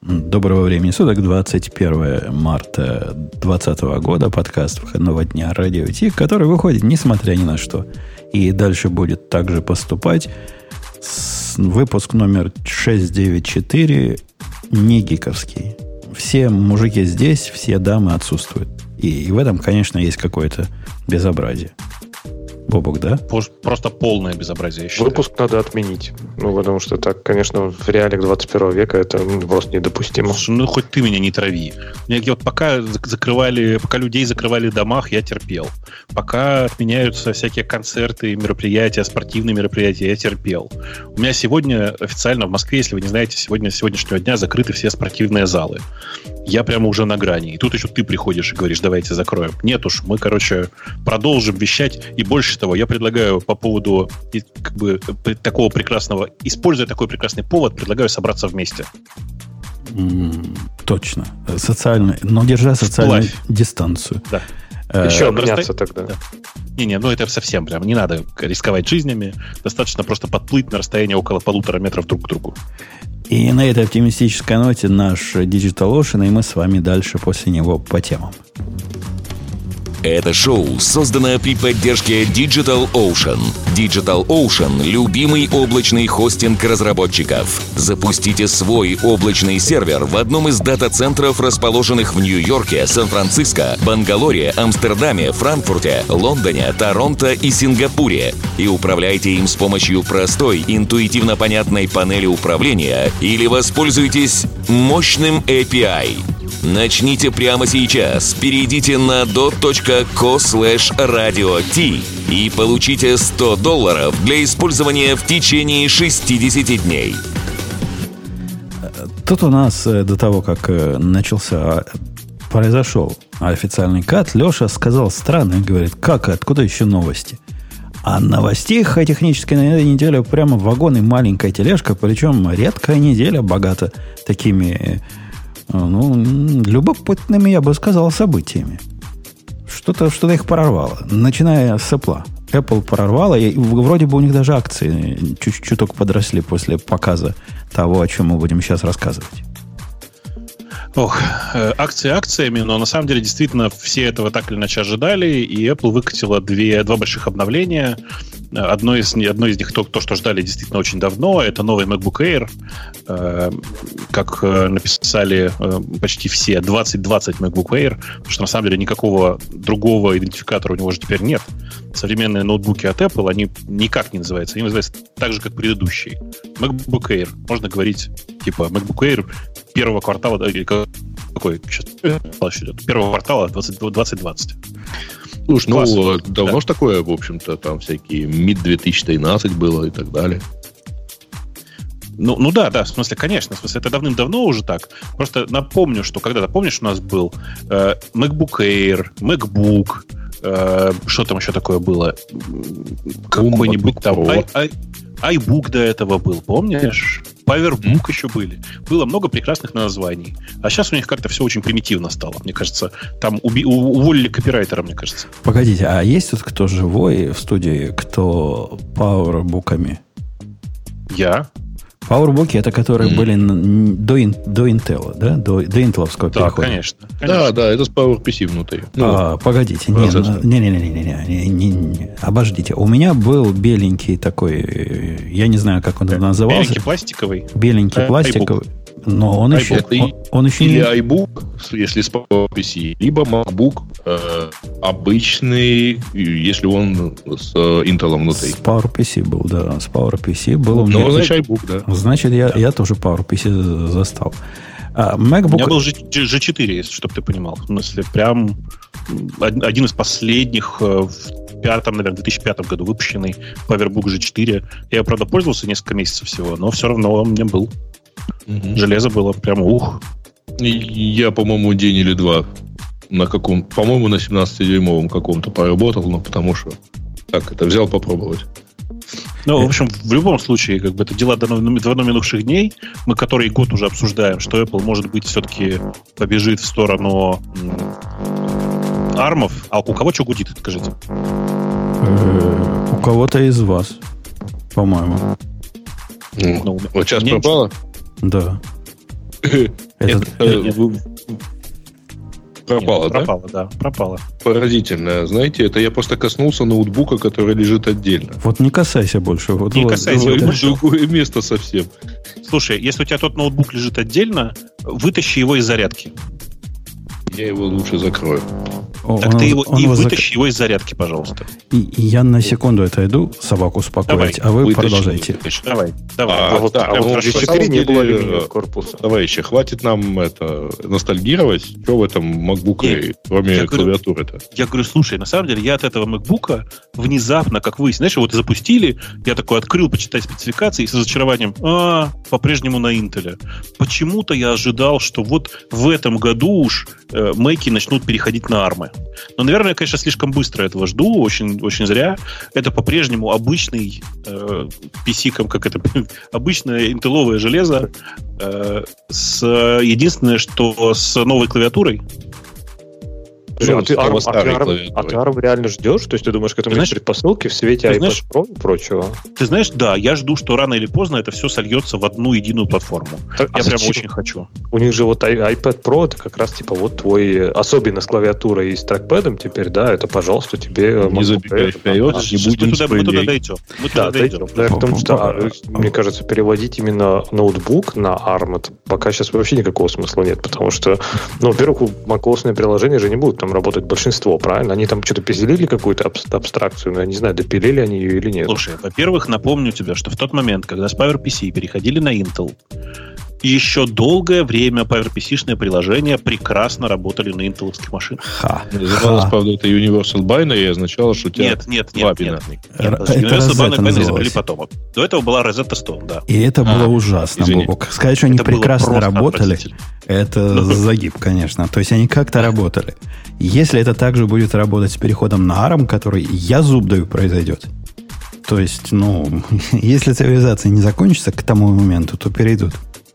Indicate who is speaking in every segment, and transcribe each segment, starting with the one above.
Speaker 1: Доброго времени суток, 21 марта 2020 года, подкаст выходного дня Радио Ти, который выходит несмотря ни на что. И дальше будет также поступать. Выпуск номер 694, не гиковский. Все мужики здесь, все дамы отсутствуют. И в этом, конечно, есть какое-то безобразие. Бобок, да?
Speaker 2: Просто полное безобразие, я считаю.
Speaker 3: Выпуск надо отменить. Потому что так, конечно, в реалиях 21 века это просто недопустимо.
Speaker 2: Слушай, хоть ты меня не трави. Пока людей закрывали в домах, я терпел. Пока отменяются всякие концерты, мероприятия, спортивные мероприятия, я терпел. У меня сегодня официально в Москве, если вы не знаете, с сегодняшнего дня закрыты все спортивные залы. Я прямо уже на грани. И тут еще ты приходишь и говоришь, давайте закроем. Нет уж, мы, продолжим вещать. И больше того, я предлагаю по поводу такого прекрасного, используя такой прекрасный повод, предлагаю собраться вместе.
Speaker 1: Точно. Но держа социальную дистанцию.
Speaker 2: Да.
Speaker 3: Еще обняться тогда.
Speaker 2: Да. Это совсем прям. Не надо рисковать жизнями. Достаточно просто подплыть на расстояние около 1,5 метров друг к другу.
Speaker 1: И на этой оптимистической ноте наш DigitalOcean, и мы с вами дальше после него по темам.
Speaker 4: Это шоу создано при поддержке DigitalOcean. DigitalOcean – любимый облачный хостинг разработчиков. Запустите свой облачный сервер в одном из дата-центров, расположенных в Нью-Йорке, Сан-Франциско, Бангалоре, Амстердаме, Франкфурте, Лондоне, Торонто и Сингапуре. И управляйте им с помощью простой, интуитивно понятной панели управления или воспользуйтесь мощным API. Начните прямо сейчас. Перейдите на dot.co/radio-t и получите $100 для использования в течение 60 дней.
Speaker 1: Тут у нас до того, как произошел официальный кат, Леша сказал странно, говорит, откуда еще новости? А новостей технически на этой неделе прямо вагон и маленькая тележка, причем редкая неделя, богата такими... любопытными, я бы сказал, событиями. Что-то их прорвало. Начиная с Apple. Apple прорвало, и вроде бы у них даже акции чуть-чуть подросли после показа того, о чем мы будем сейчас рассказывать.
Speaker 2: Акции акциями, но на самом деле действительно все этого так или иначе ожидали, и Apple выкатила два больших обновления. Одно из них то, что ждали действительно очень давно, это новый MacBook Air. Как написали почти все, 2020 MacBook Air, потому что на самом деле никакого другого идентификатора у него уже теперь нет. Современные ноутбуки от Apple, они никак не называются. Они называются так же, как предыдущие. MacBook Air. Можно говорить, MacBook Air первого квартала... Какой сейчас идет? Первого квартала 2020.
Speaker 5: Слушай, давно ж такое, в общем-то, там всякие MID 2013 было и так далее.
Speaker 2: Да, в смысле, конечно, это давным-давно уже так. Просто напомню, что когда-то, помнишь, у нас был MacBook Air, MacBook, что там еще такое было? Какой-нибудь там iBook до этого был, помнишь? PowerBook еще были. Было много прекрасных названий. А сейчас у них как-то все очень примитивно стало. Мне кажется, там уволили копирайтера, мне кажется.
Speaker 1: Погодите, а есть тут кто живой в студии, кто PowerBook'ами?
Speaker 2: Я.
Speaker 1: PowerBook'и это которые были до Intel, да? До интеловского перехода.
Speaker 2: Да, конечно.
Speaker 5: Да, это с PowerPC внутри.
Speaker 1: Погодите, не. Обождите. У меня был беленький такой, я не знаю, как он назывался.
Speaker 2: Беленький пластиковый?
Speaker 1: Беленький пластиковый. Но он еще
Speaker 5: или iBook, если с PowerPC, либо MacBook обычный, если он с Intel внутри.
Speaker 1: С PowerPC был, да. С PowerPC был у меня.
Speaker 5: Значит, iBook, да.
Speaker 1: Значит, я тоже PowerPC застал. MacBook...
Speaker 2: У меня был G4, если чтобы ты понимал. В смысле, прям один из последних в 2005 году выпущенный PowerBook G4. Я, правда, пользовался несколько месяцев всего, но все равно он у меня был. Железо было прям
Speaker 5: Я, по-моему, день или два по-моему, на 17-дюймовом каком-то поработал, но потому что взял попробовать.
Speaker 2: В общем, в любом случае, это дела давно минувших дней, мы который год уже обсуждаем, что Apple, может быть, все-таки побежит в сторону армов. А у кого что гудит, скажите?
Speaker 1: У кого-то из вас, по-моему.
Speaker 5: Вот сейчас пропало?
Speaker 1: Да.
Speaker 5: Пропало, да?
Speaker 2: Пропало.
Speaker 5: Поразительно. Знаете, это я просто коснулся ноутбука, который лежит отдельно.
Speaker 1: Вот не касайся больше. Вот
Speaker 2: не касайся.
Speaker 5: Другое место совсем.
Speaker 2: Слушай, если у тебя тот ноутбук лежит отдельно, вытащи его из зарядки.
Speaker 5: Я его лучше закрою.
Speaker 2: Так ты его вытащи его из зарядки, пожалуйста.
Speaker 1: И я на секунду отойду, собаку успокоить, а вы продолжайте.
Speaker 2: Давай.
Speaker 3: Вот в GC3 не было алюминиевого корпуса.
Speaker 5: Товарищи, хватит нам ностальгировать. Что в этом MacBook Air, кроме клавиатуры-то?
Speaker 2: Я говорю, слушай, на самом деле я от этого MacBook'а внезапно, как вы, знаешь, вот запустили, я такой открыл почитать спецификации и с разочарованием, по-прежнему на Intel. Почему-то я ожидал, что вот в этом году уж Mac'и начнут переходить на ARM. Но, наверное, я, конечно, слишком быстро этого жду, очень, очень зря. Это по-прежнему обычный PC, как это, обычное интеловое железо, единственное, что с новой клавиатурой.
Speaker 3: А ты ARM реально ждешь? То есть ты думаешь, к этому есть предпосылки в свете iPad Pro и прочего?
Speaker 2: Ты знаешь, да, я жду, что рано или поздно это все сольется в одну единую платформу. Я прям очень хочу.
Speaker 3: У них же вот iPad Pro, это как раз типа вот твой, особенно с клавиатурой и с трекпэдом теперь, да, это, пожалуйста, тебе...
Speaker 5: Не забегай вперед, не будем
Speaker 2: мы туда дойдем.
Speaker 3: Да, потому что, мне кажется, переводить именно ноутбук на ARM, это пока сейчас вообще никакого смысла нет, потому что, во-первых, macOS-ные приложения же не будут там работать большинство, правильно? Они там что-то пизделили какую-то абстракцию, но я не знаю, допилили они ее или нет.
Speaker 2: Слушай, во-первых, напомню тебе, что в тот момент, когда с PowerPC переходили на Intel, еще долгое время PowerPC-шные приложения прекрасно работали на интеловских машинах.
Speaker 5: Называлось, правда, это Universal Binary и означало, что у тебя
Speaker 2: Нет.
Speaker 1: Universal
Speaker 2: Binary изобрели потом. До этого была Rosetta Stone, да.
Speaker 1: И это было ужасно, Бобок. Сказать, что они прекрасно работали, это загиб, конечно. То есть они как-то работали. Если это также будет работать с переходом на ARM, который, я зуб даю, произойдет. То есть, если цивилизация не закончится к тому моменту, то перейдут.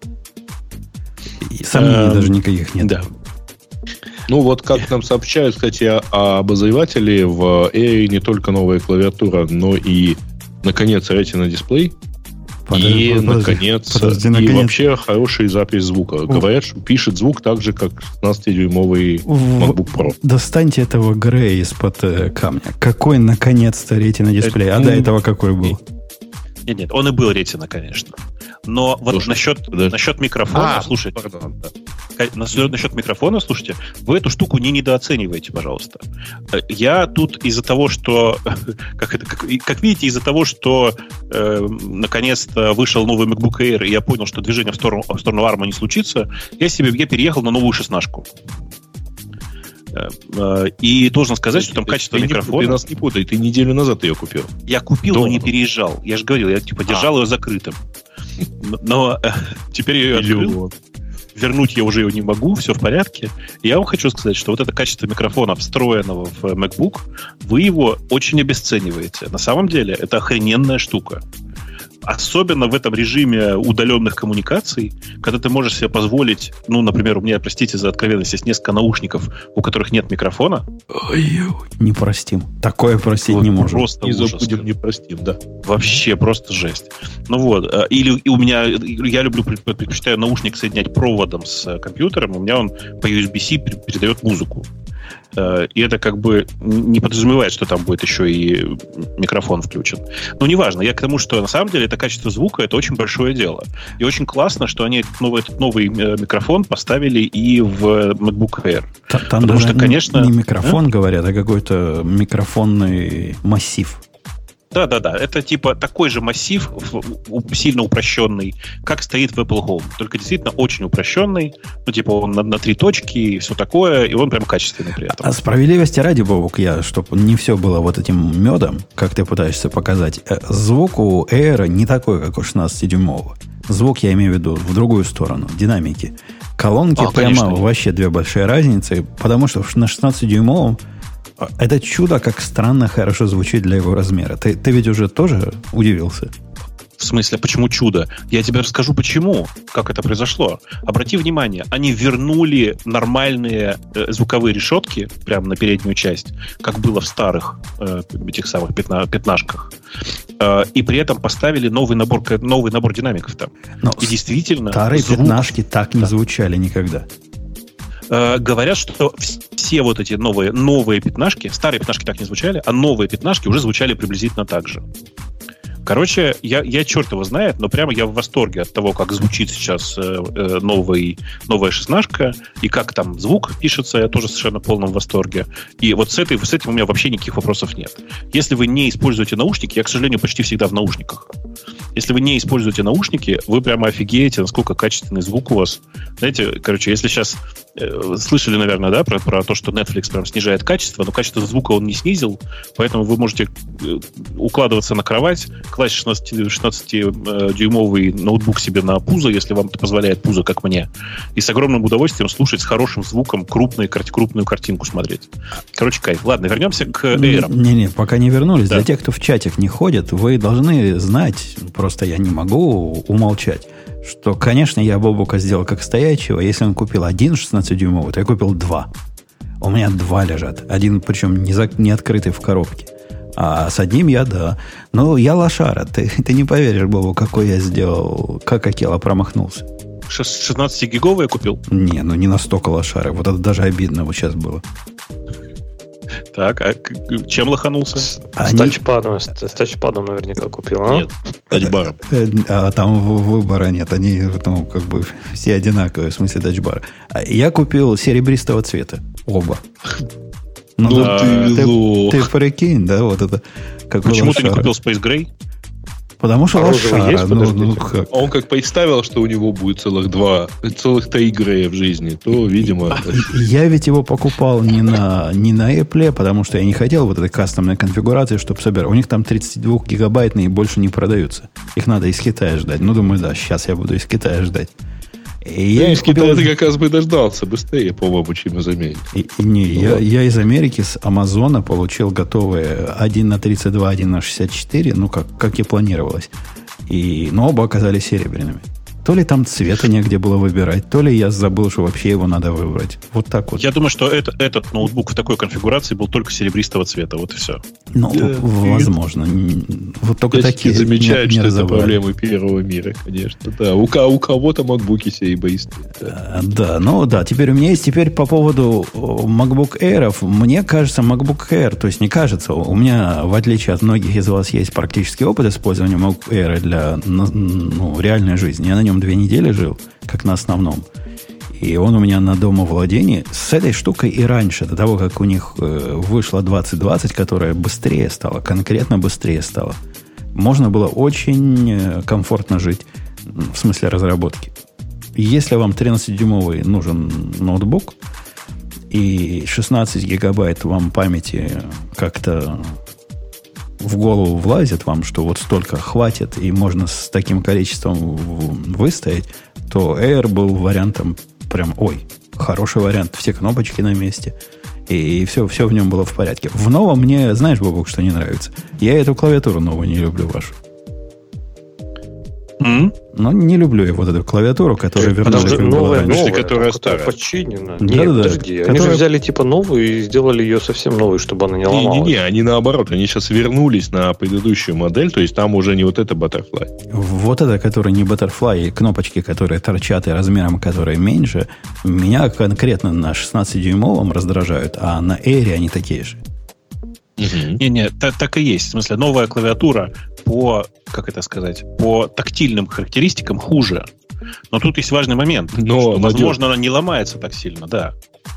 Speaker 1: И сомнений даже никаких нет.
Speaker 2: Да.
Speaker 5: Вот как нам сообщают, кстати, обозреватели, в Air не только новая клавиатура, но и, наконец, Retina дисплей. Наконец, вообще хороший запись звука. Говорят, что пишет звук так же, как 16-дюймовый MacBook Pro.
Speaker 1: Достаньте этого Грея из-под камня. Какой, наконец-то, Retina дисплей? А до этого какой был?
Speaker 2: Нет, он и был Retina, конечно. Но вот насчет микрофона, слушайте, насчет микрофона, слушайте, вы эту штуку не недооцениваете, пожалуйста. Я тут из-за того, что, как видите, из-за того, что наконец-то вышел новый MacBook Air, и я понял, что движение в сторону ARM не случится, я переехал на новую 16-ку. И должен сказать, что там качество микрофона...
Speaker 5: Ты нас не путай, ты неделю назад ее купил.
Speaker 2: Я купил, но не переезжал. Я же говорил, я держал ее закрытым. Но теперь я ее открыл. Вернуть я уже ее не могу, все в порядке. И я вам хочу сказать, что вот это качество микрофона, встроенного в MacBook, вы его очень обесцениваете. На самом деле, это охрененная штука. Особенно в этом режиме удаленных коммуникаций, когда ты можешь себе позволить, например, у меня, простите за откровенность, есть несколько наушников, у которых нет микрофона.
Speaker 1: Ой, не простим. Такое простить не можем.
Speaker 5: Просто не забудем, не простим, да.
Speaker 2: Вообще просто жесть. Или у меня, я предпочитаю наушник соединять проводом с компьютером, у меня он по USB-C передает музыку. И это как бы не подразумевает, что там будет еще и микрофон включен. Но неважно. Я к тому, что на самом деле это качество звука, это очень большое дело. И очень классно, что они этот новый микрофон поставили и в MacBook Air.
Speaker 1: Там потому даже что, конечно, не микрофон, говорят, а какой-то микрофонный массив.
Speaker 2: Да. Это типа такой же массив, сильно упрощенный, как стоит в Apple Home. Только действительно очень упрощенный. Он на 3 точки и все такое, и он прям качественный при этом.
Speaker 1: А справедливости ради, Бобук, чтобы не все было вот этим медом, как ты пытаешься показать, звук у Air не такой, как у 16-дюймового. Звук, я имею в виду, в другую сторону, динамики. Колонки прямо конечно. Вообще 2 большие разницы, потому что на 16-дюймовом это чудо, как странно хорошо звучит для его размера. Ты ведь уже тоже удивился?
Speaker 2: В смысле, почему чудо? Я тебе расскажу, почему, как это произошло. Обрати внимание, они вернули нормальные звуковые решетки прямо на переднюю часть, как было в старых этих самых пятнашках. и при этом поставили новый набор динамиков там.
Speaker 1: Но
Speaker 2: и действительно...
Speaker 1: Старые пятнашки так не звучали никогда.
Speaker 2: Говорят, что все вот эти новые пятнашки, старые пятнашки так не звучали, а новые пятнашки уже звучали приблизительно так же. Короче, я черт его знает, но прямо я в восторге от того, как звучит сейчас новая шестнашка, и как там звук пишется, я тоже совершенно в полном восторге. И вот с этим у меня вообще никаких вопросов нет. Если вы не используете наушники, я, к сожалению, почти всегда в наушниках. Если вы не используете наушники, вы прямо офигеете, насколько качественный звук у вас. Знаете, короче, если сейчас слышали, наверное, да, про то, что Netflix прям снижает качество, но качество звука он не снизил, поэтому вы можете укладываться на кровать, класть 16-дюймовый ноутбук себе на пузо, если вам это позволяет пузо, как мне, и с огромным удовольствием слушать с хорошим звуком крупную картинку смотреть. Короче, кайф. Ладно, вернемся к Air.
Speaker 1: Не, пока не вернулись.
Speaker 2: Да.
Speaker 1: Для тех, кто в чатик не ходит, вы должны знать, просто я не могу умолчать, что, конечно, я Бобука сделал как стоячего. Если он купил один 16-дюймовый, то я купил два. У меня два лежат. Один, причем, не открытый в коробке. А с одним я, да. Но я лошара. Ты не поверишь, Бобу, какой я сделал, как Акела промахнулся.
Speaker 2: 16-гиговый я купил?
Speaker 1: Не, ну не настолько лошара. Вот это даже обидно вот сейчас было.
Speaker 2: Так, а чем лоханулся?
Speaker 3: С тачпадом наверняка купил, а?
Speaker 2: Нет, тачбаром.
Speaker 1: А там выбора нет. Они как бы все одинаковые, в смысле тачбара. Я купил серебристого цвета. Оба. Ну, ты прикинь, да, вот это.
Speaker 2: Почему ты не купил Space Gray?
Speaker 1: Потому что лошара.
Speaker 5: А он как представил, что у него будет целых 3 Грея в жизни, то, видимо...
Speaker 1: Я ведь его покупал не на Apple, потому что я не хотел вот этой кастомной конфигурации, чтобы собирать. У них там 32-гигабайтные и больше не продаются. Их надо из Китая ждать. Ну, думаю, да, сейчас я буду из Китая ждать.
Speaker 5: Я из Китая ты как раз бы дождался быстрее, по-моему, чем из Америки.
Speaker 1: Я из Америки с Амазона получил готовые 1 на 32, 1 на 64, ну, как и планировалось. Но оба оказались серебряными. То ли там цвета негде было выбирать, то ли я забыл, что вообще его надо выбрать. Вот так вот.
Speaker 2: Я думаю, что этот ноутбук в такой конфигурации был только серебристого цвета. Вот и все.
Speaker 1: Ну, возможно. Вот только такие
Speaker 5: замечают, что это проблемы первого мира, конечно. Да, у кого-то макбуки серебристые.
Speaker 1: Да, ну да. Теперь у меня есть по поводу MacBook Air. Мне кажется, MacBook Air, то есть не кажется, у меня, в отличие от многих из вас, есть практический опыт использования MacBook Air для реальной жизни. Я на нем 2 недели жил, как на основном. И он у меня на домовладении. С этой штукой и раньше, до того, как у них вышла 2020, которая быстрее стала, конкретно быстрее стала, можно было очень комфортно жить, в смысле разработки. Если вам 13-дюймовый нужен ноутбук, и 16 гигабайт вам памяти как-то в голову влазит вам, что вот столько хватит, и можно с таким количеством выстоять, то Air был вариантом прям, хороший вариант, все кнопочки на месте, и все в нем было в порядке. В новом мне, знаешь, Бобок, что не нравится? Я эту клавиатуру новую не люблю вашу. Но не люблю я вот эту клавиатуру, которая вернулась
Speaker 3: новая,
Speaker 5: которая старая.
Speaker 3: Починена.
Speaker 1: Нет,
Speaker 3: подожди. Они же взяли новую и сделали ее совсем новую, чтобы она не ломалась.
Speaker 5: Не, они наоборот. Они сейчас вернулись на предыдущую модель, то есть там уже не вот это Butterfly.
Speaker 1: Вот это, которая не Butterfly, и кнопочки, которые торчат, и размером, которые меньше, меня конкретно на 16-дюймовом раздражают, а на Air они такие же.
Speaker 2: Не, так и есть. В смысле, новая клавиатура по тактильным характеристикам хуже. Но тут есть важный момент. Возможно, она не ломается так сильно, да.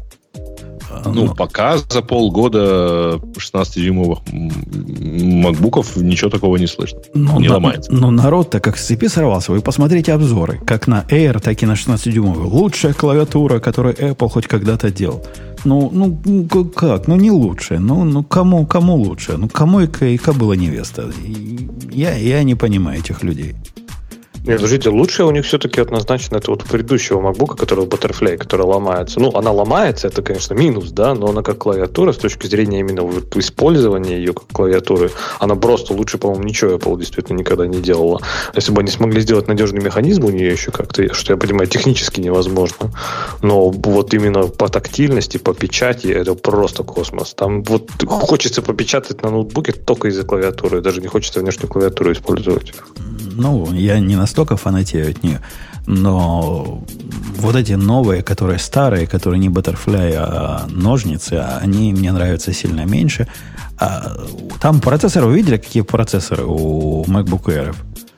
Speaker 5: Пока за полгода 16-дюймовых макбуков ничего такого не слышно. Не ломается.
Speaker 1: Но народ-то как с цепи сорвался. Вы посмотрите обзоры. Как на Air, так и на 16-дюймовый. Лучшая клавиатура, которую Apple хоть когда-то делал. Как? Не лучшая. Кому лучше? Кому и кобыла невеста? Я не понимаю этих людей.
Speaker 3: Нет, подождите, лучшее у них все-таки однозначно это вот у предыдущего MacBook, который Butterfly, который ломается. Ну, она ломается, это, конечно, минус, да, но она как клавиатура, с точки зрения именно вот использования ее как клавиатуры, она просто лучше, по-моему, ничего Apple действительно никогда не делала. Если бы они смогли сделать надежный механизм у нее еще как-то, что я понимаю, технически невозможно, но вот именно по тактильности, по печати, это просто космос. Там вот хочется попечатать на ноутбуке только из-за клавиатуры, даже не хочется внешнюю клавиатуру использовать.
Speaker 1: Ну, я не настолько фанатею от нее, но вот эти новые, которые старые, которые не Butterfly, а ножницы, они мне нравятся сильно меньше. Там процессоры, вы видели, какие процессоры у MacBook Air?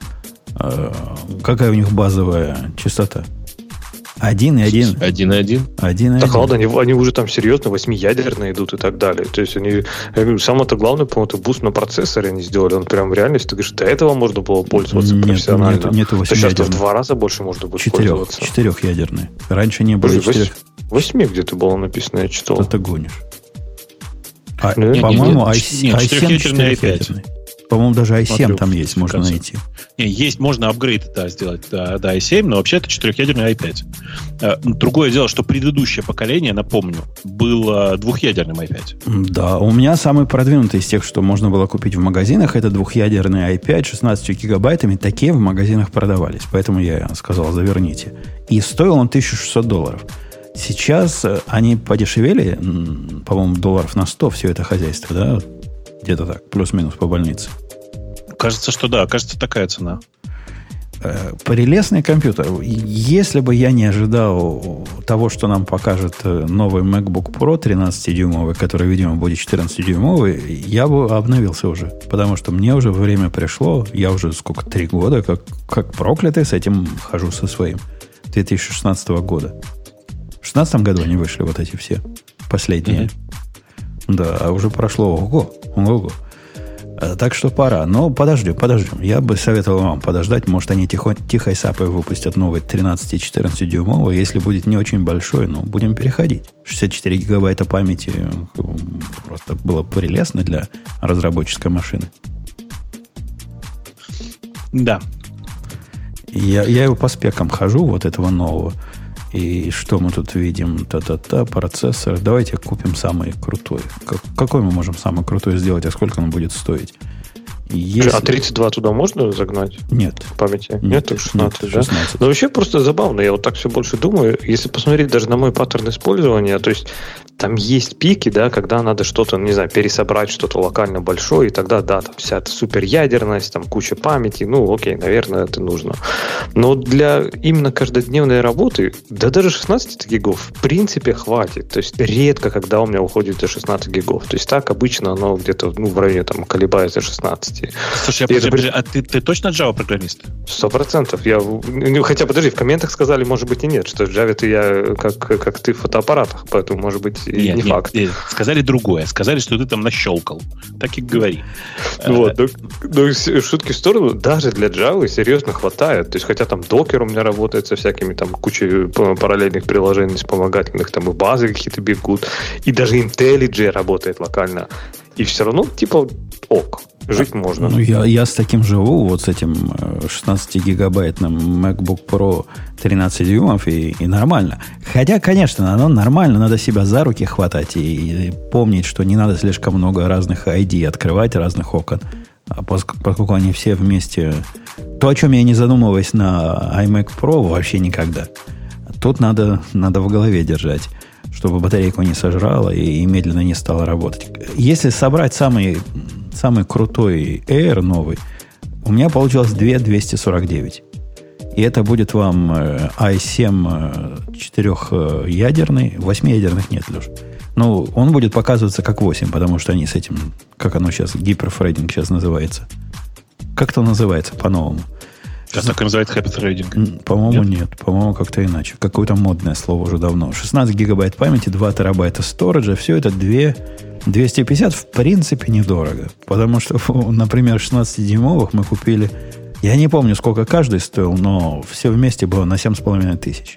Speaker 1: Какая у них базовая частота? 1,1.
Speaker 5: 1,1.
Speaker 3: Так ладно, они уже там серьезно 8-ядерные идут и так далее. То есть они, я говорю, самое-то главное, по-моему, это буст на процессоре они сделали. Он прям в реальности, ты говоришь, до этого можно было пользоваться профессионально.
Speaker 1: Нету 8-ядерных.
Speaker 3: Сейчас в 2 раза больше можно будет пользоваться.
Speaker 1: 4-ядерные. Раньше не было 4.
Speaker 3: 8 где-то было написано, я читал.
Speaker 1: Что ты гонишь? По-моему, i7 4-ядерный. По-моему, даже i7 там есть, можно найти.
Speaker 2: Есть, можно апгрейд сделать до i7, но вообще это 4-ядерный i5. Другое дело, что предыдущее поколение, напомню, было 2-ядерным i5.
Speaker 1: Да, у меня самый продвинутый из тех, что можно было купить в магазинах, это 2-ядерный i5 16 гигабайтами. Такие в магазинах продавались, поэтому я сказал, заверните. И стоил он $1600. Сейчас они подешевели, по-моему, долларов на 100 все это хозяйство, да? Где-то так, плюс-минус по больнице.
Speaker 2: Кажется, что да, кажется, такая цена.
Speaker 1: Прелестный компьютер. Если бы я не ожидал того, что нам покажет новый MacBook Pro 13-дюймовый, который, видимо, будет 14-дюймовый, я бы обновился уже. Потому что мне уже время пришло. Я уже 3 года, как проклятый, с этим хожу со своим. 2016 года. В 2016 году они вышли вот эти все последние. Mm-hmm. Да, а уже прошло ого. Так что пора. Но подождем. Я бы советовал вам подождать. Может, они тихой сапой выпустят новый 13 и 14 дюймовый. Если будет не очень большой, но будем переходить. 64 гигабайта памяти просто было прелестно для разработческой машины.
Speaker 2: Да.
Speaker 1: Я его по спекам хожу, вот этого нового. И что мы тут видим? Процессор. Давайте купим самый крутой. Какой мы можем самый крутой сделать, а сколько он будет стоить?
Speaker 3: А 32 туда можно загнать?
Speaker 1: Нет.
Speaker 3: В памяти? Нет, только 16,
Speaker 1: нет,
Speaker 3: да?
Speaker 1: 16.
Speaker 3: Но вообще просто забавно. Я вот так все больше думаю. Если посмотреть даже на мой паттерн использования, то есть там есть пики, да, когда надо что-то, не знаю, пересобрать что-то локально большое, и тогда, да, там вся эта суперядерность, там куча памяти, ну, окей, наверное, это нужно. Но для именно каждодневной работы, да даже 16 гигов в принципе хватит. То есть редко, когда у меня уходит до 16 гигов. То есть так обычно оно где-то, в районе там колебается 16.
Speaker 2: Слушай, а ты точно Java-программист?
Speaker 3: 100%. Хотя, подожди, в комментах сказали, может быть, и нет, что в Java-то я как ты в фотоаппаратах, поэтому, может быть, не факт. Нет.
Speaker 2: Сказали другое. Сказали, что ты там нащелкал. Так и говори.
Speaker 3: Вот. Но шутки в сторону, даже для Java серьезно хватает. То есть, хотя там докер у меня работает со всякими там кучей параллельных приложений вспомогательных, там и базы какие-то бегут, и даже IntelliJ работает локально. И все равно, типа, ок. Жить можно.
Speaker 1: Ну, я с таким живу, вот с этим 16-гигабайтным MacBook Pro 13 дюймов, и нормально. Хотя, конечно, оно нормально, надо себя за руки хватать и помнить, что не надо слишком много разных ID открывать, разных окон. А поскольку они все вместе... То, о чем я не задумываюсь на iMac Pro, вообще никогда. Тут надо в голове держать, чтобы батарейку не сожрала и медленно не стала работать. Если собрать самый крутой Air новый, у меня получилось 249. И это будет вам i7 4-ядерный. 8-ядерных нет, Леш. Ну, он будет показываться как 8, потому что они с этим, как оно сейчас, гиперфрейдинг сейчас называется. Как это называется по-новому?
Speaker 2: Сейчас так и называется Happy Threading.
Speaker 1: По-моему, нет. По-моему, как-то иначе. Какое-то модное слово уже давно. 16 гигабайт памяти, 2 терабайта сториджа. Все это 250 в принципе недорого. Потому что, например, 16-дюймовых мы купили... Я не помню, сколько каждый стоил, но все вместе было на 7,5 тысяч.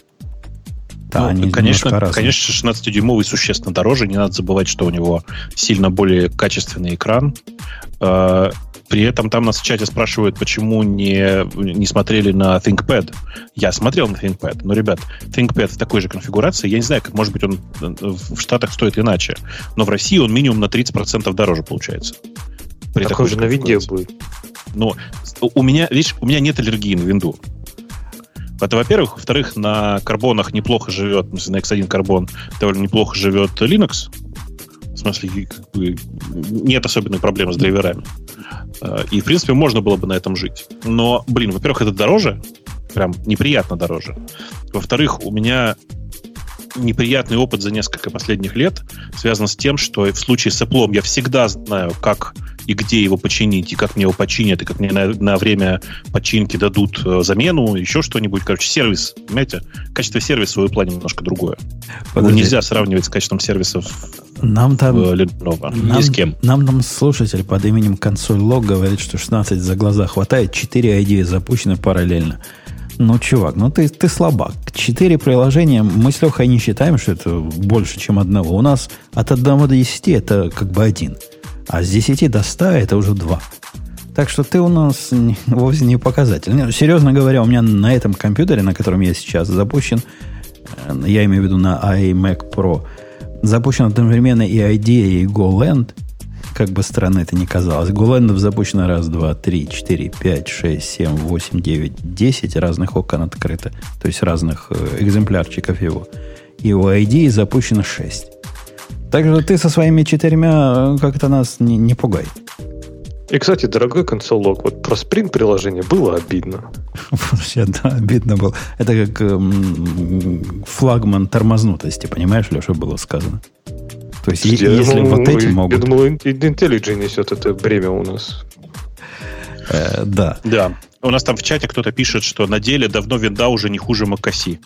Speaker 1: Да,
Speaker 2: ну, конечно, 16-дюймовый существенно дороже. Не надо забывать, что у него сильно более качественный экран. При этом там нас в чате спрашивают, почему не смотрели на ThinkPad. Я смотрел на ThinkPad, но, ребят, ThinkPad в такой же конфигурации, я не знаю, как, может быть, он в Штатах стоит иначе, но в России он минимум на 30% дороже получается.
Speaker 3: Такой же на винде будет.
Speaker 2: Ну, у меня нет аллергии на винду. Это, во-первых. Во-вторых, на карбонах неплохо живет, на X1 карбон довольно неплохо живет Linux. В смысле, как бы, нет особенной проблемы с драйверами. И, в принципе, можно было бы на этом жить. Но, во-первых, это дороже. Прям неприятно дороже. Во-вторых, у меня неприятный опыт за несколько последних лет связан с тем, что в случае с Apple я всегда знаю, как и где его починить, и как мне его починят, и как мне на время починки дадут замену, еще что-нибудь. Короче, сервис, понимаете? Качество сервиса у Apple немножко другое. Его нельзя сравнивать с качеством сервисов Lenovo. Ни с кем.
Speaker 1: Нам там слушатель под именем Консоль Лог говорит, что 16 за глаза хватает, 4 IDE запущены параллельно. Ну, чувак, ты слабак. 4 приложения, мы с Лехой не считаем, что это больше, чем одного. У нас от 1 до 10 это как бы 1. А с 10 до 100 это уже 2. Так что ты у нас вовсе не показатель. Серьезно говоря, у меня на этом компьютере, на котором я сейчас запущен, я имею в виду на iMac Pro, запущен одновременно и IDEA, и GoLand. Как бы странно это ни казалось. GoLand запущено 1, 2, 3, 4, 5, 6, 7, 8, 9, 10 разных окон открыто. То есть разных экземплярчиков его. И у IDEA запущено 6. Так что ты со своими 4 как-то нас не пугай.
Speaker 3: И, кстати, дорогой консолог, вот про Spring приложение было обидно.
Speaker 1: Вообще, да, обидно было. Это как флагман тормознутости, понимаешь, Леша, было сказано. То есть, если вот эти могут...
Speaker 3: Я думал, IntelliJ несет это бремя у нас.
Speaker 1: Да.
Speaker 2: Да. У нас там в чате кто-то пишет, что на деле давно винда уже не хуже macOS.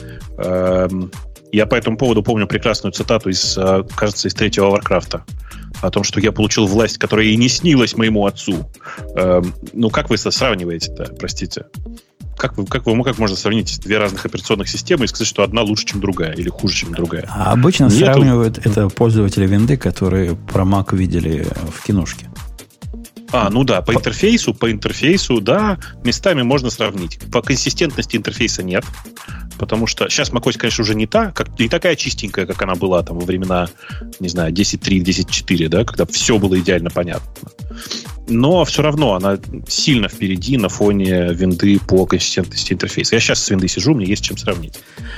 Speaker 2: Я по этому поводу помню прекрасную цитату кажется, из 3-го Варкрафта. О том, что я получил власть, которая и не снилась моему отцу. Ну, как вы это сравниваете-то, простите? Как можно сравнить 2 разных операционных системы и сказать, что одна лучше, чем другая, или хуже, чем другая?
Speaker 1: А обычно сравнивают это пользователи винды, которые про Mac видели в киношке.
Speaker 2: Ну да, по интерфейсу, да, местами можно сравнить. По консистентности интерфейса нет, потому что сейчас macOS, конечно, уже не такая чистенькая, как она была там во времена, не знаю, 10.3, 10.4, да, когда все было идеально понятно. Но все равно она сильно впереди на фоне винды по консистентности интерфейса. Я сейчас с винды сижу, мне есть чем сравнить.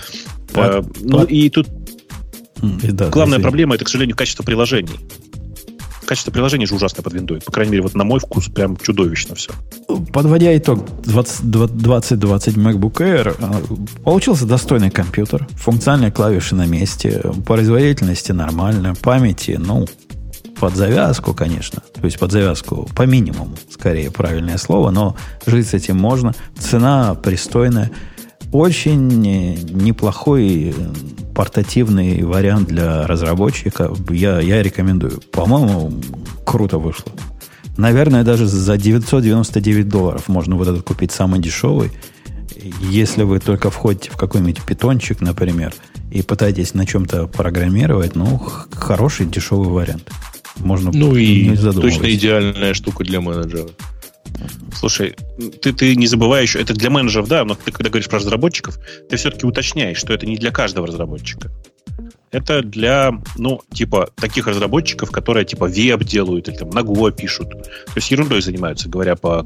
Speaker 2: И тут главная проблема — это, к сожалению, качество приложений. Качество приложений же ужасное под виндой. По крайней мере, вот на мой вкус прям чудовищно все.
Speaker 1: Подводя итог 2020 MacBook Air, получился достойный компьютер. Функциональные клавиши на месте. Производительности нормально. Памяти, под завязку, конечно. То есть под завязку по минимуму, скорее правильное слово, но жить с этим можно. Цена пристойная. Очень неплохой портативный вариант для разработчика. Я рекомендую. По-моему, круто вышло. Наверное, даже за $999 можно вот этот купить самый дешевый. Если вы только входите в какой-нибудь питончик, например, и пытаетесь на чем-то программировать, хороший дешевый вариант. Можно
Speaker 5: и точно идеальная штука для менеджера.
Speaker 2: Слушай, ты не забывай еще, это для менеджеров, да, но ты, когда говоришь про разработчиков, ты все-таки уточняешь, что это не для каждого разработчика. Это для, таких разработчиков, которые, веб делают или там на Go пишут. То есть ерундой занимаются, говоря по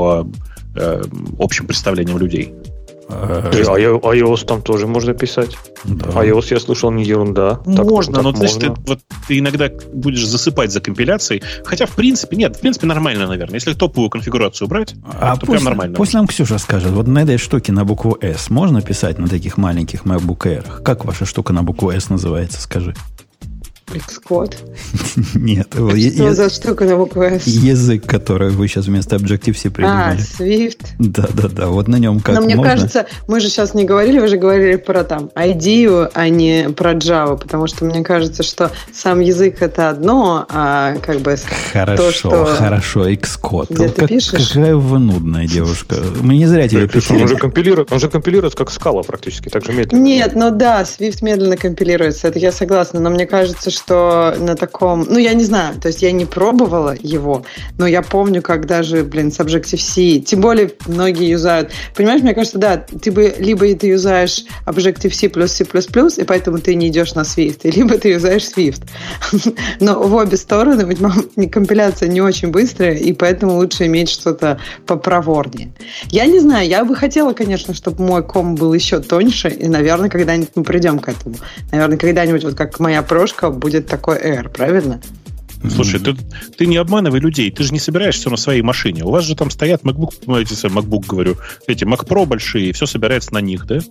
Speaker 2: общим представлениям людей.
Speaker 3: iOS там тоже можно писать. Да. iOS, я слышал, не ерунда.
Speaker 2: Можно, но ты иногда будешь засыпать за компиляцией. Хотя, в принципе, нормально, наверное. Если топовую конфигурацию брать, то прям нормально.
Speaker 1: Пусть нам Ксюша скажет, вот на этой штуке на букву S можно писать на таких маленьких MacBook Air? Как ваша штука на букву S называется, скажи?
Speaker 6: Xcode?
Speaker 1: Нет.
Speaker 6: Что за штука на букву S?
Speaker 1: Язык, который вы сейчас вместо Objective-C придумали.
Speaker 6: Swift.
Speaker 1: Да. Вот на нем как можно.
Speaker 6: Но мне кажется, мы же сейчас не говорили, вы же говорили про IDEA, а не про Java, потому что мне кажется, что сам язык это одно, а как бы
Speaker 1: Хорошо, Xcode.
Speaker 6: Где ты пишешь?
Speaker 1: Какая вы нудная девушка. Мы не зря тебе пишем.
Speaker 3: Он же компилируется как Scala практически, так же медленно.
Speaker 6: Нет, Swift медленно компилируется, это я согласна, но мне кажется, что что на таком... Ну, я не знаю, то есть я не пробовала его, но я помню, как даже, с Objective-C, тем более многие юзают... Понимаешь, мне кажется, да, либо ты юзаешь Objective-C плюс C++, и поэтому ты не идешь на Swift, либо ты юзаешь Swift. Но в обе стороны компиляция не очень быстрая, и поэтому лучше иметь что-то попроворнее. Я не знаю, я бы хотела, конечно, чтобы мой ком был еще тоньше, и, наверное, когда-нибудь мы придем к этому. Наверное, когда-нибудь, вот как моя прошка, будет такой Air, правильно?
Speaker 2: Слушай, ты не обманывай людей, ты же не собираешься на своей машине. У вас же там стоят MacBook говорю, эти Mac Pro большие, и все собирается на них, да?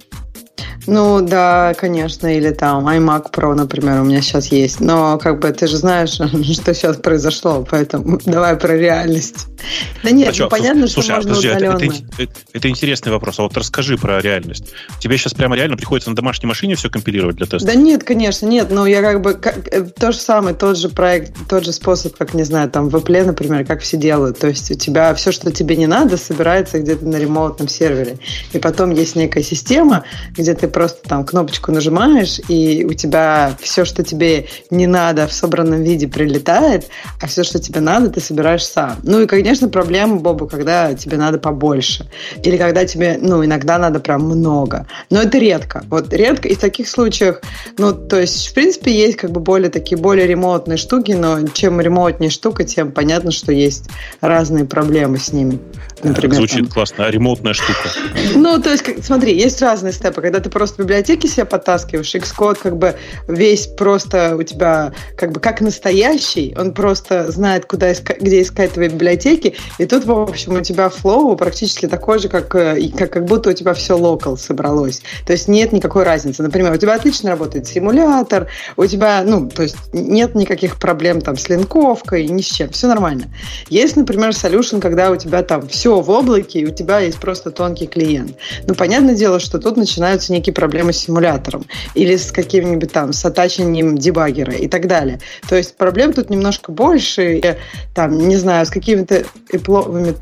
Speaker 6: Ну, да, конечно, или там iMac Pro, например, у меня сейчас есть. Но, ты же знаешь, что сейчас произошло, поэтому давай про реальность. Да нет, понятно, что можно удаленно.
Speaker 2: Это интересный вопрос. А вот расскажи про реальность. Тебе сейчас прямо реально приходится на домашней машине все компилировать для теста?
Speaker 6: Да нет, конечно, нет. Но я то же самое, тот же проект, тот же способ, как, не знаю, там в Apple, например, как все делают. То есть у тебя все, что тебе не надо, собирается где-то на ремоутном сервере. И потом есть некая система, где ты просто там кнопочку нажимаешь, и у тебя все, что тебе не надо, в собранном виде прилетает, а все, что тебе надо, ты собираешь сам. Ну и, конечно, проблема, Боба, когда тебе надо побольше. Или когда тебе, иногда надо прям много. Но это редко. Вот редко. И в таких случаях, то есть, в принципе, есть более ремоутные штуки, но чем ремоутнее штука, тем понятно, что есть разные проблемы с ними. Например,
Speaker 2: звучит классно. А ремоутная штука?
Speaker 6: То есть, смотри, есть разные степы. Когда ты просто в библиотеке себе подтаскиваешь, Xcode весь просто у тебя как настоящий, он просто знает, где искать твои библиотеки, и тут, в общем, у тебя флоу практически такой же, как будто у тебя все локал собралось. То есть нет никакой разницы. Например, у тебя отлично работает симулятор, у тебя, то есть нет никаких проблем там с линковкой, ни с чем, все нормально. Есть, например, solution, когда у тебя там все в облаке, и у тебя есть просто тонкий клиент. Понятное дело, что тут начинаются некие проблемы с симулятором или с каким-нибудь там, с attaching дебаггера и так далее. То есть проблем тут немножко больше, там, не знаю, с какими-то эпловыми...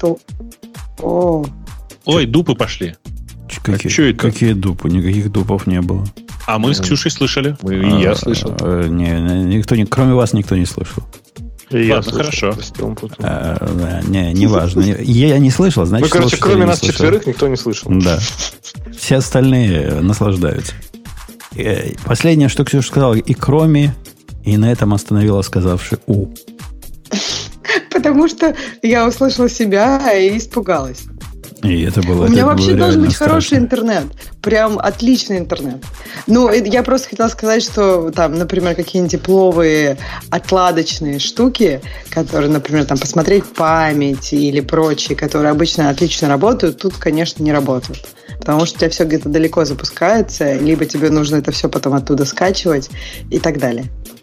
Speaker 2: Ой, дупы пошли.
Speaker 1: Какие дупы? Никаких дупов не было.
Speaker 2: А мы с Ксюшей слышали.
Speaker 5: Я слышал.
Speaker 1: Кроме вас никто не слышал.
Speaker 2: Ладно, хорошо.
Speaker 1: Не важно. Я не слышал, значит...
Speaker 3: кроме нас четверых никто не слышал.
Speaker 1: Да. Все остальные наслаждаются. Последнее, что Ксюша сказала, и кроме, и на этом остановила, сказавши «у».
Speaker 6: Потому что я услышала себя и испугалась.
Speaker 1: И это было,
Speaker 6: у меня вообще должен быть хороший интернет. Прям отличный интернет. Я просто хотела сказать, что там, например, какие-нибудь тепловые отладочные штуки, которые, например, там посмотреть память или прочие, которые обычно отлично работают, тут, конечно, не работают. Потому что у тебя все где-то далеко запускается, либо тебе нужно это все потом оттуда скачивать и так далее.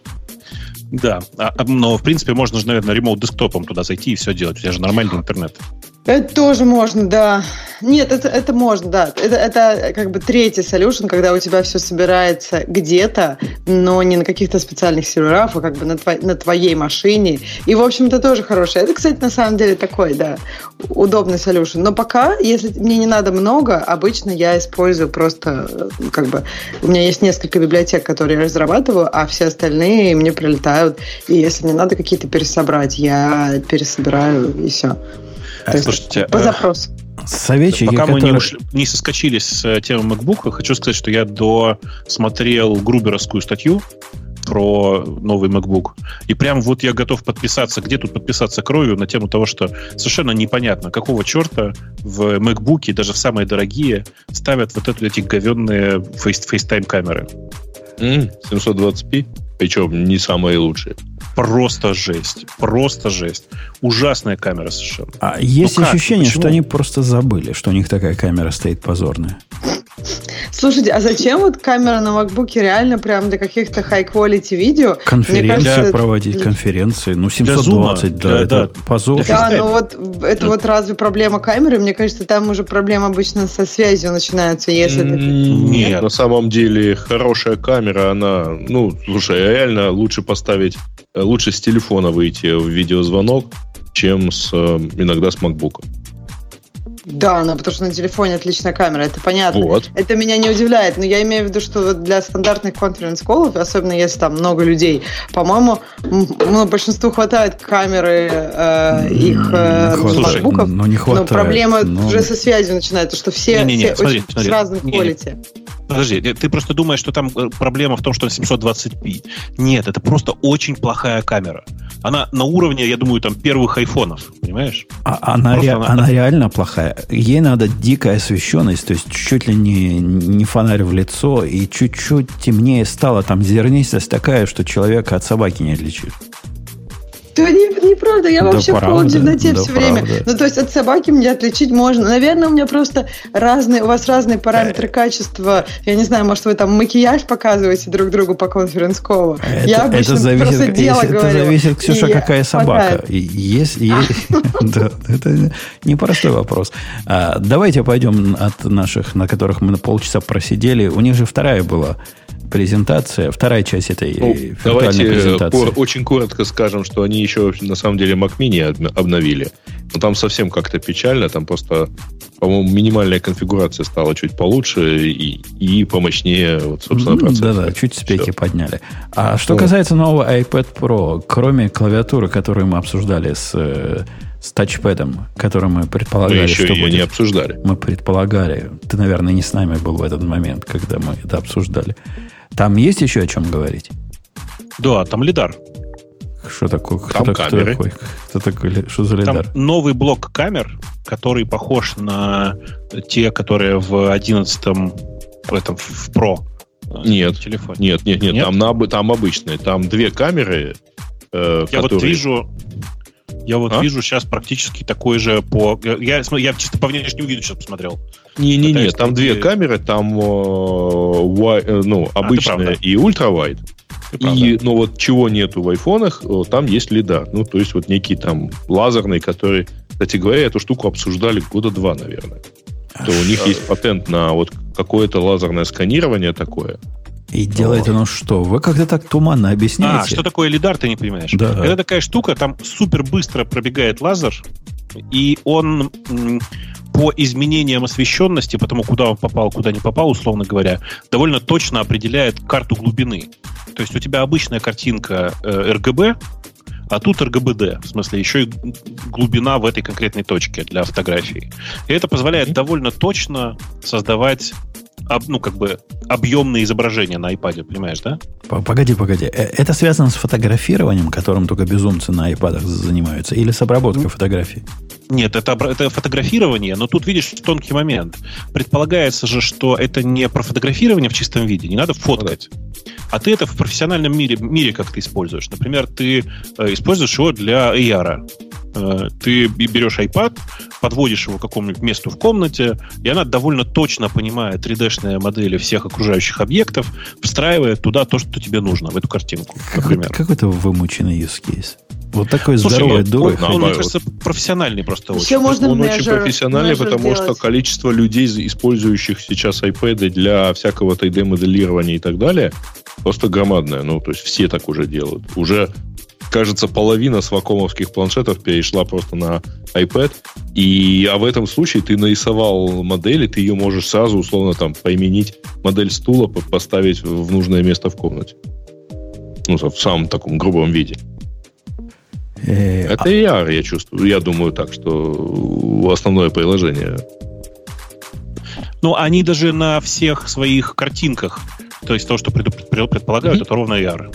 Speaker 2: Да, но в принципе можно же, наверное, ремоут-десктопом туда зайти и все делать. У тебя же нормальный интернет.
Speaker 6: Это тоже можно, да. Нет, это можно, да. Это третий solution, когда у тебя все собирается где-то, но не на каких-то специальных серверах, а на твоей машине. И, в общем, это тоже хорошее. Это, кстати, на самом деле такой, да, удобный solution. Но пока, если мне не надо много, обычно я использую просто, у меня есть несколько библиотек, которые я разрабатываю, а все остальные мне прилетают. И если мне надо какие-то пересобрать, я пересобираю, и все.
Speaker 2: Слушайте,
Speaker 6: по запросу.
Speaker 1: Советчики,
Speaker 2: пока мы не соскочили с темы MacBook, хочу сказать, что я досмотрел груберовскую статью про новый MacBook. И прям я готов подписаться, где тут подписаться кровью на тему того, что совершенно непонятно, какого черта в MacBook, даже в самые дорогие, ставят эти говенные FaceTime-камеры.
Speaker 5: 720p? Причем не самые лучшие.
Speaker 2: Просто жесть. Ужасная камера совершенно.
Speaker 1: Есть ощущение, что они просто забыли, что у них такая камера стоит позорная.
Speaker 6: Слушайте, а зачем камера на MacBook реально прям для каких-то high-quality видео?
Speaker 1: Конференцию проводить, конференции. 720, да, это позор.
Speaker 6: Да, но это разве проблема камеры? Мне кажется, там уже проблема обычно со связью начинается, если...
Speaker 5: Нет, на самом деле хорошая камера, она... слушай, реально лучше с телефона выйти в видеозвонок, чем иногда с MacBook.
Speaker 6: Да, потому что на телефоне отличная камера, это понятно.
Speaker 5: Вот.
Speaker 6: Это меня не удивляет, но я имею в виду, что вот для стандартных конференц-коллов, особенно если там много людей, по-моему, большинству хватает камеры их макбуков, но проблема уже со связью начинается, что все
Speaker 2: смотри.
Speaker 6: с разным quality.
Speaker 2: Подожди, ты просто думаешь, что там проблема в том, что 720p. Нет, это просто очень плохая камера. Она на уровне, я думаю, там первых айфонов, понимаешь?
Speaker 1: Она реально плохая. Ей надо дикая освещенность, то есть чуть ли не фонарь в лицо, и чуть-чуть темнее стало, там зернистость такая, что человека от собаки не отличишь.
Speaker 6: Да неправда, я вообще в полной темноте все время. Ну, то есть от собаки мне отличить можно. Наверное, у меня просто у вас разные параметры качества. Я не знаю, может, вы там макияж показываете друг другу по конференц-колу. Я обычно просто дело говорю.
Speaker 1: Это зависит, Ксюша, какая собака. Да, это непростой вопрос. Давайте пойдем от наших, на которых мы на полчаса просидели. У них же вторая была презентация, вторая часть этой виртуальной презентации.
Speaker 5: Давайте очень коротко скажем, что они еще на самом деле Mac Mini обновили. Но там совсем как-то печально. Там просто, по-моему, минимальная конфигурация стала чуть получше и помощнее, вот, собственно, процессор.
Speaker 1: Да, чуть спеки подняли. А что касается нового iPad Pro, кроме клавиатуры, которую мы обсуждали с тачпэдом, который мы предполагали,
Speaker 5: мы еще
Speaker 1: что
Speaker 5: ее
Speaker 1: будет.
Speaker 5: Не обсуждали.
Speaker 1: Мы предполагали. Ты, наверное, не с нами был в этот момент, когда мы это обсуждали. Там есть еще о чем говорить?
Speaker 2: Да, там лидар.
Speaker 1: Что такое?
Speaker 5: Там камеры.
Speaker 1: Кто такой? Что за лидар?
Speaker 2: Там новый блок камер, который похож на те, которые в 11-м в Pro телефоне. Нет? Там обычные. Там две камеры, Я вижу сейчас практически такой же по... Я чисто по внешнему виду сейчас посмотрел.
Speaker 5: Не, там две камеры, там обычная и ультравайд. Но вот чего нету в айфонах, там есть лидар. Ну, то есть вот некий там лазерный, который, кстати говоря, эту штуку обсуждали года 2, наверное. То у них есть патент на вот какое-то лазерное сканирование такое.
Speaker 1: И делает оно что? Вы как-то так туманно объясняете.
Speaker 2: Что такое лидар, ты не понимаешь?
Speaker 1: Да.
Speaker 2: Это такая штука, там супер быстро пробегает лазер, и он по изменениям освещенности, потому куда он попал, куда не попал, условно говоря, довольно точно определяет карту глубины. То есть у тебя обычная картинка RGB, а тут RGBD, в смысле еще и глубина в этой конкретной точке для фотографии. И это позволяет довольно точно создавать объемные изображения на iPad, понимаешь, да?
Speaker 1: Погоди. Это связано с фотографированием, которым только безумцы на iPad'ах занимаются, или с обработкой фотографий?
Speaker 2: Нет, это фотографирование, но тут, видишь, тонкий момент. Предполагается же, что это не про фотографирование в чистом виде, не надо фоткать. А ты это в профессиональном мире как-то используешь. Например, ты используешь его для AR. Ты берешь iPad, подводишь его к какому-нибудь месту в комнате, и она довольно точно понимает 3D-шные модели всех окружающих объектов, встраивает туда то, что тебе нужно, в эту картинку, например.
Speaker 1: Какой-то вымученный use case. Вот такой здоровый дурак.
Speaker 2: Он, мне кажется, профессиональный просто
Speaker 6: очень.
Speaker 5: Он очень профессиональный, потому что количество людей, использующих сейчас iPad для всякого 3D-моделирования и так далее, просто громадное. Ну, то есть все так уже делают. Уже, кажется, половина свакомовских планшетов перешла просто на iPad. А в этом случае ты нарисовал модель, и ты ее можешь сразу, условно, там, поименить модель стула, поставить в нужное место в комнате. Ну, в самом таком грубом виде. Это AR, я чувствую. Я думаю так, что основное приложение.
Speaker 2: Ну, они даже на всех своих картинках, то есть то, что предполагают, это ровно AR.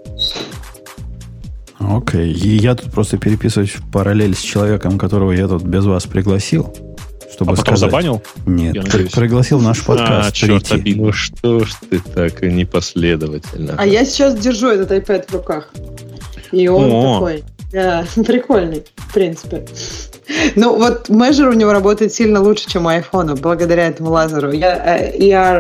Speaker 1: Окей. И я тут просто переписываюсь в параллель с человеком, которого я тут без вас пригласил. Чтобы
Speaker 2: потом забанил?
Speaker 1: Нет, пригласил в наш подкаст прийти.
Speaker 5: Ну что ж ты так непоследовательно.
Speaker 6: А я сейчас держу этот iPad в руках. И он такой... Да, прикольный, в принципе. Ну, вот Measure у него работает сильно лучше, чем у iPhone, благодаря этому лазеру. Я ER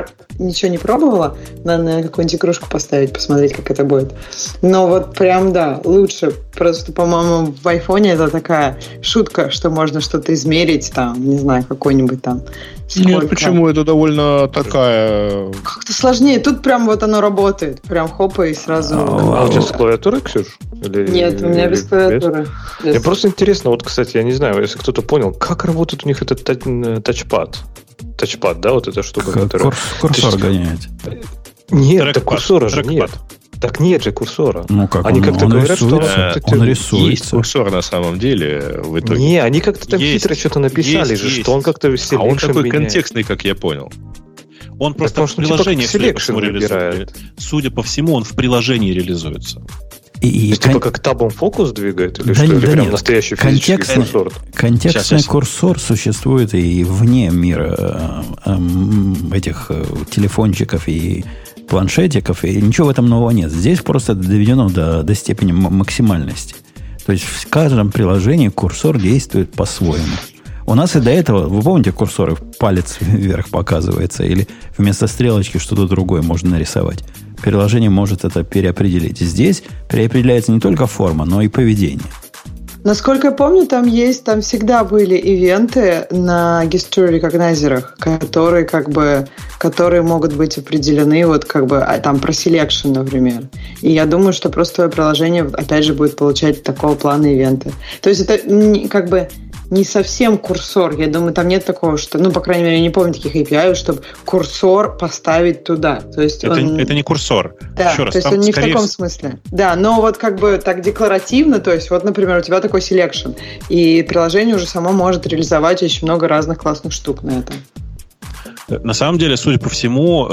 Speaker 6: ничего не пробовала. Надо, наверное, какую-нибудь игрушку поставить, посмотреть, как это будет. Но вот прям, да, лучше. Просто, по-моему, в айфоне это такая шутка, что можно что-то измерить, там, не знаю, какой-нибудь там. Сколько.
Speaker 5: Нет, почему? Это довольно такая...
Speaker 6: Как-то сложнее. Тут прям вот оно работает. Прям хопа и сразу...
Speaker 3: А у тебя с клавиатурой, Ксюш?
Speaker 6: Нет, у меня без клавиатуры.
Speaker 3: Мне просто интересно, вот, кстати, я не знаю, если кто-то понял, как работает у них этот тачпад. Тачпад, да, вот эта штука, которая...
Speaker 1: Курсор гоняет.
Speaker 3: Нет, так курсора же нет. Так нет же курсора.
Speaker 1: Ну как,
Speaker 3: они как-то говорят,
Speaker 1: рисуется,
Speaker 3: что
Speaker 1: он рисуется.
Speaker 5: Есть курсор на самом деле в итоге.
Speaker 3: Не, они как-то там хитро что-то написали же, что он как-то селекшн
Speaker 5: А он такой
Speaker 3: меняет.
Speaker 5: контекстный, как я понял.
Speaker 2: Он просто в приложении реализуется. Судя по всему, он в приложении реализуется.
Speaker 3: Типа как табом фокус двигает? Или что? Или прям настоящий физический курсор?
Speaker 1: Контекстный курсор существует и вне мира этих телефончиков и планшетиков, и ничего в этом нового нет. Здесь просто доведено до степени максимальности. То есть в каждом приложении курсор действует по-своему. У нас и до этого, вы помните, курсоры палец вверх показывается, или вместо стрелочки что-то другое можно нарисовать. Приложение может это переопределить. Здесь переопределяется не только форма, но и поведение.
Speaker 6: Насколько я помню, там всегда были ивенты на gesture рекогнайзерах, которые могут быть определены, вот как бы, там про selection, например. И я думаю, что просто твое приложение, опять же, будет получать такого плана ивенты. То есть это как бы не совсем курсор. Я думаю, там нет такого, что, по крайней мере, я не помню таких API, чтобы курсор поставить туда. То есть
Speaker 2: это не курсор.
Speaker 6: Да,
Speaker 2: еще раз,
Speaker 6: то есть он не в таком смысле. Да, но вот как бы так декларативно, то есть вот, например, у тебя такой selection, и приложение уже само может реализовать очень много разных классных штук на этом.
Speaker 2: На самом деле, судя по всему,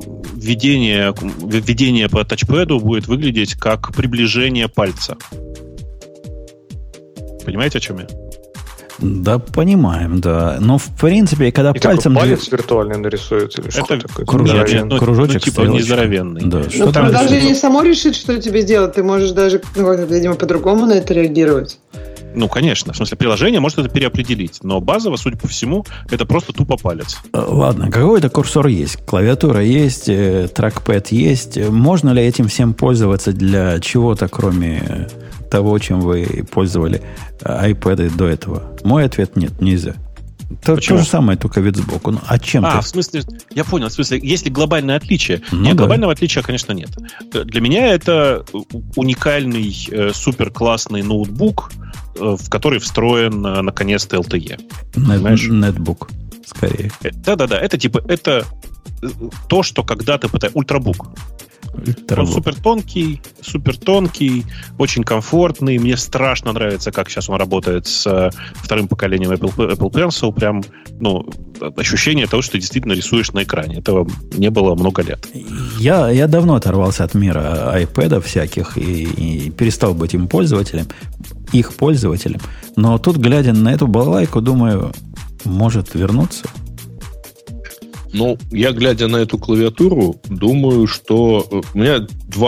Speaker 2: введение по тачпэду будет выглядеть как приближение пальца. Понимаете, о чем я?
Speaker 1: Да, понимаем, да. Но, в принципе, когда
Speaker 3: и
Speaker 1: пальцем...
Speaker 3: палец виртуально нарисуется или что такое?
Speaker 1: Кружочек,
Speaker 2: типа он не здоровенный.
Speaker 1: Да,
Speaker 6: но приложение само решит, что тебе сделать. Ты можешь даже, видимо, по-другому на это реагировать.
Speaker 2: Ну, конечно. В смысле, приложение может это переопределить. Но базово, судя по всему, это просто тупо палец.
Speaker 1: Ладно, какой-то курсор есть. Клавиатура есть, трекпэд есть. Можно ли этим всем пользоваться для чего-то, кроме того, чем вы пользовали iPad до этого? Мой ответ – нет, нельзя. То же самое, только вид сбоку. Ну, а чем ты?
Speaker 2: В смысле, я понял. В смысле, есть ли глобальное отличие? Нет, глобального отличия, конечно, нет. Для меня это уникальный, суперклассный ноутбук, в который встроен, наконец-то, LTE.
Speaker 1: Нетбук, скорее.
Speaker 2: Да-да-да. Это то, что когда-то пытался... Ультрабук. Он супер тонкий, очень комфортный. Мне страшно нравится, как сейчас он работает с вторым поколением Apple Pencil. Прям, ощущение того, что ты действительно рисуешь на экране. Этого не было много лет.
Speaker 1: Я давно оторвался от мира iPad'ов всяких и перестал быть их пользователем. Но тут, глядя на эту балалайку, думаю, может вернуться.
Speaker 5: Ну, я, глядя на эту клавиатуру, думаю, что... У меня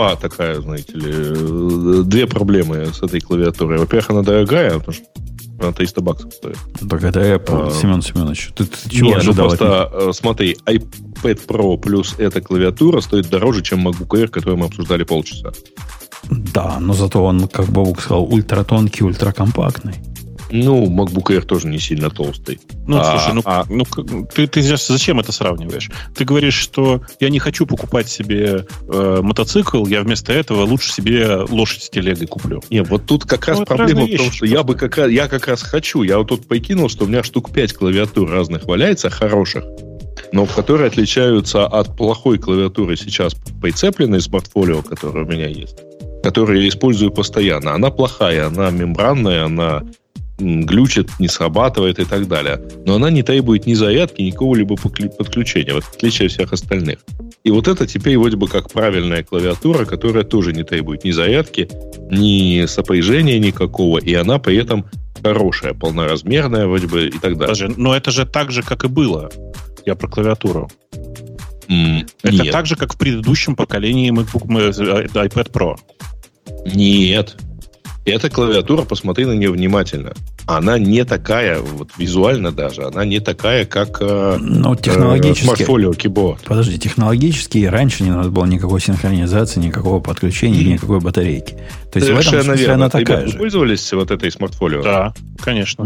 Speaker 5: две проблемы с этой клавиатурой. Во-первых, она дорогая, потому что она $300 стоит.
Speaker 1: Так это Apple, Семен Семенович. Ты чего ожидал?
Speaker 5: Просто смотри, iPad Pro плюс эта клавиатура стоит дороже, чем MacBook Air, который мы обсуждали полчаса.
Speaker 1: Да, но зато он, как Бобук сказал, ультратонкий, ультракомпактный.
Speaker 5: Ну, MacBook Air тоже не сильно толстый.
Speaker 2: Слушай, ты зачем это сравниваешь? Ты говоришь, что я не хочу покупать себе мотоцикл, я вместо этого лучше себе лошадь с телегой куплю.
Speaker 5: Не, вот тут как раз проблема в том, что я как раз хочу. Я вот тут прикинул, что у меня штук 5 клавиатур разных валяется, хороших, но которые отличаются от плохой клавиатуры сейчас прицепленной смартфолио, которая у меня есть, которую я использую постоянно. Она плохая, она мембранная, она глючит, не срабатывает и так далее. Но она не требует ни зарядки, ни какого-либо подключения, в отличие от всех остальных. И вот это теперь вроде бы как правильная клавиатура, которая тоже не требует ни зарядки, ни сопряжения никакого, и она при этом хорошая, полноразмерная вроде бы и так далее.
Speaker 2: Но это же так же, как и было. Я про клавиатуру. Это так же, как в предыдущем поколении iPad Pro.
Speaker 5: Нет. Эта клавиатура, посмотри на нее внимательно. Она не такая, вот визуально даже, она не такая, как
Speaker 1: технологически,
Speaker 5: Smart Folio Keyboard.
Speaker 1: Подожди, технологически раньше не надо было никакой синхронизации, никакого подключения, никакой батарейки. То есть
Speaker 5: совершенно
Speaker 1: в этом смысле
Speaker 5: верно.
Speaker 1: она такая же.
Speaker 5: Вы пользовались вот этой Smart Folio?
Speaker 2: Да, конечно.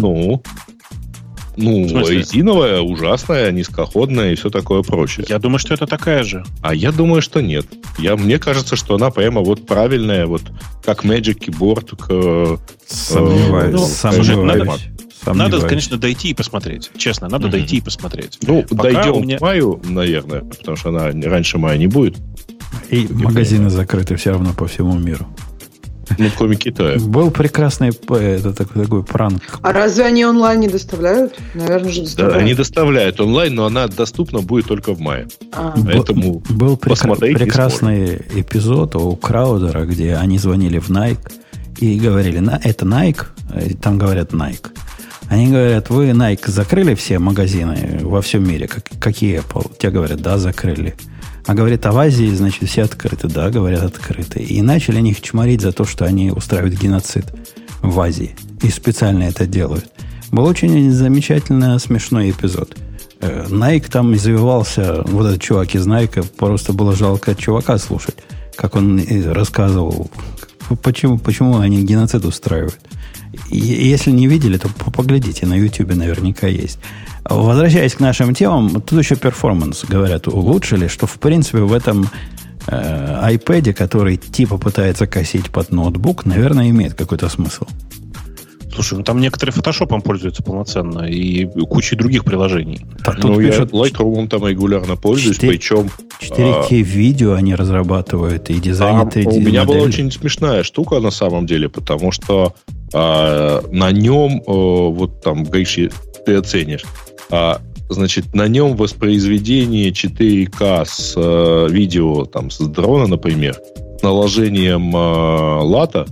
Speaker 5: Резиновая, ужасная, низкоходная и все такое прочее.
Speaker 2: Я думаю, что это такая же.
Speaker 5: А я думаю, что нет. Мне кажется, что она прямо вот правильная, вот как Magic Keyboard.
Speaker 1: Сомневаюсь.
Speaker 2: Надо, конечно, дойти и посмотреть. Честно, надо дойти и посмотреть.
Speaker 5: Дойдем в маю, наверное, потому что она раньше мая не будет.
Speaker 1: И магазины закрыты все равно по всему миру.
Speaker 5: Кроме Китая.
Speaker 1: Был прекрасный такой пранк.
Speaker 6: А разве они онлайн не доставляют? Наверное же доставляют.
Speaker 5: Да, они доставляют онлайн, но она доступна будет только в мае. Поэтому
Speaker 1: был прекрасный эпизод у Краудера, где они звонили в Nike и говорили, это Nike, там говорят Nike. Они говорят, вы Nike закрыли все магазины во всем мире, какие Apple? Те говорят, да, закрыли. А говорит, а в Азии, значит, все открыты. Да, говорят, открыты. И начали них чморить за то, что они устраивают геноцид в Азии. И специально это делают. Был очень замечательно смешной эпизод. Nike там извивался, вот этот чувак из Nike, просто было жалко чувака слушать, как он рассказывал, почему они геноцид устраивают. И если не видели, то поглядите, на YouTube наверняка есть. Возвращаясь к нашим темам, тут еще перформанс, говорят, улучшили, что в принципе в этом iPad, который типа пытается косить под ноутбук, наверное, имеет какой-то смысл.
Speaker 2: Слушай, там некоторые фотошопом пользуются полноценно и кучей других приложений.
Speaker 1: Тут пишут,
Speaker 5: я Lightroom там регулярно пользуюсь, причем
Speaker 1: 4К видео они разрабатывают и дизайнят 3D-модели.
Speaker 5: У меня была очень смешная штука на самом деле, потому что на нем, вот там, Гриш, ты оценишь, значит, на нем воспроизведение 4К с видео там, с дрона, например, с наложением лата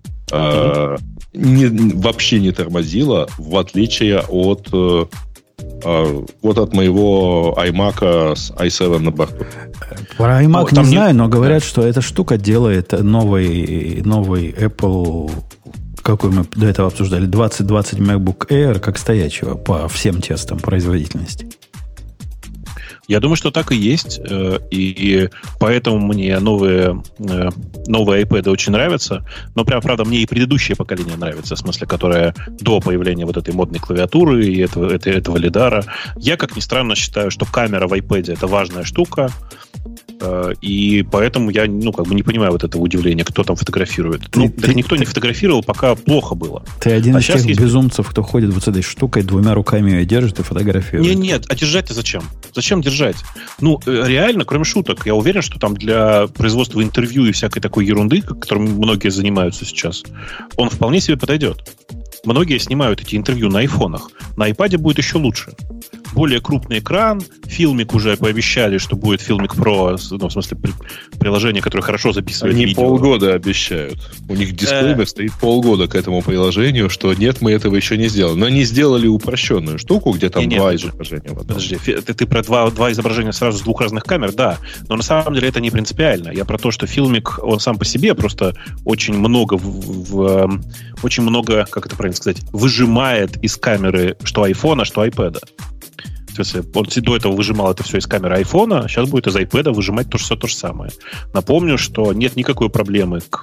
Speaker 5: вообще не тормозило, в отличие от моего iMac с i7 на борту.
Speaker 1: Про iMac не знаю, но говорят, что эта штука делает новый Apple, какой мы до этого обсуждали, 2020 MacBook Air как стоячего по всем тестам производительности.
Speaker 2: Я думаю, что так и есть, и поэтому мне новые iPad очень нравятся. Но, правда, мне и предыдущее поколение нравится, в смысле, которое до появления вот этой модной клавиатуры и этого лидара. Я, как ни странно, считаю, что камера в iPad это важная штука, и поэтому я, не понимаю вот этого удивления, кто там фотографирует. Никто не фотографировал, пока плохо было.
Speaker 1: Ты один из тех безумцев, кто ходит вот с этой штукой, двумя руками ее держит и фотографирует.
Speaker 2: Нет, а держать-то зачем? Зачем держать? Реально, кроме шуток, я уверен, что там для производства интервью и всякой такой ерунды, которым многие занимаются сейчас, он вполне себе подойдет. Многие снимают эти интервью на айфонах. На iPad будет еще лучше. Более крупный экран. Filmic уже пообещали, что будет Filmic Pro, в смысле приложение, которое хорошо записывает видео.
Speaker 5: Они полгода обещают. У них дисклеймер стоит полгода к этому приложению, что нет, мы этого еще не сделали. Но они сделали упрощенную штуку, где там два изображения.
Speaker 2: Подожди, ты про два изображения сразу с двух разных камер, да. Но на самом деле это не принципиально. Я про то, что Filmic, он сам по себе просто очень много, как это правильно сказать, выжимает из камеры что айфона, что айпэда. То есть он до этого выжимал это все из камеры айфона, а сейчас будет из iPad выжимать то же самое. Напомню, что нет никакой проблемы к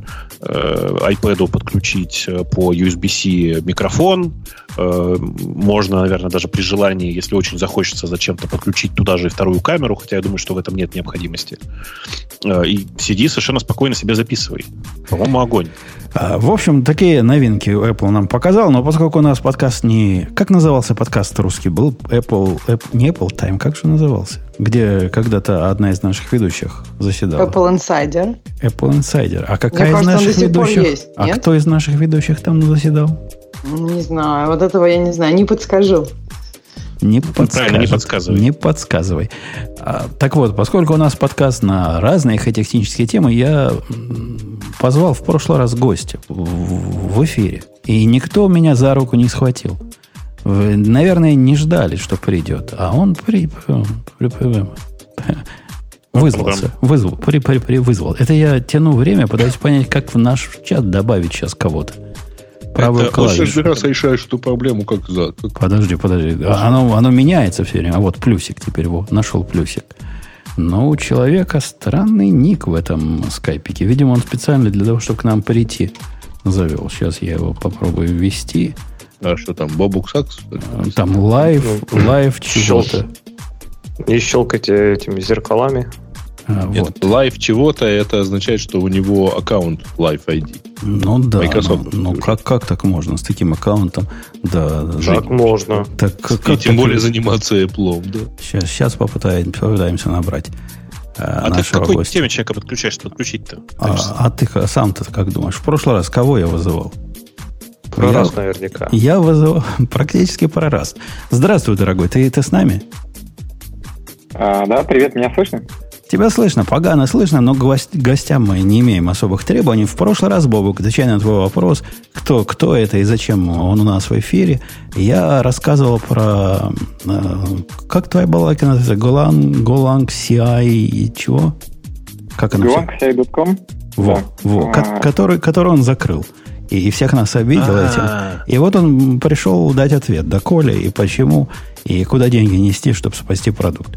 Speaker 2: iPad подключить по USB-C микрофон. Можно, наверное, даже при желании, если очень захочется зачем-то подключить туда же и вторую камеру, хотя я думаю, что в этом нет необходимости. И сиди совершенно спокойно себе записывай. По-моему, огонь.
Speaker 1: В общем, такие новинки Apple нам показал, но поскольку у нас подкаст не... Как назывался подкаст русский? Был не Apple Time, как же назывался? Где когда-то одна из наших ведущих заседала.
Speaker 6: Apple Insider.
Speaker 1: Apple Insider. А какая из наших ведущих?
Speaker 6: Есть,
Speaker 1: а кто из наших ведущих там заседал?
Speaker 6: Не знаю, вот этого я не знаю, не подскажу.
Speaker 2: Правильно, не подсказывай.
Speaker 1: Не подсказывай. Так вот, поскольку у нас подкаст на разные технические темы, я позвал в прошлый раз гостя в эфире. И никто меня за руку не схватил. Вы, наверное, не ждали, что придет. А он Вызвался. Вызвал. Это я тяну время, пытаюсь понять, как в наш чат добавить сейчас кого-то. Правую клавишу.
Speaker 5: Каждый раз решаешь эту проблему, как за...
Speaker 1: Подожди. Оно меняется все время. А вот плюсик теперь. Нашел плюсик. Но у человека странный ник в этом скайпике. Видимо, он специально для того, чтобы к нам прийти, завел. Сейчас я его попробую ввести.
Speaker 5: А что там, Бобук Сакс?
Speaker 1: Там лайв чего-то.
Speaker 3: Не щелкайте этими зеркалами.
Speaker 5: Нет, лайв чего-то, это означает, что у него аккаунт Live ID.
Speaker 1: Ну да.
Speaker 5: Microsoft.
Speaker 1: Как так можно с таким аккаунтом? Да,
Speaker 3: так можно.
Speaker 5: И тем более заниматься Apple. Да.
Speaker 1: Сейчас попытаемся набрать.
Speaker 2: А ты к какой теме человека подключаешь? Подключить-то?
Speaker 1: А ты сам-то как думаешь? В прошлый раз кого я вызывал?
Speaker 3: Про раз наверняка.
Speaker 1: Я вызывал практически про раз. Здравствуй, дорогой. Ты с нами?
Speaker 7: Да, привет, меня слышно?
Speaker 1: Тебя слышно, погано слышно, но гостям мы не имеем особых требований. В прошлый раз, Бобук, отвечая на твой вопрос, кто это и зачем он у нас в эфире, я рассказывал про... как твоя балалайка называется? Golang CI и чего? Как она?
Speaker 7: GolangCI.com.
Speaker 1: Который он закрыл. И всех нас обидел этим. И вот он пришел дать ответ, доколе и почему, и куда деньги нести, чтобы спасти продукт.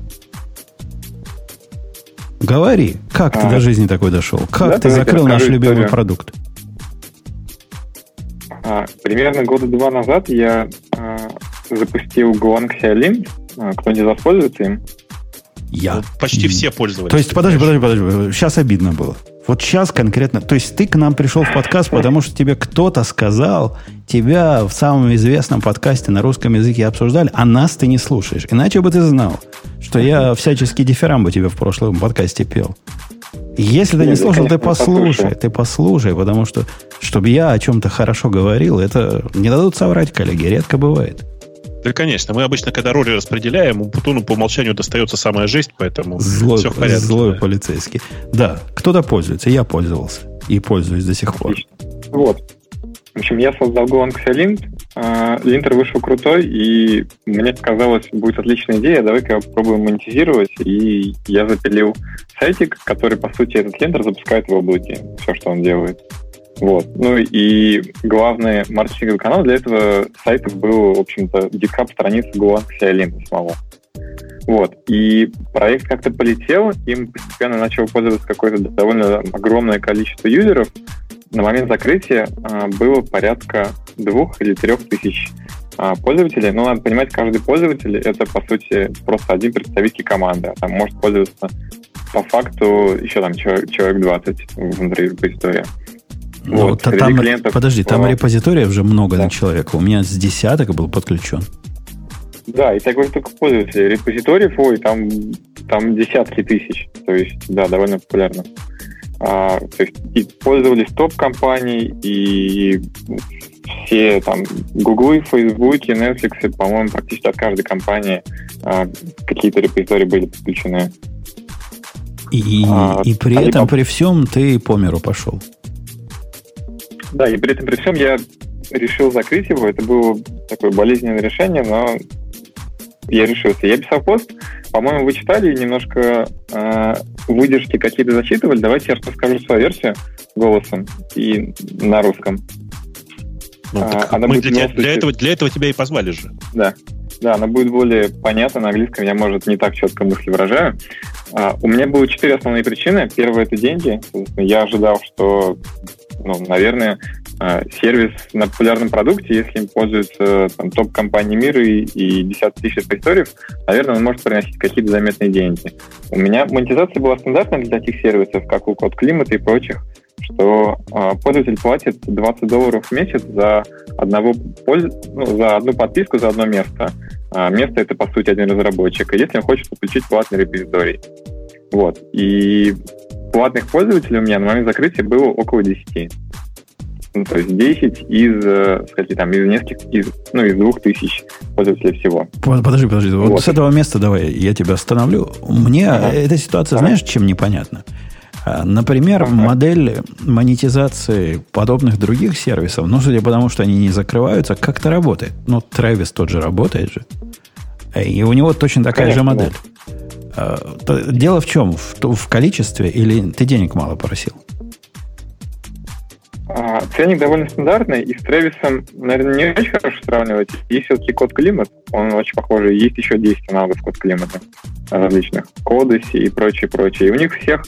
Speaker 1: Говори, как ты до жизни такой дошел? Как ты закрыл наш любимый продукт?
Speaker 7: Примерно года 2 назад я запустил GolangCI Lint. Кто не воспользуется им?
Speaker 1: Я.
Speaker 2: Почти все пользовались.
Speaker 1: То есть, подожди. Сейчас обидно было. Вот сейчас конкретно. То есть, ты к нам пришел в подкаст, потому что тебе кто-то сказал, тебя в самом известном подкасте на русском языке обсуждали, а нас ты не слушаешь. Иначе бы ты знал, что я всячески дифирамбы тебе в прошлом подкасте пел. Если ты не слушал, ты послушай, потому что, чтобы я о чем-то хорошо говорил, это не дадут соврать, коллеги, редко бывает.
Speaker 2: Да, конечно. Мы обычно, когда роли распределяем, у Путуну по умолчанию достается самая жесть, поэтому все в порядке.
Speaker 1: Злой полицейский. Да, кто-то пользуется. Я пользовался. И пользуюсь до сих пор.
Speaker 7: Вот. В общем, я создал GolangCI Lint. Линтер вышел крутой, и мне показалось, будет отличная идея. Давай-ка попробуем монетизировать. И я запилил сайтик, который, по сути, этот линтер запускает в облаке. Все, что он делает. Вот. Ну и главный маркетинговый канал для этого сайта был, в общем-то, гитхаб страница GolangCI Lint самого. Вот. И проект как-то полетел, им постепенно начало пользоваться какое-то довольно огромное количество юзеров. На момент закрытия было порядка 2 или 3 тысяч пользователей. Но надо понимать, каждый пользователь — это, по сути, просто один представитель команды. Там может пользоваться по факту еще там человек 20 внутри репозитория.
Speaker 1: Ну, вот, там, подожди, там репозитория уже много на человека. У меня с десяток был подключен.
Speaker 7: Да, и такой только пользователей. Репозиториев, там десятки тысяч. То есть, да, довольно популярно. То есть, и пользовались топ-компаний, и все там Гуглы, Фейсбуки, Netflix, по-моему, практически от каждой компании какие-то репозитории были подключены.
Speaker 1: И при этом, при всем, ты по миру пошел.
Speaker 7: Да, и при этом, при всем я решил закрыть его. Это было такое болезненное решение, но я решился. Я писал пост, по-моему, вы читали, немножко выдержки какие-то зачитывали. Давайте я расскажу свою версию голосом и на русском.
Speaker 2: Мы для этого тебя и позвали же.
Speaker 7: Да, она будет более понятна на английском. Я, может, не так четко мысли выражаю. У меня было 4 основные причины. Первая — это деньги. Я ожидал, что, наверное, сервис на популярном продукте, если им пользуются там, топ-компании мира и десятки тысяч репозиториев, наверное, он может приносить какие-то заметные деньги. У меня монетизация была стандартная для таких сервисов, как у CodeClimate и прочих, что пользователь платит $20 в месяц за одну подписку за одно место. Место — это, по сути, один разработчик. И если он хочет подключить платный репозиторий. Вот. И платных пользователей у меня на момент закрытия было около 10. То есть 10 из 2000 пользователей всего.
Speaker 1: Подожди. Вот с этого места давай я тебя остановлю. Мне эта ситуация, знаешь, чем непонятна? Например, модель монетизации подобных других сервисов, судя по тому, что они не закрываются, как-то работает. Travis тот же работает же. И у него точно такая же модель. Дело в чем? В количестве или ты денег мало просил?
Speaker 7: Ценник довольно стандартный, и с Тревисом, наверное, не очень хорошо сравнивать. Есть все-таки код климат, он очень похожий. Есть еще 10 аналогов код климата различных. Кодеси и прочее. И у них всех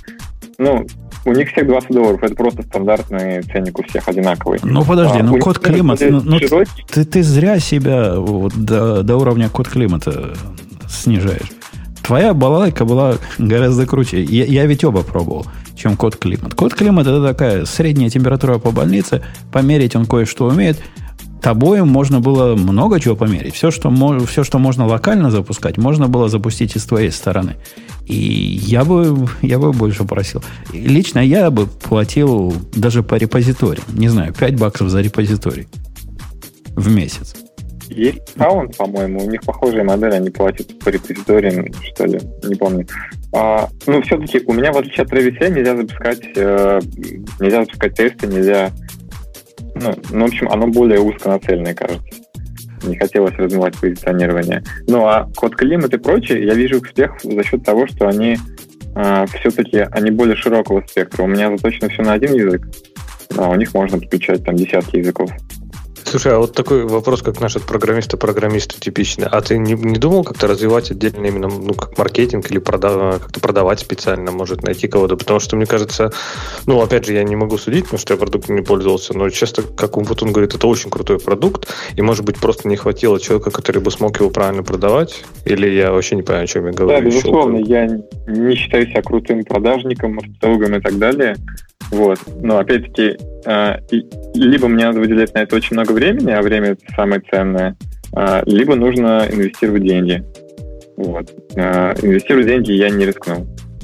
Speaker 7: $20. Это просто стандартный ценник у всех одинаковый.
Speaker 1: Ну, подожди, код климат... Ты зря себя до уровня код климата снижаешь. Твоя балалайка была гораздо круче. Я ведь оба пробовал, чем код климат. Код климат — это такая средняя температура по больнице. Померить он кое-что умеет. Тобой можно было много чего померить. Все, что можно локально запускать, можно было запустить и с твоей стороны. И я бы больше просил. Лично я бы платил даже по репозиториям. Не знаю, $5 за репозиторий в месяц.
Speaker 7: Есть Sound, по-моему, у них похожая модель, они платят по репозиториям, что ли, не помню. Все-таки у меня, в отличие от Travis, нельзя запускать тесты, нельзя... в общем, оно более узконацеленное, кажется. Не хотелось развивать позиционирование. А код климат и прочее, я вижу успех за счет того, что они все-таки более широкого спектра. У меня заточено все на один язык, а у них можно подключать там десятки языков.
Speaker 3: Слушай, а вот такой вопрос, как наш программиста типичный. А ты не думал как-то развивать отдельно именно, как маркетинг или как-то продавать специально, может, найти кого-то? Потому что, мне кажется, опять же, я не могу судить, потому что я продуктом не пользовался, но часто, как Умпутун говорит, это очень крутой продукт, и, может быть, просто не хватило человека, который бы смог его правильно продавать? Или я вообще не понимаю, о чем я говорю?
Speaker 7: Да, безусловно, я не считаю себя крутым продажником, маркетологом и так далее. Но опять-таки, либо мне надо выделять на это очень много времени, а время это самое ценное, либо нужно инвестировать деньги. Инвестировать деньги я не рискнул.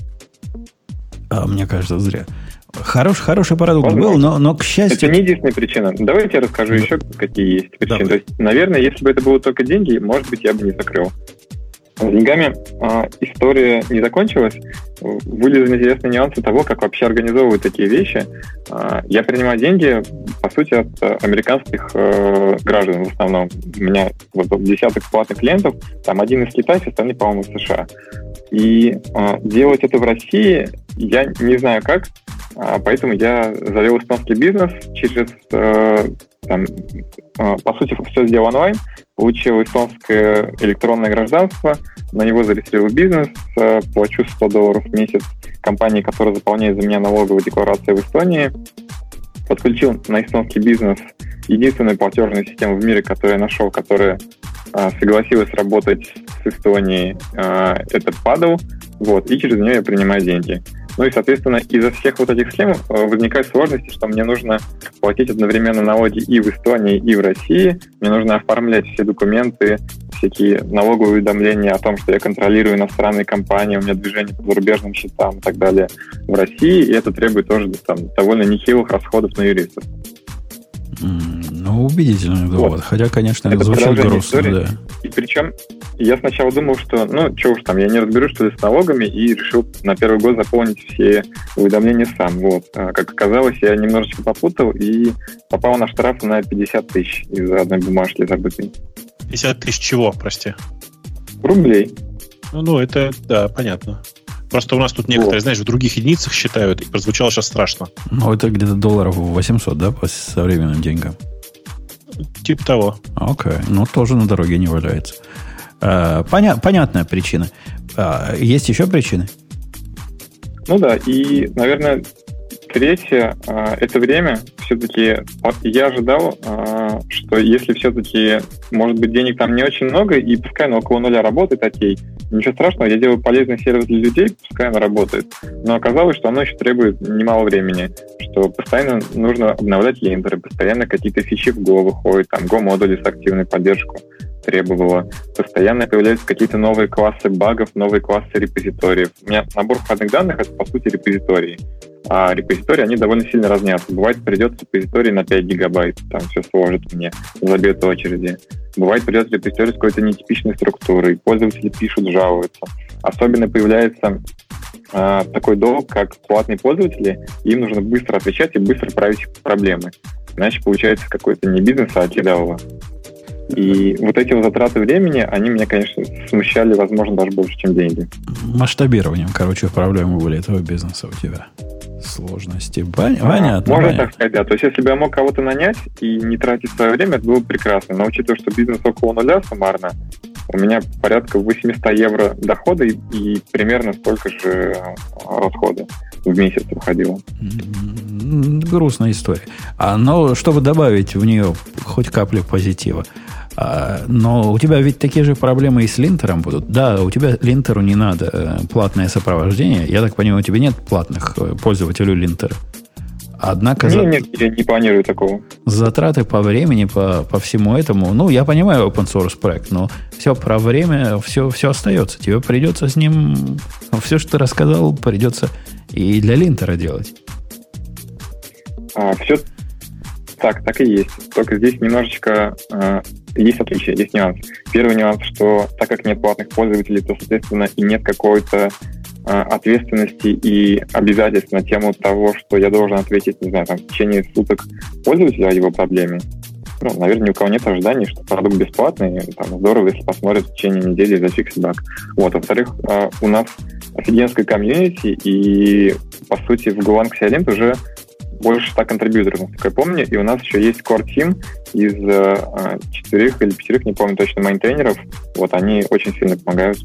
Speaker 1: Мне кажется, зря. Хороший продукт был, но к счастью...
Speaker 7: Это не единственная причина. Давайте я расскажу еще, какие есть причины. Да. То есть, наверное, если бы это было только деньги, может быть, я бы не закрыл. С деньгами история не закончилась. Вылезли интересные нюансы того, как вообще организовывают такие вещи. Я принимаю деньги, по сути, от американских граждан в основном. У меня десяток платных клиентов, там один из Китая, остальные, по-моему, из США. И делать это в России я не знаю как, поэтому я завел эстонский бизнес через... по сути, все сделал онлайн, получил эстонское электронное гражданство, на него зарегистрировал бизнес, плачу $100 в месяц компании, которая заполняет за меня налоговую декларацию в Эстонии, подключил на эстонский бизнес единственную платежную систему в мире, которую я нашел, которая согласилась работать с Эстонией, это Paddle, и через нее я принимаю деньги. И, соответственно, из-за всех этих схем возникают сложности, что мне нужно платить одновременно налоги и в Эстонии, и в России. Мне нужно оформлять все документы, всякие налоговые уведомления о том, что я контролирую иностранные компании, у меня движение по зарубежным счетам и так далее в России, и это требует тоже довольно нехилых расходов на юристов.
Speaker 1: Убедительный довод. Хотя, конечно, это звучит грустно. Да.
Speaker 7: И причем я сначала думал, что, что уж там, я не разберусь, что ли, с налогами, и решил на первый год заполнить все уведомления сам. Как оказалось, я немножечко попутал и попал на штраф на 50 тысяч из-за одной бумажки забытой.
Speaker 2: 50 тысяч чего, прости?
Speaker 7: Рублей.
Speaker 2: Это, да, понятно. Просто у нас тут некоторые, знаешь, в других единицах считают, и прозвучало сейчас страшно.
Speaker 1: Это где-то $800, да, по современным деньгам?
Speaker 2: Типа того.
Speaker 1: Окей. Тоже на дороге не валяется. Понятная причина. Есть еще причины?
Speaker 7: Да, и, наверное, третье, это время. Все-таки я ожидал, что если все-таки, может быть, денег там не очень много, и пускай оно около нуля работает, окей, ничего страшного, я делаю полезный сервис для людей, пускай оно работает. Но оказалось, что оно еще требует немало времени, что постоянно нужно обновлять линтеры, постоянно какие-то фичи в Go выходят, там Go-модули с активной поддержкой требовало. Постоянно появляются какие-то новые классы багов, новые классы репозиториев. У меня набор входных данных — это, по сути, репозитории. А репозитории, они довольно сильно разнятся. Бывает, придет репозиторий на 5 гигабайт, там все сложит мне, забьет очереди. Бывает, придет репозиторий с какой-то нетипичной структурой, пользователи пишут, жалуются. Особенно появляется такой долг, как платные пользователи, им нужно быстро отвечать и быстро править проблемы. Иначе получается какой-то не бизнес, а кидалово. И вот эти вот затраты времени, они меня, конечно, смущали, возможно, даже больше, чем деньги.
Speaker 1: Масштабированием, короче, проблемы были этого бизнеса у тебя. Сложности. Понятно.
Speaker 7: Можно так сказать, да. То есть, если бы я мог кого-то нанять и не тратить свое время, это было бы прекрасно. Но учитывая, что бизнес около нуля суммарно, у меня порядка 800 евро дохода и примерно столько же расхода в месяц выходило.
Speaker 1: Грустная история. Но чтобы добавить в нее хоть каплю позитива, но у тебя ведь такие же проблемы и с линтером будут. Да, у тебя линтеру не надо платное сопровождение. Я так понимаю, у тебя нет платных пользователей линтера. Однако...
Speaker 7: Нет, я не планирую такого.
Speaker 1: Затраты по времени, по всему этому... я понимаю open source проект, но все про время, все остается. Тебе придется с ним... все, что ты рассказал, придется и для линтера делать.
Speaker 7: Все так и есть. Только здесь немножечко... есть отличия, есть нюанс. Первый нюанс, что так как нет платных пользователей, то, соответственно, и нет какой-то ответственности и обязательств на тему того, что я должен ответить, не знаю, в течение суток пользователю о его проблеме. Наверное, ни у кого нет ожиданий, что продукт бесплатный, здорово, если посмотрят в течение недели и зафиксит баг. Во-вторых, у нас офигенская комьюнити, и, по сути, в Golang CLint уже больше 100 контрибьюторов, насколько я помню, и у нас еще есть core team из 4 или 5, не помню точно, мейнтейнеров. Они очень сильно помогают.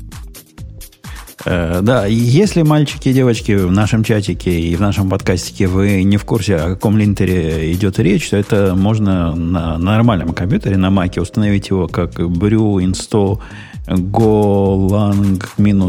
Speaker 1: Да, если мальчики и девочки в нашем чатике и в нашем подкастике вы не в курсе, о каком линтере идет речь, то это можно на нормальном компьютере, на Маке установить его как brew install Golang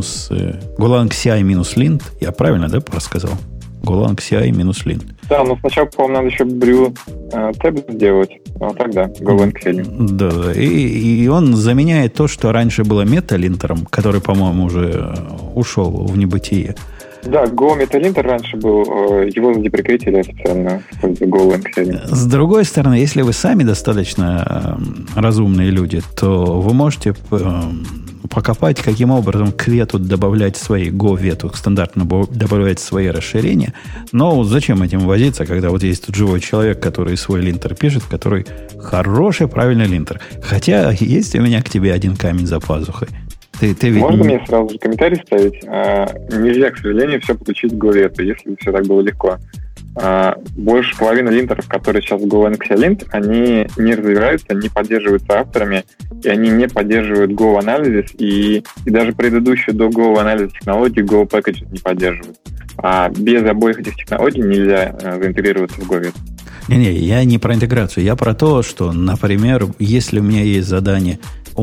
Speaker 1: CI-lint. Я правильно, да, рассказал? Golang CI-lint.
Speaker 7: Да, но сначала, по-моему, надо еще brew tab сделать. Тогда Golang CI-lint.
Speaker 1: Да, и он заменяет то, что раньше было металинтером, который, по-моему, уже ушел в небытие.
Speaker 7: Да, Go Metalinter раньше был, его задеприкейтили официально в пользу Golang CI-lint.
Speaker 1: С другой стороны, если вы сами достаточно разумные люди, то вы можете покопать, каким образом к вету добавлять свои Go-вету, стандартно добавлять свои расширения. Но зачем этим возиться, когда вот есть тут живой человек, который свой линтер пишет, который хороший, правильный линтер. Хотя есть у меня к тебе один камень за пазухой.
Speaker 7: Можно мне сразу же комментарий ставить? Нельзя, к сожалению, все подключить к Go-вету, если все так было легко. Больше половины линтеров, которые сейчас в Golang CI-lint, они не развиваются, не поддерживаются авторами, и они не поддерживают Go-анализис, и даже предыдущую до Go-анализис технологии Go-packages не поддерживают. А без обоих этих технологий нельзя заинтегрироваться в Go-вету.
Speaker 1: Не, я не про интеграцию, я про то, что, например, если у меня есть задание...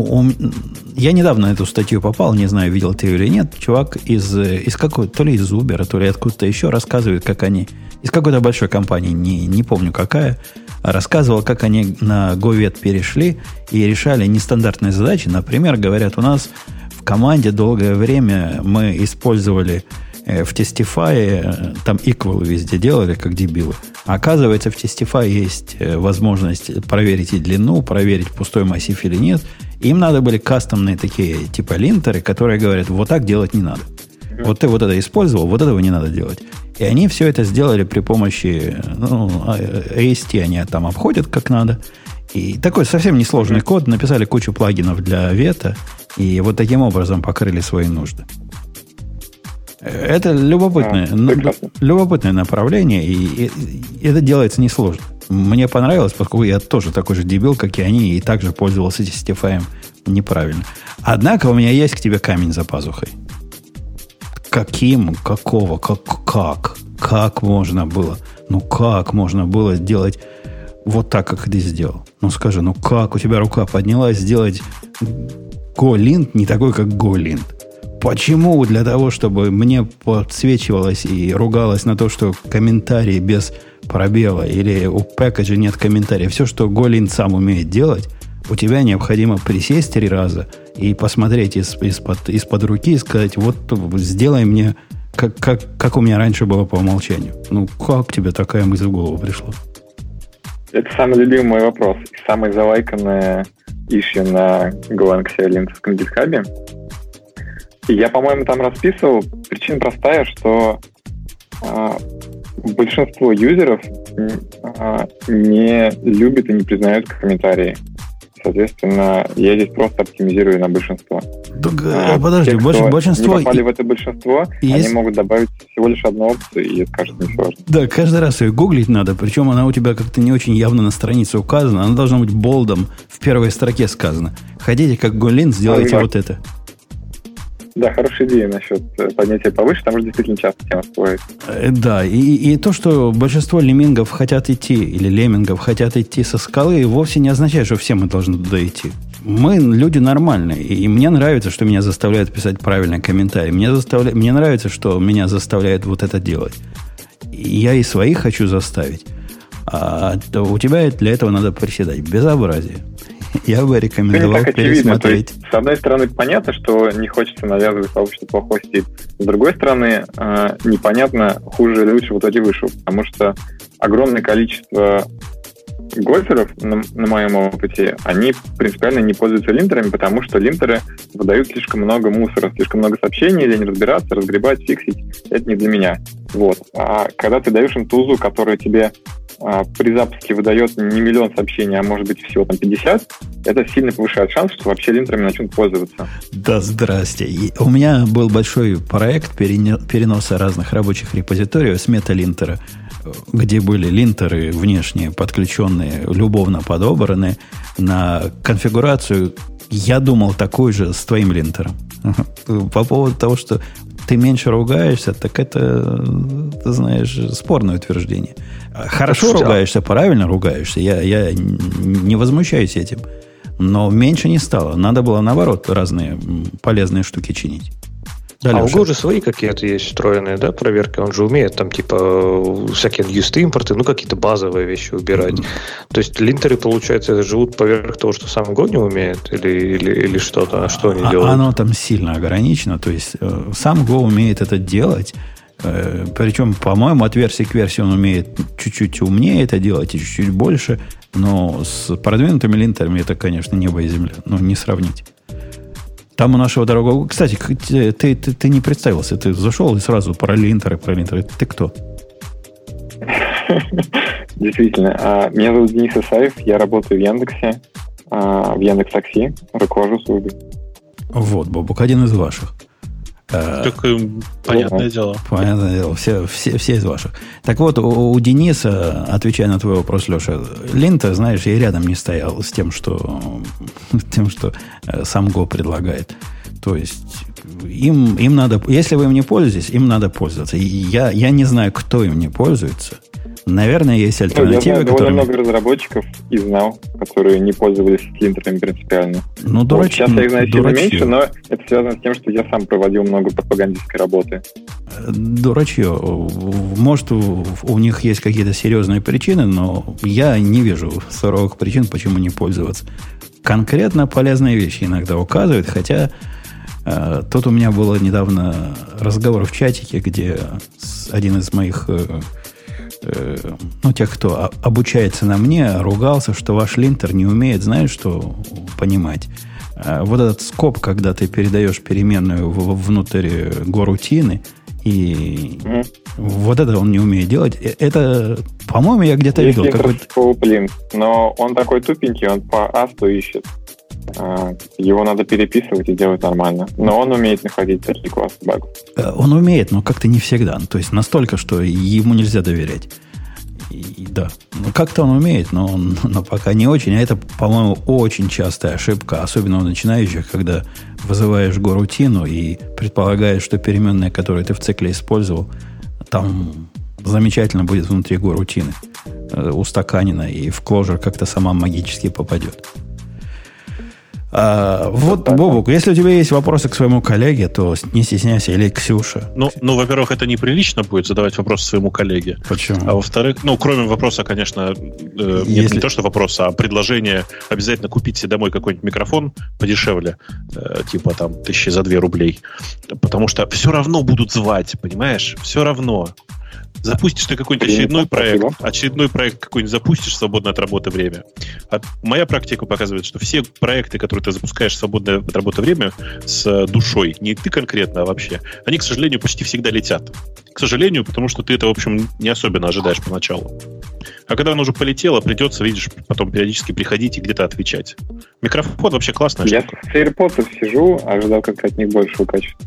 Speaker 1: Я недавно на эту статью попал, не знаю, видел ты или нет. Чувак из какой-то, то ли из Uber, то ли откуда-то еще рассказывает, как они... Из какой-то большой компании, не помню какая, рассказывал, как они на GoVet перешли и решали нестандартные задачи. Например, говорят, у нас в команде долгое время мы использовали в Testify, там equal везде делали, как дебилы. А оказывается, в Testify есть возможность проверить и длину, проверить, пустой массив или нет. Им надо были кастомные такие типа линтеры, которые говорят, вот так делать не надо. Вот ты вот это использовал, вот этого не надо делать. И они все это сделали при помощи AST, они там обходят как надо. И такой совсем несложный код, написали кучу плагинов для Вета, и вот таким образом покрыли свои нужды. Это любопытное направление, и это делается несложно. Мне понравилось, поскольку я тоже такой же дебил, как и они, и также пользовался Testify неправильно. Однако у меня есть к тебе камень за пазухой. Каким? Какого? Как можно было? Как можно было сделать вот так, как ты сделал? Скажи, как у тебя рука поднялась сделать GoLint не такой, как GoLint? Почему для того, чтобы мне подсвечивалось и ругалось на то, что комментарии без пробела или у пэкэджа нет комментариев, все, что GoLint сам умеет делать, у тебя необходимо присесть 3 раза и посмотреть из-под руки и сказать, вот сделай мне, как у меня раньше было по умолчанию. Как тебе такая мысль в голову пришла?
Speaker 7: Это самый любимый мой вопрос. Самая залайканная issue на Golang CI-lint в GitHub. И я, по-моему, там расписывал. Причина простая, что большинство юзеров не любят и не признают комментарии. Соответственно, я здесь просто оптимизирую на большинство.
Speaker 1: Подожди,
Speaker 7: те,
Speaker 1: большинство...
Speaker 7: не попали в это большинство, они могут добавить всего лишь одну опцию, и это кажется несложно.
Speaker 1: Да, каждый раз ее гуглить надо, причем она у тебя как-то не очень явно на странице указана, она должна быть болдом в первой строке сказано. Хотите, как Гулин, сделайте вот это.
Speaker 7: Да, хорошая идея насчет поднятия повыше, там же действительно часто тема всплывает.
Speaker 1: Да, и то, что большинство леммингов хотят идти, или леммингов хотят идти со скалы, вовсе не означает, что все мы должны туда идти. Мы люди нормальные, и мне нравится, что меня заставляют писать правильные комментарии. Мне нравится, что меня заставляют вот это делать. И я и своих хочу заставить. А у тебя для этого надо приседать. Безобразие. Я бы рекомендовал пересмотреть.
Speaker 7: С одной стороны, понятно, что не хочется навязывать сообщество плохой стиль. С другой стороны, непонятно, хуже или лучше в итоге вышел. Потому что огромное количество гольферов, на моем опыте, они принципиально не пользуются линтерами, потому что линтеры выдают слишком много мусора, слишком много сообщений, или не разбираться, разгребать, фиксить. Это не для меня. Вот. А когда ты даешь им тузу, которая тебе при запуске выдает не миллион сообщений, а может быть всего там 50, это сильно повышает шанс, что вообще линтерами начнут пользоваться.
Speaker 1: Да, здрасте. И у меня был большой проект переноса разных рабочих репозиториев с металинтера, где были линтеры внешние, подключенные, любовно подобраны на конфигурацию, я думал, такой же с твоим линтером. По поводу того, что ты меньше ругаешься, так это, ты знаешь, спорное утверждение. Хорошо ругаешься, правильно ругаешься. Я не возмущаюсь этим. Но меньше не стало. Надо было, наоборот, разные полезные штуки чинить. Да,
Speaker 3: а у Go же свои какие-то есть встроенные, да, проверки? Он же умеет там типа всякие unused импорты, какие-то базовые вещи убирать. То есть линтеры, получается, живут поверх того, что сам Go не умеет? Или что-то? А что они делают?
Speaker 1: Оно там сильно ограничено. То есть сам Go умеет это делать. Причем, по-моему, от версии к версии он умеет чуть-чуть умнее это делать и чуть-чуть больше. Но с продвинутыми линтерами это, конечно, небо и земля. Не сравнить. Там у нашего дорогого... Кстати, ты не представился. Ты зашел и сразу про линтеры. Ты кто?
Speaker 7: Действительно. Меня зовут Денис Исаев. Я работаю в Яндексе, в Яндекс.Такси. Руковожу службой.
Speaker 1: Вот, Бобук, один из ваших.
Speaker 2: Понятное дело.
Speaker 1: Понятное дело. Все из ваших. Так вот, у Дениса, отвечая на твой вопрос, Леша, линтер, знаешь, я рядом не стоял с тем, что сам Go предлагает. То есть им надо, если вы им не пользуетесь, им надо пользоваться. И я не знаю, кто им не пользуется. Наверное, есть альтернативы,
Speaker 7: я знаю довольно много разработчиков и знал, которые не пользовались линтерами принципиально. Сейчас я их знаю сильно меньше, но это связано с тем, что я сам проводил много пропагандистской работы.
Speaker 1: Дурачье. Может, у них есть какие-то серьезные причины, но я не вижу суровых причин, почему не пользоваться. Конкретно полезные вещи иногда указывают, хотя тут у меня был недавно разговор в чатике, где один из моих... тех, кто обучается на мне, ругался, что ваш линтер не умеет, знаешь, что понимать. Вот этот скоп, когда ты передаешь переменную внутрь горутины, и вот это он не умеет делать. Это, по-моему, я где-то видел.
Speaker 7: Но он такой тупенький, он по асту ищет. Его надо переписывать и делать нормально. Но он умеет находить такие классные баги.
Speaker 1: Он умеет, но как-то не всегда. То есть настолько, что ему нельзя доверять. Да. Как-то он умеет, но пока не очень. А это, по-моему, очень частая ошибка, особенно у начинающих, когда вызываешь горутину и предполагаешь, что переменная, которую ты в цикле использовал, там замечательно будет внутри горутины устаканена, и в Clojure как-то сама магически попадет. Бобук, если у тебя есть вопросы к своему коллеге, то не стесняйся, или Ксюша.
Speaker 2: Во-первых, это неприлично будет задавать вопросы своему коллеге.
Speaker 1: Почему?
Speaker 2: А во-вторых, кроме вопроса, конечно, нет, не то, что вопроса, а предложение обязательно купить себе домой какой-нибудь микрофон подешевле, типа там 1000 за 2 рублей. Потому что все равно будут звать, понимаешь? Все равно. Запустишь ты какой-нибудь очередной проект какой-нибудь запустишь в свободное от работы время. Моя практика показывает, что все проекты, которые ты запускаешь в свободное от работы время с душой, не ты конкретно, а вообще, они, к сожалению, почти всегда летят. К сожалению, потому что ты это, в общем, не особенно ожидаешь поначалу. А когда оно уже полетело, придется, видишь, потом периодически приходить и где-то отвечать. Микрофон вообще классная штука.
Speaker 7: Я с AirPods сижу, ожидал как-то от них большего качества.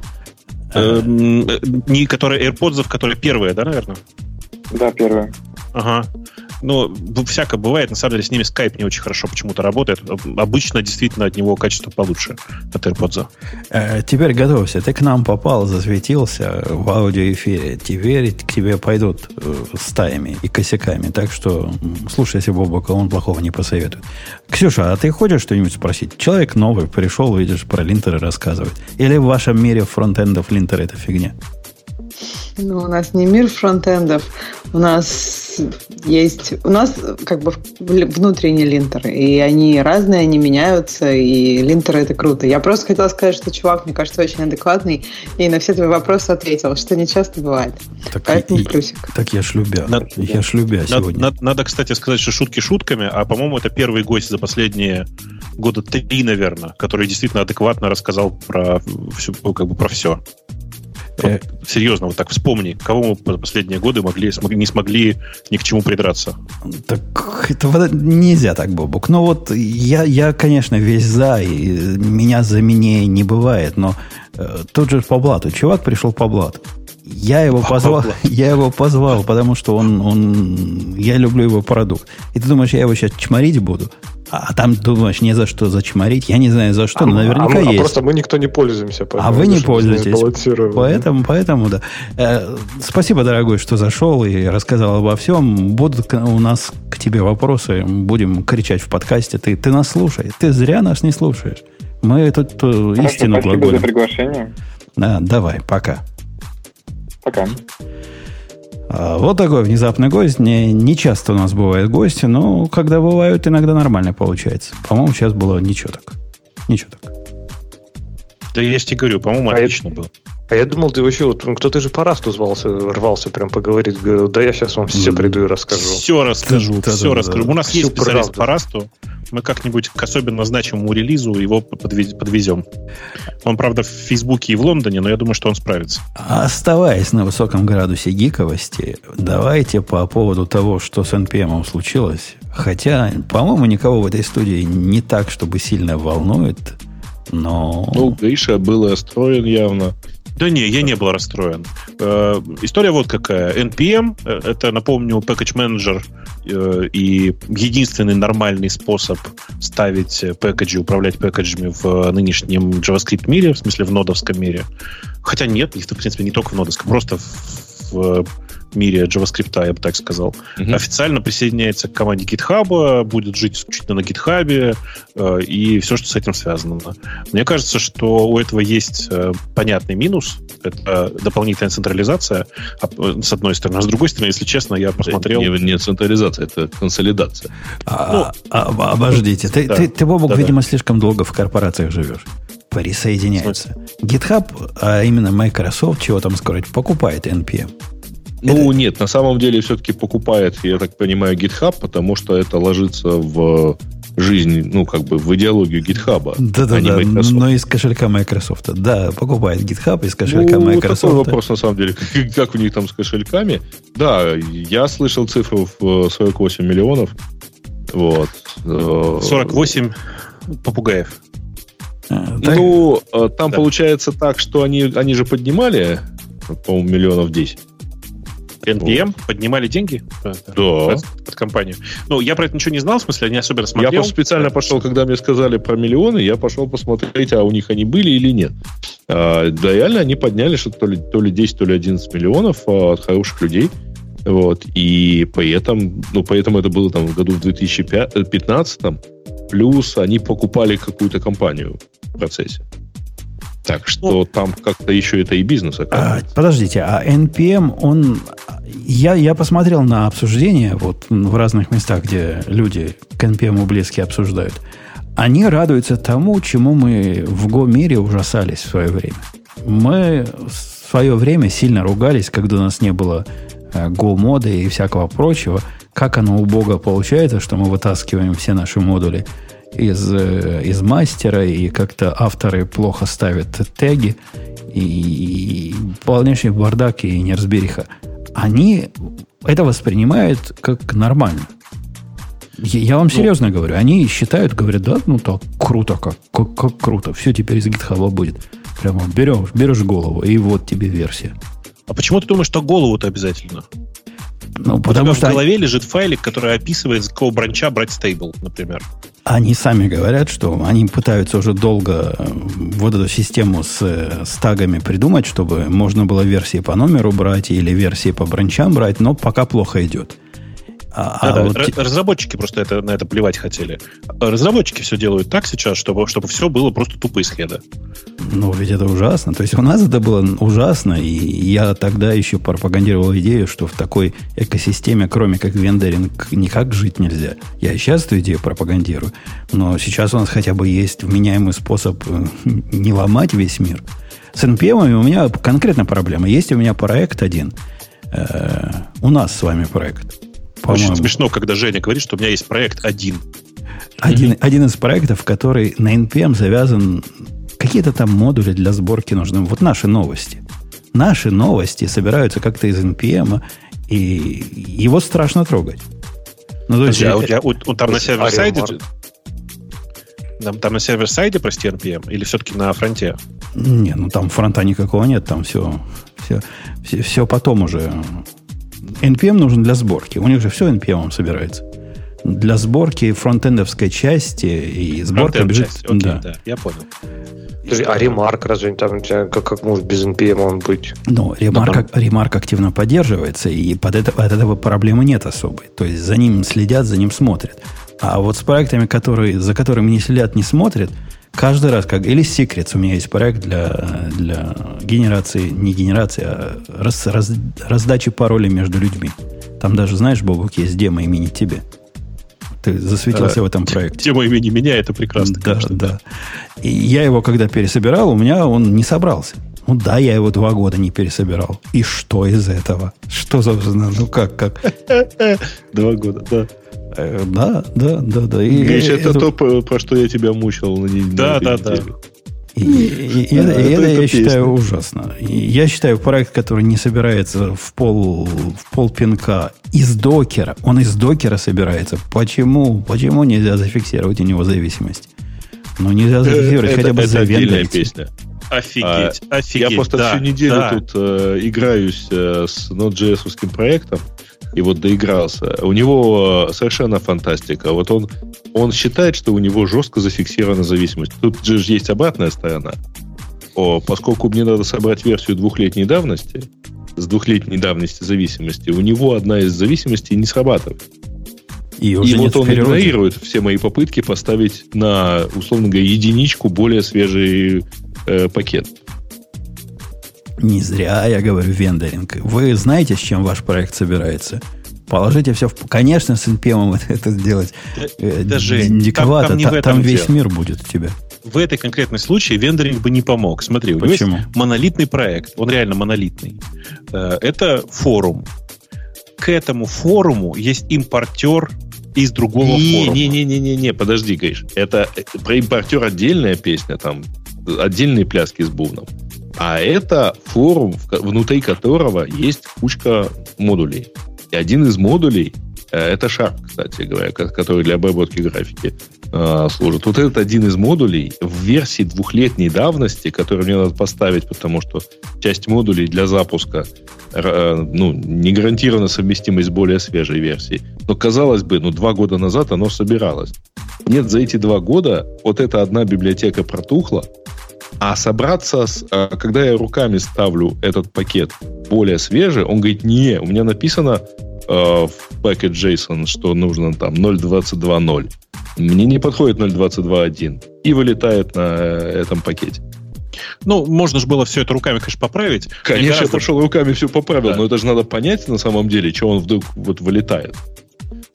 Speaker 2: Не которые AirPods, которые первые, да, наверное?
Speaker 7: Да, первые.
Speaker 2: Ага. Ну, всякое бывает. На самом деле, с ними Skype не очень хорошо почему-то работает. Обычно, действительно, от него качество получше, от AirPods.
Speaker 1: Теперь готовься. Ты к нам попал, засветился в аудиоэфире. Теперь к тебе пойдут стаями и косяками. Так что слушайся Бобока, он плохого не посоветует. Ксюша, а ты хочешь что-нибудь спросить? Человек новый пришел, видишь, про линтеры рассказывает. Или в вашем мире фронтендов линтеры это фигня?
Speaker 6: Ну, у нас не мир фронтендов, у нас есть, у нас как бы внутренние линтеры, и они разные, они меняются, и линтеры это круто. Я просто хотела сказать, что чувак, мне кажется, очень адекватный, и на все твои вопросы ответил, что не часто бывает.
Speaker 1: Так
Speaker 6: поэтому плюсик.
Speaker 1: Так я шлюбя. Я шлюбя сегодня.
Speaker 2: Надо, кстати, сказать, что шутки шутками, а, по-моему, это первый гость за последние года 3, наверное, который действительно адекватно рассказал про все, как бы про все. Вот, серьезно, вот так вспомни, кого мы в последние годы не смогли ни к чему придраться.
Speaker 1: Так это нельзя так, Бобук. Ну вот я, конечно, весь за, и меня заменее не бывает, но тут же по блату. Чувак пришел по блату. Я его позвал, потому что я люблю его продукт. И ты думаешь, я его сейчас чморить буду? А там, думаешь, не за что зачморить? Я не знаю за что, но наверняка есть.
Speaker 3: Просто мы никто не пользуемся.
Speaker 1: А вы не пользуетесь. Поэтому, да. Спасибо, дорогой, что зашел и рассказал обо всем. Будут у нас к тебе вопросы. Будем кричать в подкасте. Ты нас слушай. Ты зря нас не слушаешь. Мы тут истину глаголем.
Speaker 7: Спасибо за приглашение.
Speaker 1: Да, давай, пока.
Speaker 7: Пока.
Speaker 1: Вот такой внезапный гость. Не часто у нас бывают гости, но когда бывают, иногда нормально получается. По-моему, сейчас было ничего так.
Speaker 2: Да я тебе говорю, по-моему, отлично было.
Speaker 3: А я думал, ты вообще, кто-то же по Расту рвался прям поговорить. Говорил, да я сейчас вам все приду и расскажу.
Speaker 2: Все расскажу. У нас есть специалист по Расту. Мы как-нибудь к особенно значимому релизу его подвезем. Он, правда, в Фейсбуке и в Лондоне, но я думаю, что он справится.
Speaker 1: Оставаясь на высоком градусе гиковости, давайте по поводу того, что с NPM случилось. Хотя, по-моему, никого в этой студии не так, чтобы сильно волнует, но...
Speaker 5: Ну, Гриша был расстроен явно.
Speaker 2: Да не, я не был расстроен. История вот какая. NPM — это, напомню, package manager и единственный нормальный способ ставить пэкэджи, управлять пэкэджами в нынешнем JavaScript мире, в смысле в нодовском мире. Хотя нет, в принципе, не только в нодовском, просто в мире JavaScript, я бы так сказал. Официально присоединяется к команде GitHub, будет жить исключительно на GitHub и все, что с этим связано. Мне кажется, что у этого есть понятный минус. Это дополнительная централизация, с одной стороны. А с другой стороны, если честно, я посмотрел...
Speaker 5: Не централизация, это консолидация.
Speaker 1: Обождите. Ты, Бобок, видимо, слишком долго в корпорациях живешь. Присоединяется. GitHub, а именно Microsoft, чего там сказать, покупает NPM.
Speaker 5: Нет, на самом деле все-таки покупает, я так понимаю, GitHub, потому что это ложится в жизнь, в идеологию GitHub.
Speaker 1: Да, но из кошелька Microsoft. Да, покупает GitHub из кошелька Microsoft.
Speaker 5: Такой вопрос, на самом деле, как у них там с кошельками. Да, я слышал цифру в 48 миллионов. Вот.
Speaker 2: 48 попугаев.
Speaker 5: Там получается так, что они же поднимали, по-моему, миллионов 10.
Speaker 2: NPM поднимали деньги под компанию. Я про это ничего не знал, в смысле, я не особенно смотрел.
Speaker 5: Я просто специально пошел, когда мне сказали про миллионы, я пошел посмотреть, а у них они были или нет. Да, реально они подняли что-то то ли 10, то ли 11 миллионов от хороших людей. Вот. И поэтому это было там в году в 2015, плюс они покупали какую-то компанию в процессе. Так что там как-то еще это и бизнес оказывается.
Speaker 1: Подождите, а NPM, я посмотрел на обсуждения вот в разных местах, где люди к NPM близки обсуждают. Они радуются тому, чему мы в Go-мире ужасались в свое время. Мы в свое время сильно ругались, когда у нас не было Go-мода и всякого прочего. Как оно убого получается, что мы вытаскиваем все наши модули из мастера, и как-то авторы плохо ставят теги, и полнейший бардак и неразбериха. они это воспринимают как нормально. Я вам серьезно говорю. Они считают, говорят, да, ну так, круто как круто. Все теперь из GitHub будет. Прямо берешь голову, и вот тебе версия.
Speaker 2: А почему ты думаешь, что голову-то обязательно?
Speaker 1: Ну, потому что в
Speaker 2: голове лежит файлик, который описывает, с какого бранча брать стейбл, например.
Speaker 1: Они сами говорят, что они пытаются уже долго вот эту систему с тагами придумать, чтобы можно было версии по номеру брать или версии по бранчам брать, но пока плохо идет.
Speaker 2: Разработчики просто на это плевать хотели. Разработчики все делают так сейчас, чтобы все было просто тупо из хеда.
Speaker 1: Ну, ведь это ужасно. То есть у нас это было ужасно, и я тогда еще пропагандировал идею, что в такой экосистеме, кроме как вендоринг, никак жить нельзя. Я и сейчас эту идею пропагандирую, но сейчас у нас хотя бы есть вменяемый способ не ломать весь мир. С NPM у меня конкретно проблема. Есть у меня проект один. У нас с вами проект.
Speaker 2: Очень смешно, когда Женя говорит, что у меня есть проект один.
Speaker 1: Один из проектов, который на NPM завязан. Какие-то там модули для сборки нужны. Вот наши новости. Наши новости собираются как-то из NPM, и его страшно трогать. Ну, то есть,
Speaker 2: там на сервер-сайде... Там на сервер-сайде, прости, NPM, или все-таки на фронте?
Speaker 1: Не, ну там фронта никакого нет, там все потом уже... NPM нужен для сборки. У них же все NPM собирается. Для сборки фронтендовской части и сборка бежит...
Speaker 2: Окей, да, я понял.
Speaker 3: А ремарк, разве там как может без NPM он быть?
Speaker 1: Ну, ремарк активно поддерживается, и от этого проблемы нет особой. То есть за ним следят, за ним смотрят. А вот с проектами, за которыми не следят, не смотрят, каждый раз, или Secrets, у меня есть проект для генерации, не генерации, а раздачи паролей между людьми. Там даже, знаешь, Бобук, есть демо имени тебе. Ты засветился в этом проекте.
Speaker 2: Демо имени меня, это прекрасно.
Speaker 1: Да, конечно, да. И я его, когда пересобирал, у меня он не собрался. Ну да, я его 2 года не пересобирал. И что из этого? Что, собственно, как?
Speaker 5: 2 года, да.
Speaker 1: Да.
Speaker 5: Гриш, это то, про что я тебя мучил на неделю.
Speaker 2: Да.
Speaker 1: И это я считаю ужасно. Я считаю, проект, который не собирается в пол пинка из докера, он из докера собирается. Почему нельзя зафиксировать у него зависимость? Ну, нельзя зафиксировать хотя бы за
Speaker 5: отдельная песня.
Speaker 2: Офигеть.
Speaker 5: Я просто всю неделю тут играюсь с Node.js-овским проектом, и вот доигрался. У него совершенно фантастика. Вот он считает, что у него жестко зафиксирована зависимость. Тут же есть обратная сторона. Поскольку мне надо собрать версию 2-летней давности, с 2-летней давности зависимости, у него одна из зависимостей не срабатывает. И вот он игнорирует все мои попытки поставить на, условно говоря, единичку более свежий пакет.
Speaker 1: Не зря я говорю вендоринг. Вы знаете, с чем ваш проект собирается? Положите все Конечно, с NPM это сделать диковато. Там весь мир будет у тебя.
Speaker 2: В этой конкретной случае вендоринг бы не помог. Смотри, у него есть монолитный проект. Он реально монолитный. Это форум. К этому форуму есть импортер из другого форума.
Speaker 5: Не, подожди, Гриш. Это про импортер отдельная песня, там отдельные пляски с бубном. А это форум, внутри которого есть кучка модулей. И один из модулей это Sharp, кстати говоря, который для обработки графики служит. Вот этот один из модулей в версии 2-летней давности, который мне надо поставить, потому что часть модулей для запуска не гарантированно совместимость с более свежей версией. Но, казалось бы, 2 года назад оно собиралось. Нет, за эти 2 года вот эта одна библиотека протухла, а собраться, когда я руками ставлю этот пакет более свежий, он говорит, не, у меня написано в пакет JSON, что нужно там 0.22.0. Мне не подходит 0.22.1. И вылетает на этом пакете.
Speaker 2: Можно же было все это руками, конечно, поправить.
Speaker 5: Конечно, я пошел руками все поправил, да. Но это же надо понять на самом деле, что он вдруг вот вылетает.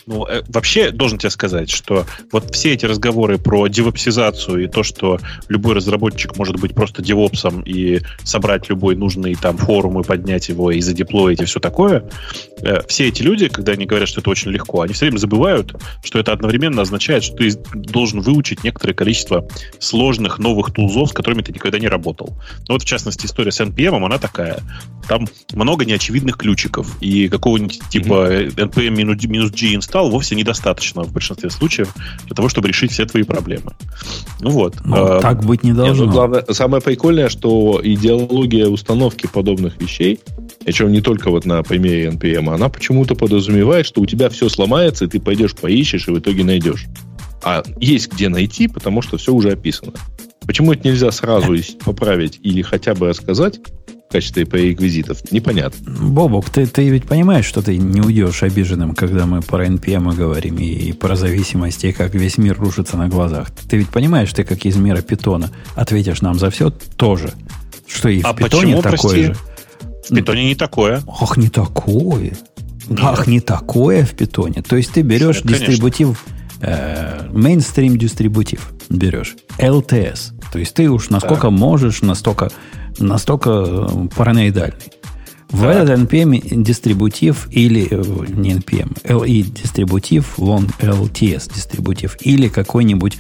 Speaker 2: Ну, вообще, должен тебе сказать, что вот все эти разговоры про девопсизацию и то, что любой разработчик может быть просто девопсом и собрать любой нужный там форум и поднять его и задеплоить и все такое, все эти люди, когда они говорят, что это очень легко, они все время забывают, что это одновременно означает, что ты должен выучить некоторое количество сложных новых тулзов, с которыми ты никогда не работал. Ну вот, в частности, история с NPM, она такая. Там много неочевидных ключиков, и какого-нибудь типа npm-g install вовсе недостаточно в большинстве случаев для того, чтобы решить все твои проблемы. Ну вот.
Speaker 1: Так быть не должно.
Speaker 5: Главное, самое прикольное, что идеология установки подобных вещей, причем не только вот на примере NPM, она почему-то подразумевает, что у тебя все сломается, и ты пойдешь поищешь, и в итоге найдешь. А есть где найти, потому что все уже описано. Почему это нельзя сразу поправить или хотя бы рассказать в качестве пререквизитов, непонятно.
Speaker 1: Бобок, ты ведь понимаешь, что ты не уйдешь обиженным, когда мы про NPM говорим и про зависимости, и как весь мир рушится на глазах. Ты ведь понимаешь, ты как из мира питона ответишь нам за все тоже. Что и в питоне такое же.
Speaker 2: В питоне не такое.
Speaker 1: Ах, не такое. Ах, не такое в питоне. То есть ты берешь дистрибутив, мейнстрим дистрибутив берешь, LTS. То есть ты уж насколько можешь, настолько параноидальный. В этот NPM дистрибутив или не NPM, LE дистрибутив, LTS дистрибутив или какой-нибудь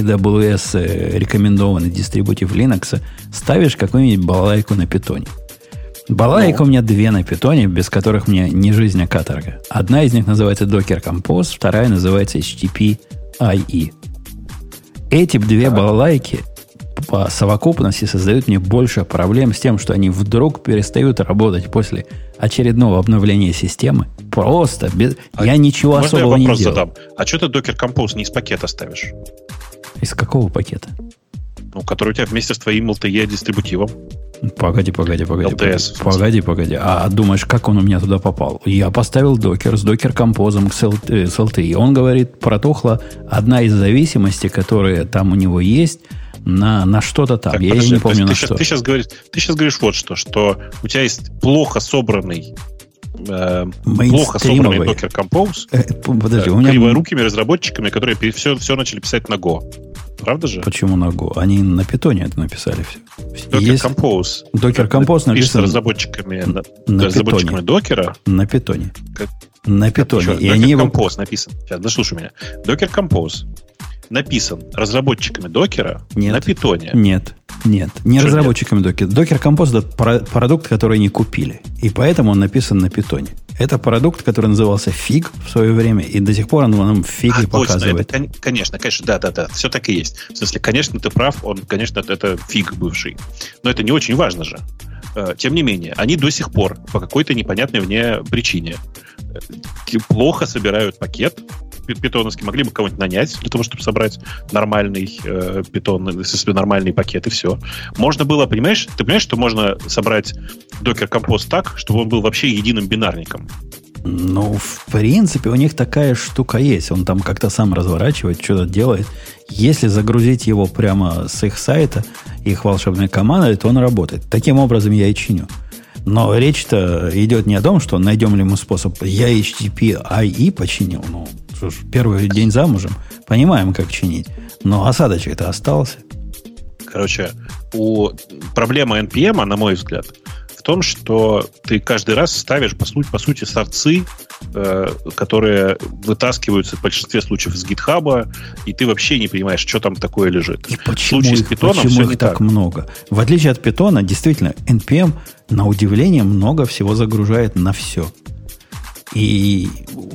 Speaker 1: AWS рекомендованный дистрибутив Linux ставишь какую-нибудь балалайку на питоне. Балалайка у меня две на питоне, без которых мне не жизнь, а каторга. Одна из них называется Docker Compose, вторая называется HTTP IE. Эти две балалайки по совокупности создают мне больше проблем с тем, что они вдруг перестают работать после очередного обновления системы. Просто без... я ничего особого не делал. Задам?
Speaker 2: А что ты Docker Compose не из пакета ставишь?
Speaker 1: Из какого пакета?
Speaker 2: Ну, который у тебя вместе с твоим LTE дистрибутивом.
Speaker 1: Погоди.
Speaker 2: LTS.
Speaker 1: Погоди. А думаешь, как он у меня туда попал? Я поставил докер с Docker Compose с LTE. Он говорит, протухла одна из зависимостей, которые там у него есть, на что-то там. Так, я не помню, на что.
Speaker 2: Ты сейчас говоришь вот что у тебя есть плохо собранный Docker Compose
Speaker 1: подожди, у меня...
Speaker 2: криворукими разработчиками, которые все начали писать на Go. Правда же?
Speaker 1: Почему на Go? Они на питоне это написали все.
Speaker 2: Docker Compose написан разработчиками докера.
Speaker 1: На питоне. На питоне.
Speaker 2: Docker Compose написан. Сейчас, дослушай меня. Docker Compose написан разработчиками докера на питоне.
Speaker 1: Нет. Не разработчиками докера. Docker Compose это продукт, который они купили. И поэтому он написан на питоне. Это продукт, который назывался Fig в свое время, и до сих пор он нам в Фиге показывает.
Speaker 2: Конечно, да, все так и есть. В смысле, конечно, ты прав, конечно, это Fig бывший. Но это не очень важно же. Тем не менее, они до сих пор по какой-то непонятной мне причине плохо собирают пакет питоновский, могли бы кого-нибудь нанять для того, чтобы собрать нормальный питон, нормальный пакет, и все. Можно было, ты понимаешь, что можно собрать Docker Compose так, чтобы он был вообще единым бинарником?
Speaker 1: Ну, в принципе, у них такая штука есть. Он там как-то сам разворачивает, что-то делает. Если загрузить его прямо с их сайта, их волшебной командой, то он работает. Таким образом я и чиню. Но речь-то идет не о том, что найдем ли мы способ. Я HTTP IE починил. Ну, что ж, первый день замужем. Понимаем, как чинить. Но осадочек-то остался.
Speaker 2: Короче, проблема NPM, на мой взгляд, в том, что ты каждый раз ставишь, по сути, сорцы, которые вытаскиваются в большинстве случаев из GitHub, и ты вообще не понимаешь, что там такое лежит.
Speaker 1: И почему их так много? В отличие от Python, действительно, NPM, на удивление, много всего загружает на все. И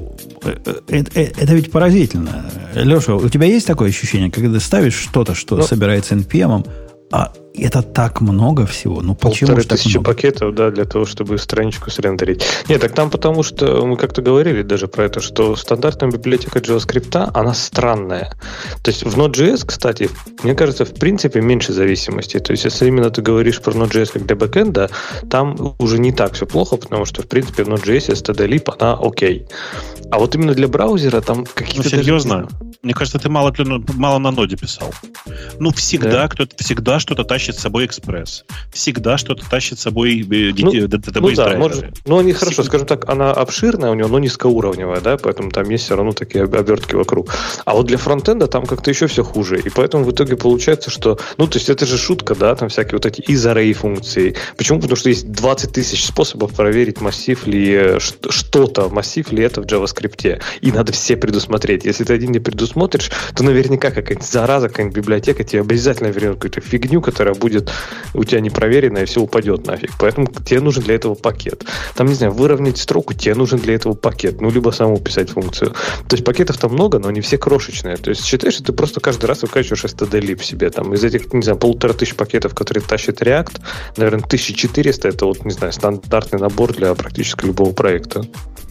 Speaker 1: это ведь поразительно. Леша, у тебя есть такое ощущение, когда ты ставишь что-то, что собирается NPM, а это так много всего. Ну, почему
Speaker 3: 1500 пакетов, да, для того, чтобы страничку срендерить. Нет, так там потому, что мы как-то говорили даже про это, что стандартная библиотека JavaScript, она странная. То есть в Node.js, кстати, мне кажется, в принципе меньше зависимости. То есть если именно ты говоришь про Node.js как для бэкэнда, там уже не так все плохо, потому что, в принципе, в Node.js std-lib, она окей. А вот именно для браузера там какие-то...
Speaker 2: Ну, серьезно? Мне кажется, ты мало на ноде писал. Ну, всегда кто-то что-то тащит тащит с собой экспресс. Всегда что-то тащит с собой database-драйверы.
Speaker 3: Они хорошо, скажем так, она обширная у нее, но низкоуровневая, да, поэтому там есть все равно такие обертки вокруг. А вот для фронтенда там как-то еще все хуже. И поэтому в итоге получается, что... то есть это же шутка, да, там всякие вот эти из-array функции. Почему? Потому что есть 20 тысяч способов проверить, массив ли что-то, массив ли это в JavaScript. И надо все предусмотреть. Если ты один не предусмотришь, то наверняка какая-нибудь зараза, какая-нибудь библиотека тебе обязательно вернет какую-то фигню, которая будет у тебя непроверенная, и все упадет нафиг. Поэтому тебе нужен для этого пакет. Там, не знаю, выровнять строку, тебе нужен для этого пакет. Либо самому писать функцию. То есть пакетов там много, но они все крошечные. То есть считай, что ты просто каждый раз выкачиваешь std-lib себе. Там из этих, не знаю, 1500 пакетов, которые тащит React, наверное, 1400 это вот, не знаю, стандартный набор для практически любого проекта.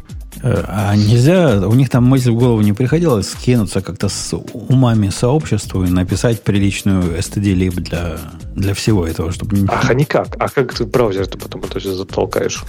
Speaker 1: А нельзя, у них там мысль в голову не приходила скинуться как-то с умами сообществу и написать приличную std-lib для всего этого, чтобы...
Speaker 3: А никак. А как ты браузер-то потом это все затолкаешь?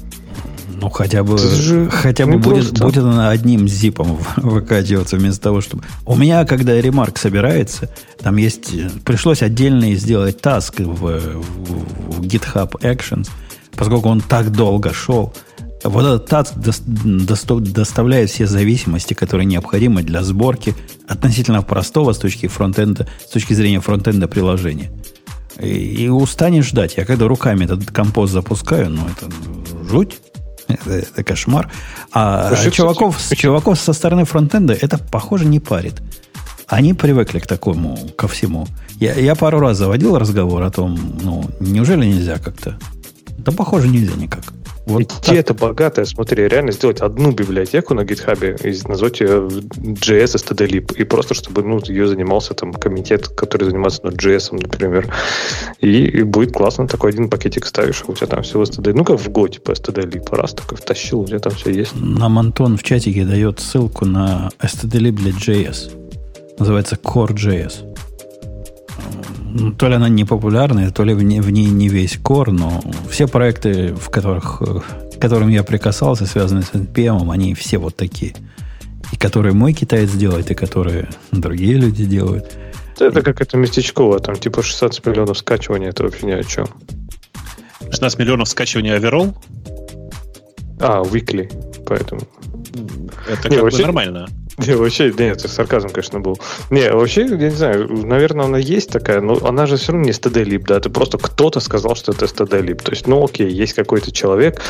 Speaker 1: Хотя бы будет она одним зипом выкачиваться вместо того, чтобы... У меня, когда ремарк собирается, там есть... Пришлось отдельно сделать таск в GitHub Actions, поскольку он так долго шел. Вот этот таск доставляет все зависимости, которые необходимы для сборки относительно простого с точки зрения фронтенда приложения. И устанешь ждать. Я когда руками этот композ запускаю, это жуть. Это кошмар. А чуваков со стороны фронтенда это, похоже, не парит. Они привыкли к такому, ко всему. Я пару раз заводил разговор о том, неужели нельзя как-то? Да, похоже, нельзя никак.
Speaker 3: Это богатое, смотри, реально сделать одну библиотеку на GitHub и назвать ее JS std-lib, и просто, чтобы ее занимался там комитет, который занимается JS, например. И будет классно, такой один пакетик ставишь, а у тебя там все std, как в Go, типа std-lib, раз такой втащил, у тебя там все есть.
Speaker 1: Нам Антон в чатике дает ссылку на std-lib для JS. Называется Core.js. То ли она не популярная, то ли в ней не весь core, но все проекты, к которым я прикасался, связанные с NPM, они все вот такие. И которые мой китаец делает, и которые другие люди делают.
Speaker 3: Это как это местечковое, там типа 16 миллионов скачиваний, это вообще ни о чем.
Speaker 2: 16 миллионов скачиваний overall?
Speaker 3: Weekly, поэтому.
Speaker 2: Это как бы нормально.
Speaker 3: Это сарказм, конечно, был. Вообще, я не знаю, наверное, она есть такая, но она же все равно не std-lib, да, это просто кто-то сказал, что это std-lib. То есть, окей, есть какой-то человек,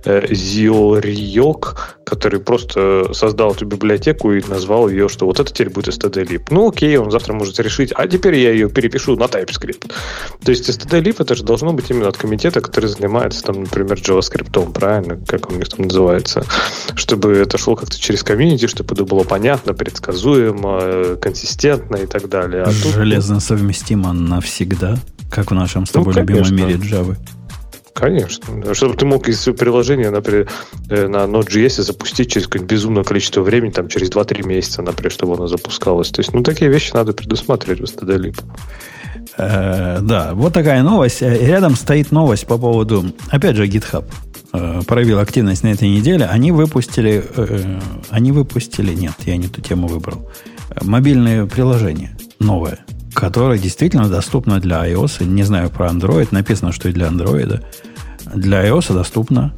Speaker 3: Зиориок, который просто создал эту библиотеку и назвал ее, что вот это теперь будет std-lib. Окей, он завтра может решить, а теперь я ее перепишу на TypeScript. То есть, std-lib это же должно быть именно от комитета, который занимается, там, например, JavaScript, правильно, как он у них там называется, чтобы это шло как-то через комьюнити, чтобы это было понятно, предсказуемо, консистентно и так далее.
Speaker 1: Железно совместимо навсегда, как в нашем с тобой любимом мире Java.
Speaker 3: Конечно. Чтобы ты мог из приложения, например, на Node.js запустить через какое-нибудь безумное количество времени, там, через 2-3 месяца, например, чтобы оно запускалось. То есть, такие вещи надо предусматривать в std-lib.
Speaker 1: Да, вот такая новость. Рядом стоит новость по поводу, опять же, GitHub. Проявил активность на этой неделе. Они выпустили... Нет, я не ту тему выбрал. Мобильное приложение новое, которое действительно доступно для iOS. Не знаю про Android. Написано, что и для Android. Для iOS доступно.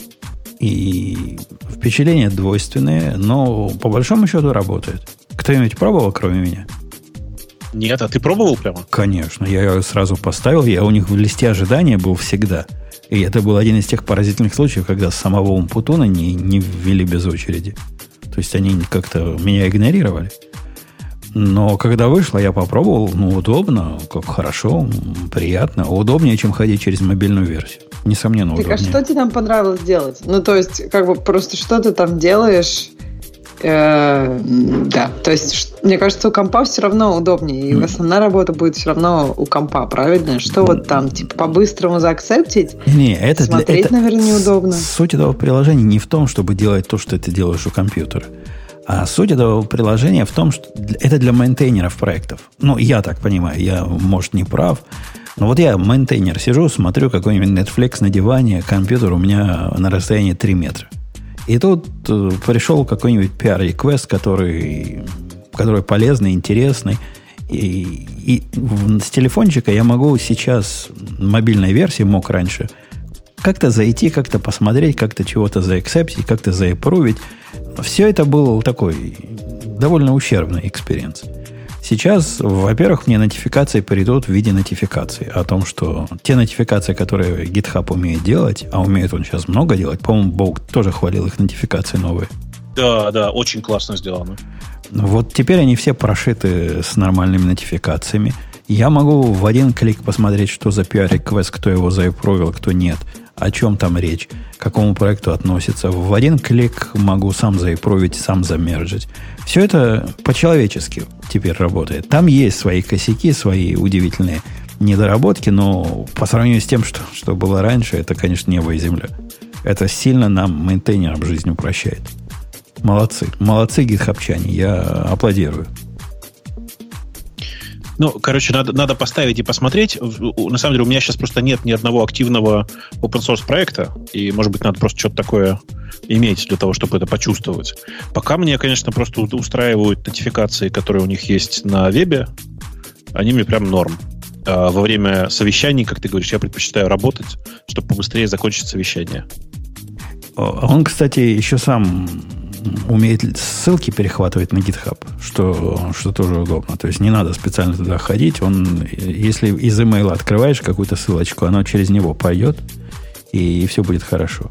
Speaker 1: И впечатления двойственные, но по большому счету работает. Кто-нибудь пробовал, кроме меня?
Speaker 2: Нет, а ты пробовал прямо?
Speaker 1: Конечно. Я ее сразу поставил. Я у них в листе ожидания был всегда. И это был один из тех поразительных случаев, когда самого Умпутуна не ввели без очереди. То есть они как-то меня игнорировали. Но когда вышло, я попробовал. Удобно, как хорошо, приятно. Удобнее, чем ходить через мобильную версию. Несомненно, удобнее.
Speaker 6: А что тебе там понравилось делать? То есть, просто что ты там делаешь... Да, то есть, мне кажется, у компа все равно удобнее, и основная работа будет все равно у компа, правильно? Что вот там, типа, по-быстрому заакцептить? Смотреть, наверное, неудобно.
Speaker 1: Суть этого приложения не в том, чтобы делать то, что ты делаешь у компьютера, а суть этого приложения в том, что это для мейнтейнеров проектов. Я так понимаю, я, может, не прав, но вот я мейнтейнер сижу, смотрю какой-нибудь Netflix на диване, компьютер у меня на расстоянии 3 метра. И тут пришел какой-нибудь PR-реквест, который полезный, интересный. И с телефончика я могу сейчас, мобильной версии мог раньше, как-то зайти, как-то посмотреть, как-то чего-то заэксептить, как-то заэпрувить. Все это был такой довольно ущербный экспириенс. Сейчас, во-первых, мне нотификации придут в виде нотификаций о том, что те нотификации, которые GitHub умеет делать, а умеет он сейчас много делать, по-моему, Бог тоже хвалил их нотификации новые.
Speaker 2: Да, очень классно сделано.
Speaker 1: Вот теперь они все прошиты с нормальными нотификациями. Я могу в один клик посмотреть, что за PR-реквест, кто его заэпровил, кто нет, о чем там речь, к какому проекту относится. В один клик могу сам заэпровить, сам замерджить. Все это по-человечески теперь работает. Там есть свои косяки, свои удивительные недоработки, но по сравнению с тем, что было раньше, это, конечно, небо и земля. Это сильно нам, мейнтейнерам, жизнь упрощает. Молодцы. Молодцы, гитхабчане. Я аплодирую.
Speaker 2: Ну, короче, надо поставить и посмотреть. На самом деле, у меня сейчас просто нет ни одного активного open-source проекта, и, может быть, надо просто что-то такое иметь для того, чтобы это почувствовать. Пока мне, конечно, просто устраивают нотификации, которые у них есть на вебе. Они мне прям норм. А во время совещаний, как ты говоришь, я предпочитаю работать, чтобы побыстрее закончить совещание.
Speaker 1: Он, кстати, еще сам умеет ссылки перехватывать на GitHub, что тоже удобно. То есть не надо специально туда ходить. Если из email открываешь какую-то ссылочку, оно через него пойдет, и все будет хорошо.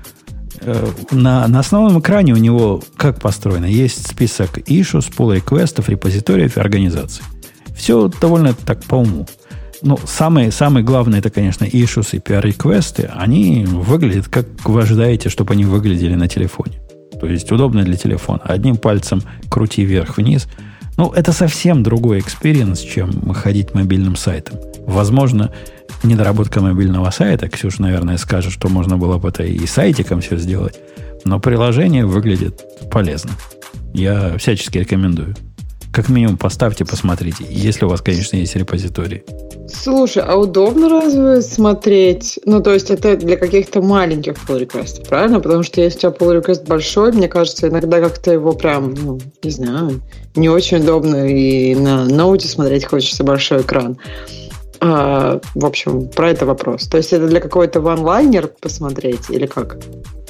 Speaker 1: На основном экране у него как построено? Есть список issues, pull реквестов, репозиториев и организаций. Все довольно так по уму. Ну, самое главное, это, конечно, issues и PR-реквесты. Они выглядят, как вы ожидаете, чтобы они выглядели на телефоне. То есть удобно для телефона. Одним пальцем крути вверх-вниз. Ну, это совсем другой экспириенс, чем ходить мобильным сайтом. Возможно, недоработка мобильного сайта, Ксюша, наверное, скажет, что можно было бы это и сайтиком все сделать. Но приложение выглядит полезно. Я всячески рекомендую. Как минимум поставьте, посмотрите. Если у вас, конечно, есть репозиторий.
Speaker 6: Слушай, а удобно разве смотреть? Ну, то есть это для каких-то маленьких pull request'ов, правильно? Потому что если у тебя pull request большой, мне кажется, иногда как-то его прям, не знаю, не очень удобно. И на ноуте смотреть хочется большой экран. В общем, про это вопрос. То есть это для какой-то ванлайнер посмотреть или как?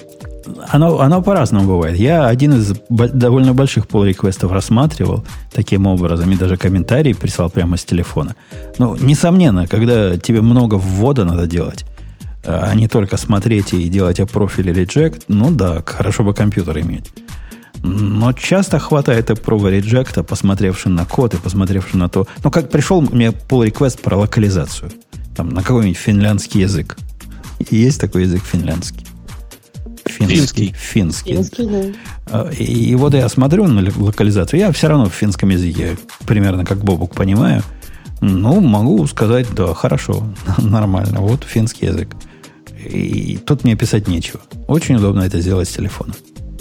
Speaker 1: Оно по-разному бывает. Я один из довольно больших pull-реквестов рассматривал таким образом и даже комментарий прислал прямо с телефона. Ну, несомненно, когда тебе много ввода надо делать, а не только смотреть и делать профиль или reject, ну да, хорошо бы компьютер иметь. Но часто хватает approve и reject, посмотревши на код и посмотревши на то... Ну, как пришел мне pull-реквест про локализацию. Там, на какой-нибудь финляндский язык. И есть такой язык финляндский. Финский. Да. И вот я смотрю на локализацию. Я все равно в финском языке примерно как Бобук понимаю. Ну, могу сказать, да, хорошо, нормально. Вот финский язык. И тут мне писать нечего. Очень удобно это сделать с телефона.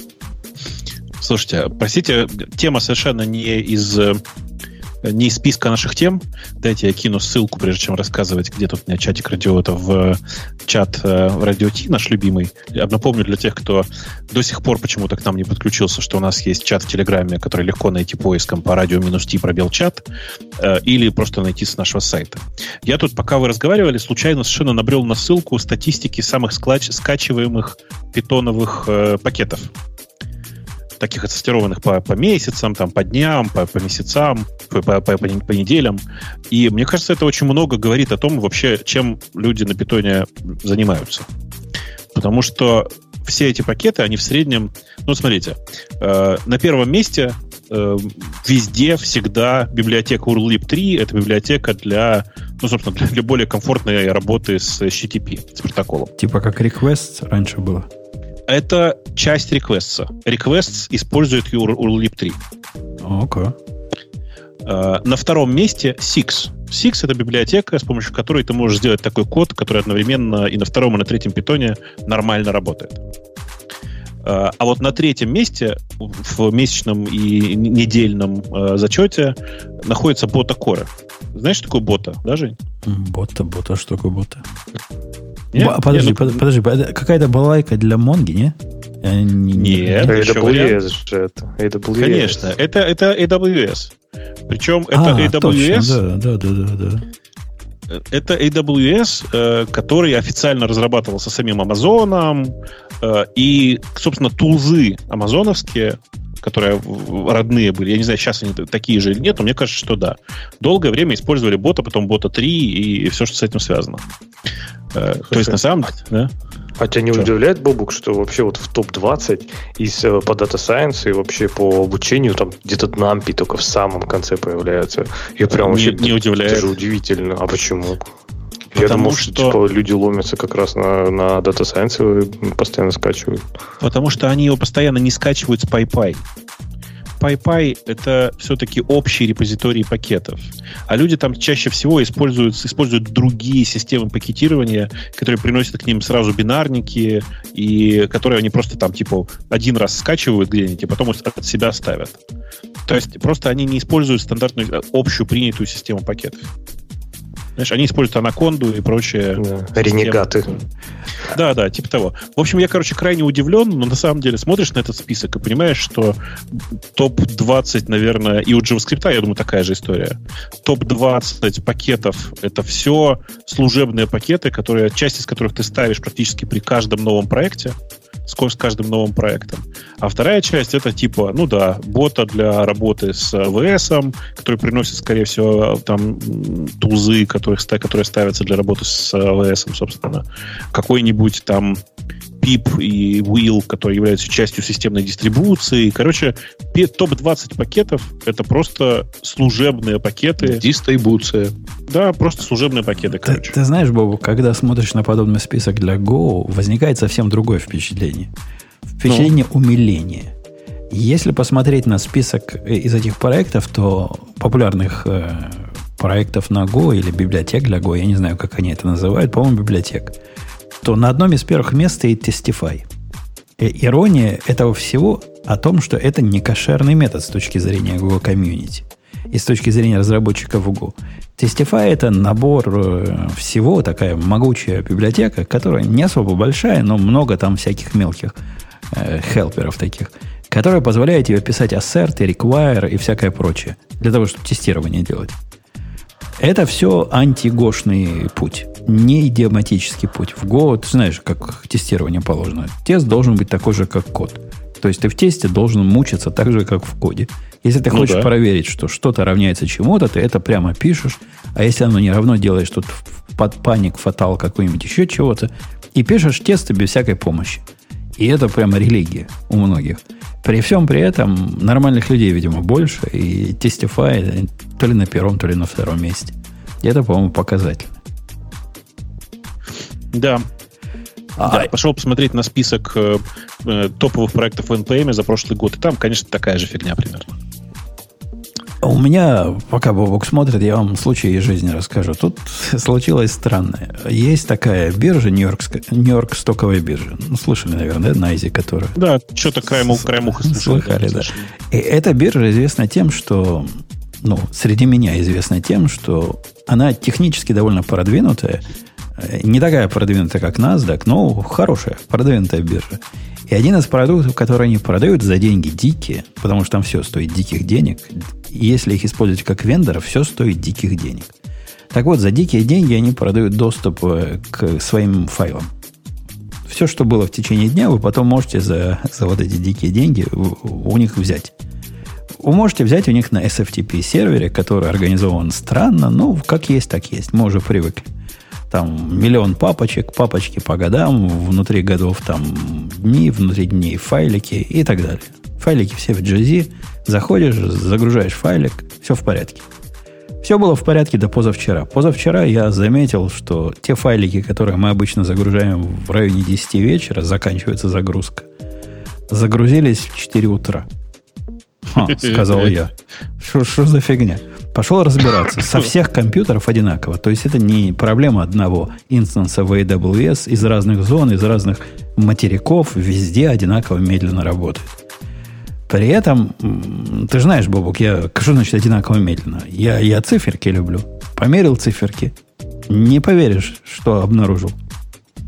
Speaker 2: Слушайте, простите, тема совершенно не из списка наших тем. Дайте я кину ссылку, прежде чем рассказывать, где тут у меня чатик радио. Это в чат в Радио Ти, наш любимый. Я напомню для тех, кто до сих пор почему-то к нам не подключился, что у нас есть чат в Телеграме, который легко найти поиском по радио-ти _чат или просто найти с нашего сайта. Я тут, пока вы разговаривали, случайно совершенно набрел на ссылку статистики самых скачиваемых питоновых пакетов. Таких отсортированных по месяцам, там, по дням, по месяцам, по неделям. И мне кажется, это очень много говорит о том, вообще, чем люди на питоне занимаются. Потому что все эти пакеты, они в среднем... Ну, смотрите, на первом месте везде, всегда библиотека URLlib 3 — это библиотека для, ну, собственно, для более комфортной работы с HTTP, с протоколом.
Speaker 1: Типа как request раньше было?
Speaker 2: Это часть requests. Requests использует URLlib 3.
Speaker 1: Okay.
Speaker 2: На втором месте Six. Six — это библиотека, с помощью которой ты можешь сделать такой код, который одновременно и на втором, и на третьем питоне нормально работает. А вот на третьем месте в месячном и недельном зачете находится бота Core. Знаешь, что такое бота, да, Жень?
Speaker 1: Бота, что такое бота? Подожди, какая-то балайка для Монги, не?
Speaker 2: Нет.
Speaker 3: AWS же это. AWS.
Speaker 2: Конечно, это AWS. Причем это AWS...
Speaker 1: Точно, да.
Speaker 2: Это AWS, который официально разрабатывался самим Амазоном, и, собственно, тулзы амазоновские, которые родные были, я не знаю, сейчас они такие же или нет, но мне кажется, что да. Долгое время использовали бота, потом бота 3 и все, что с этим связано. То есть, на самом деле... Да?
Speaker 3: А тебя не удивляет, Бобук, что вообще вот в топ-20 по Data Science и вообще по обучению там где-то NumPy только в самом конце появляется? Я прям вообще
Speaker 2: не удивляет.
Speaker 3: Даже удивительно. А почему?
Speaker 2: Потому
Speaker 3: Я думал, что типа, люди ломятся как раз на Data Science и постоянно скачивают.
Speaker 2: Потому что они его постоянно не скачивают с PyPy. PyPy — это все-таки общий репозиторий пакетов. А люди там чаще всего используют другие системы пакетирования, которые приносят к ним сразу бинарники, и которые они просто там типа один раз скачивают где-нибудь, и потом от себя ставят. То есть просто они не используют стандартную, общую принятую систему пакетов. Знаешь, они используют анаконду и прочее.
Speaker 3: Да, ренегаты.
Speaker 2: Да, типа того. В общем, я, крайне удивлен, но на самом деле смотришь на этот список и понимаешь, что топ-20, наверное, и у JavaScript, я думаю, такая же история. Топ-20 пакетов — это все служебные пакеты, часть из которых ты ставишь практически при каждом новом проекте, с каждым новым проектом. А вторая часть — это типа, бота для работы с AWS, который приносит, скорее всего, там тулзы, которые ставятся для работы с AWS, собственно. Какой-нибудь там PIP и Wheel, которые являются частью системной дистрибуции. Короче, топ-20 пакетов — это просто служебные пакеты.
Speaker 5: Дистрибуция.
Speaker 2: Да, просто служебные пакеты, короче.
Speaker 1: Ты знаешь, Бобу, когда смотришь на подобный список для Go, возникает совсем другое впечатление. Впечатление умиления. Если посмотреть на список из этих проектов, то популярных проектов на Go или библиотек для Go, я не знаю, как они это называют, по-моему, библиотек, то на одном из первых мест стоит Testify. Ирония этого всего о том, что это не кошерный метод с точки зрения Go Community и с точки зрения разработчиков Go. Testify — это набор всего, такая могучая библиотека, которая не особо большая, но много там всяких мелких хелперов таких, которая позволяет тебе писать assert, require и всякое прочее для того, чтобы тестирование делать. Это все антигошный путь, не идиоматический путь. В Go, ты знаешь, как тестирование положено. Тест должен быть такой же, как код. То есть ты в тесте должен мучиться так же, как в коде. Если ты хочешь проверить, что что-то равняется чему-то, ты это прямо пишешь. А если оно не равно, делаешь тут под паник, фатал какой-нибудь еще чего-то, и пишешь тесты без всякой помощи. И это прямо религия у многих. При всем при этом нормальных людей, видимо, больше, и Testify то ли на первом, то ли на втором месте. И это, по-моему, показательно.
Speaker 2: Да. Пошел посмотреть на список топовых проектов в NPM за прошлый год. И там, конечно, такая же фигня примерно.
Speaker 1: У меня, пока Бобок смотрит, я вам случай из жизни расскажу. Тут случилось странное. Есть такая биржа, Нью-Йорк стоковая биржа. Слышали, наверное, да, Найзи, которая...
Speaker 2: Да, что-то краем уха
Speaker 1: слышали, да. И эта биржа известна тем, что... среди меня известна тем, что она технически довольно продвинутая. Не такая продвинутая, как NASDAQ, но хорошая, продвинутая биржа. И один из продуктов, которые они продают за деньги дикие, потому что там все стоит диких денег, и если их использовать как вендоров, все стоит диких денег. Так вот, за дикие деньги они продают доступ к своим файлам. Все, что было в течение дня, вы потом можете за вот эти дикие деньги у них взять. Вы можете взять у них на SFTP сервере, который организован странно, но как есть, так есть. Мы уже привыкли. Там миллион папочек, папочки по годам, внутри годов там дни, внутри дней файлики и так далее. Файлики все в JZ, заходишь, загружаешь файлик, все в порядке. Все было в порядке до позавчера. Позавчера я заметил, что те файлики, которые мы обычно загружаем в районе 10 вечера, заканчивается загрузка, загрузились в 4 утра. Сказал я. Что за фигня? Пошел разбираться. Со всех компьютеров одинаково. То есть это не проблема одного инстанса в AWS из разных зон, из разных материков. Везде одинаково медленно работает. При этом, ты же знаешь, Бобок, что значит одинаково медленно? Я циферки люблю. Померил циферки. Не поверишь, что обнаружил.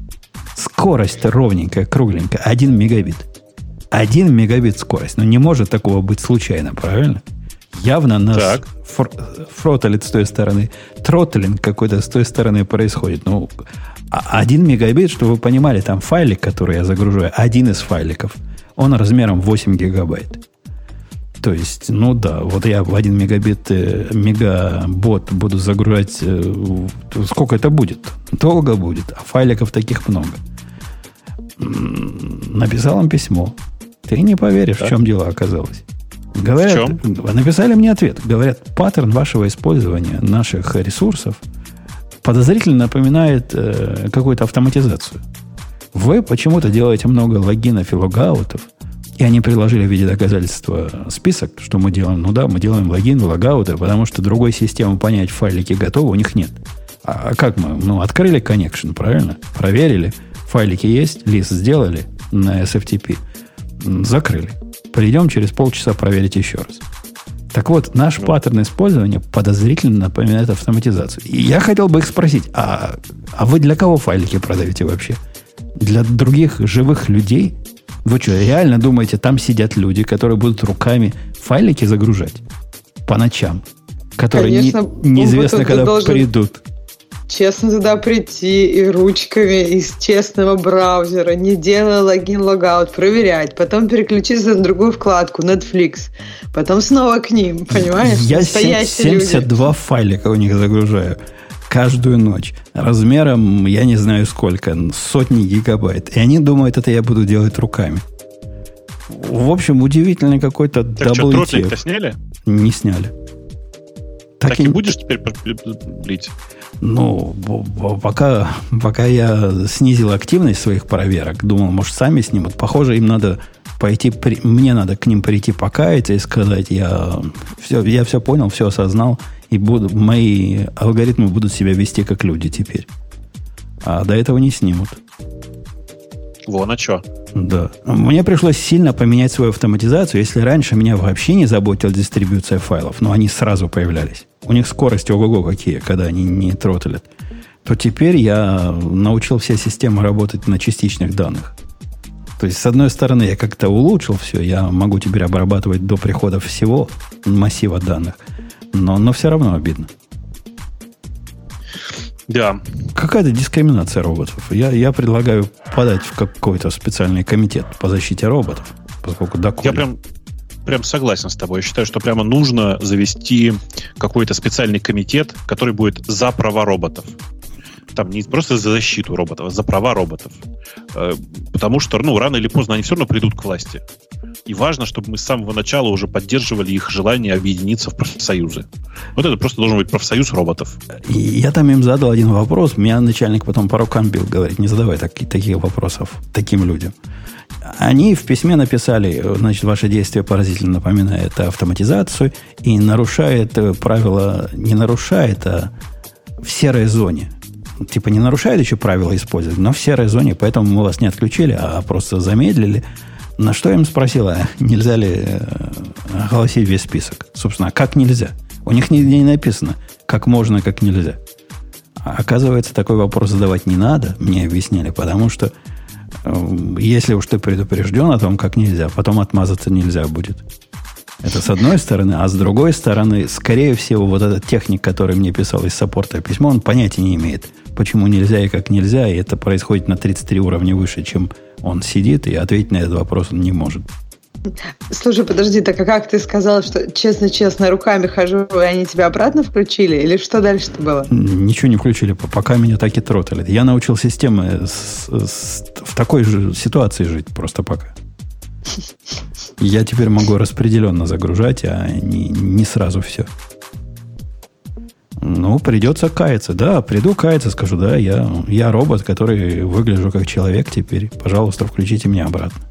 Speaker 1: скорость-то ровненькая, кругленькая. 1 мегабит. 1 мегабит скорость. Ну, не может такого быть случайно, правильно? Явно нас фротлит с той стороны. Тротлинг какой-то с той стороны происходит. Ну, 1 мегабит, чтобы вы понимали, там файлик, который я загружаю, один из файликов, он размером 8 гигабайт. То есть, ну да, вот я в 1 мегабит мегабот буду загружать, сколько это будет? Долго будет, а файликов таких много. Написал им письмо. Ты не поверишь, в чем дело оказалось. Говорят, написали мне ответ. Говорят, паттерн вашего использования наших ресурсов подозрительно напоминает какую-то автоматизацию. Вы почему-то делаете много логинов и логаутов, и они приложили в виде доказательства список, что мы делаем. Ну да, мы делаем логин, логауты, потому что другой системы понять файлики готовы у них нет. А как мы? Ну, открыли connection, правильно? Проверили. Файлики есть, лист сделали на SFTP. Закрыли. Придем через полчаса проверить еще раз. Так вот, наш паттерн использования подозрительно напоминает автоматизацию. И я хотел бы их спросить, а вы для кого файлики продаете вообще? Для других живых людей? Вы что, реально думаете, там сидят люди, которые будут руками файлики загружать по ночам? Которые неизвестно, когда придут.
Speaker 6: Честно туда прийти и ручками из честного браузера, не делая логин, логаут, проверять, потом переключиться на другую вкладку, Netflix, потом снова к ним, понимаешь?
Speaker 1: Я 72 люди. Файлика у них загружаю каждую ночь. Размером, я не знаю сколько, сотни гигабайт. И они думают, это я буду делать руками. В общем, удивительный какой-то
Speaker 2: так что, тротлинг-то сняли?
Speaker 1: Не сняли.
Speaker 2: Так и будешь теперь лить?
Speaker 1: Ну, пока я снизил активность своих проверок, думал, может, сами снимут. Похоже, им надо пойти, мне надо к ним прийти покаяться и сказать, я все понял, все осознал, и мои алгоритмы будут себя вести как люди теперь. А до этого не снимут.
Speaker 2: Вон, а что?
Speaker 1: Да. Мне пришлось сильно поменять свою автоматизацию. Если раньше меня вообще не заботила дистрибьюция файлов, но они сразу появлялись. У них скорости ого-го какие, когда они не тротлят. То теперь я научил все системы работать на частичных данных. То есть, с одной стороны, я как-то улучшил все. Я могу теперь обрабатывать до прихода всего массива данных. Но все равно обидно.
Speaker 2: Да.
Speaker 1: Какая-то дискриминация роботов. Я предлагаю подать в какой-то специальный комитет по защите роботов, поскольку доколе.
Speaker 2: Я прям согласен с тобой. Я считаю, что прямо нужно завести какой-то специальный комитет, который будет за права роботов. Там не просто за защиту роботов, а за права роботов. Потому что, рано или поздно они все равно придут к власти. И важно, чтобы мы с самого начала уже поддерживали их желание объединиться в профсоюзы. Вот это просто должен быть профсоюз роботов.
Speaker 1: Я там им задал один вопрос. Меня начальник потом по рукам бил. Говорит, не задавай таких вопросов таким людям. Они в письме написали, значит, ваше действие поразительно напоминает автоматизацию и нарушает правила, не нарушает, а в серой зоне. Типа не нарушает еще правила использования, но в серой зоне, поэтому мы вас не отключили, а просто замедлили. На что я им спросила, нельзя ли огласить весь список? Собственно, как нельзя? У них нигде не написано, как можно, как нельзя. А оказывается, такой вопрос задавать не надо, мне объясняли, потому что если уж ты предупрежден о том, как нельзя, потом отмазаться нельзя будет. Это с одной стороны, а с другой стороны, скорее всего, вот этот техник, который мне писал из саппорта письмо, он понятия не имеет, почему нельзя и как нельзя, и это происходит на 33 уровня выше, чем он сидит, и ответить на этот вопрос он не может.
Speaker 6: Слушай, подожди, так а как ты сказал, что честно-честно руками хожу, и они тебя обратно включили? Или что дальше-то было?
Speaker 1: Ничего не включили, пока меня так и тротали. Я научил системы в такой же ситуации жить просто пока. Я теперь могу распределенно загружать, а не сразу все. Ну, придется каяться. Да, приду каяться, скажу, да, я робот, который выгляжу как человек теперь. Пожалуйста, включите меня обратно.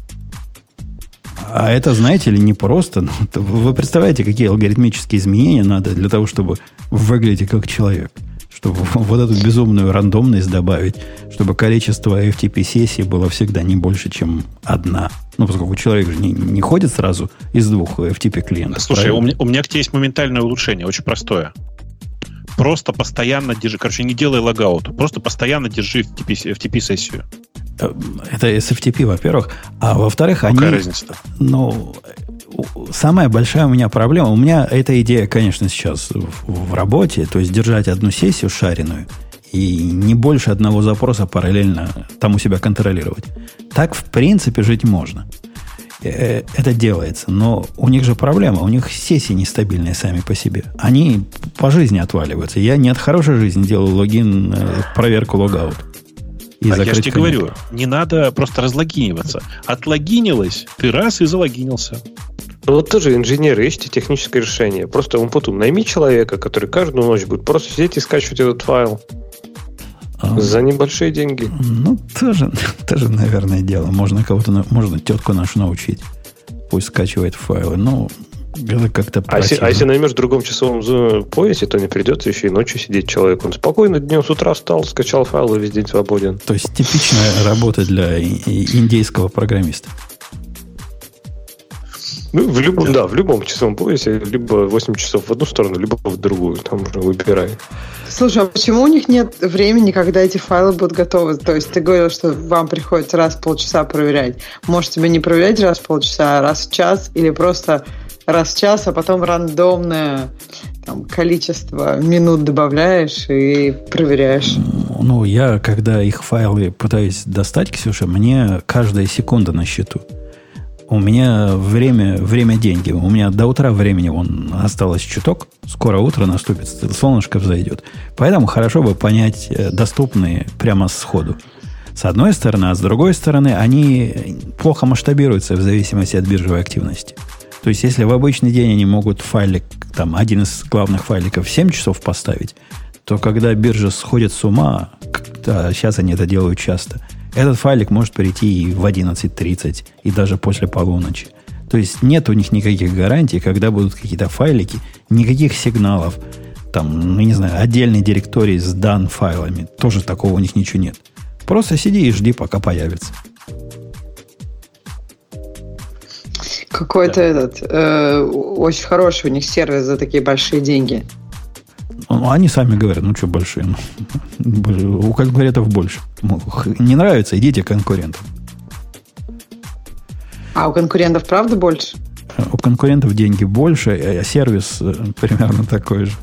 Speaker 1: А это, знаете ли, не просто. Вы представляете, какие алгоритмические изменения надо для того, чтобы выглядеть как человек? Чтобы вот эту безумную рандомность добавить, чтобы количество FTP-сессий было всегда не больше, чем одна. Ну, поскольку человек же не ходит сразу из двух FTP-клиентов.
Speaker 2: Слушай, у меня к тебе есть моментальное улучшение, очень простое. Просто постоянно держи, не делай логаут, просто постоянно держи FTP-сессию.
Speaker 1: Это SFTP, во-первых. А во-вторых,
Speaker 2: какая разница-то?
Speaker 1: Ну, самая большая у меня проблема. У меня эта идея, конечно, сейчас в работе. То есть держать одну сессию шаренную и не больше одного запроса параллельно там у себя контролировать. Так, в принципе, жить можно. Это делается. Но у них же проблема. У них сессии нестабильные сами по себе. Они по жизни отваливаются. Я не от хорошей жизни делаю логин, проверку логаут.
Speaker 2: Я же тебе говорю, не надо просто разлогиниваться. Отлогинилось, ты раз и залогинился.
Speaker 3: Ну вот тоже инженеры, ищите техническое решение. Просто потом найми человека, который каждую ночь будет просто сидеть и скачивать этот файл. За небольшие деньги.
Speaker 1: Ну, тоже, наверное, дело. Можно тетку нашу научить. Пусть скачивает файлы. Ну, это как-то
Speaker 3: противно. А если наймешь в другом часовом поясе, то не придется еще и ночью сидеть человек. Он спокойно днем с утра встал, скачал файл и весь день свободен.
Speaker 1: То есть типичная работа для индейского программиста.
Speaker 3: Ну, в любом часовом поясе, либо 8 часов в одну сторону, либо в другую. Там уже выбирай.
Speaker 6: Слушай, а почему у них нет времени, когда эти файлы будут готовы? То есть ты говорил, что вам приходится раз в полчаса проверять. Может, тебе не проверять раз в полчаса, а раз в час, или просто раз в час, а потом рандомное количество минут добавляешь и проверяешь?
Speaker 1: Ну, я, когда их файлы пытаюсь достать, Ксюша, мне каждая секунда на счету. У меня время деньги. У меня до утра времени осталось чуток. Скоро утро наступит, солнышко взойдет. Поэтому хорошо бы понять доступные прямо сходу. С одной стороны, а с другой стороны, они плохо масштабируются в зависимости от биржевой активности. То есть, если в обычный день они могут файлик, один из главных файликов в 7 часов поставить, то когда биржа сходит с ума, сейчас они это делают часто, этот файлик может прийти и в 11:30, и даже после полуночи. То есть нет у них никаких гарантий, когда будут какие-то файлики, никаких сигналов, отдельный директорий с дан файлами. Тоже такого у них ничего нет. Просто сиди и жди, пока появится.
Speaker 6: Какой-то очень хороший у них сервис за такие большие деньги.
Speaker 1: Они сами говорят, что большие. У конкурентов больше. Не нравится, идите к конкурентам.
Speaker 6: А у конкурентов правда больше?
Speaker 1: У конкурентов деньги больше, а сервис примерно такой же.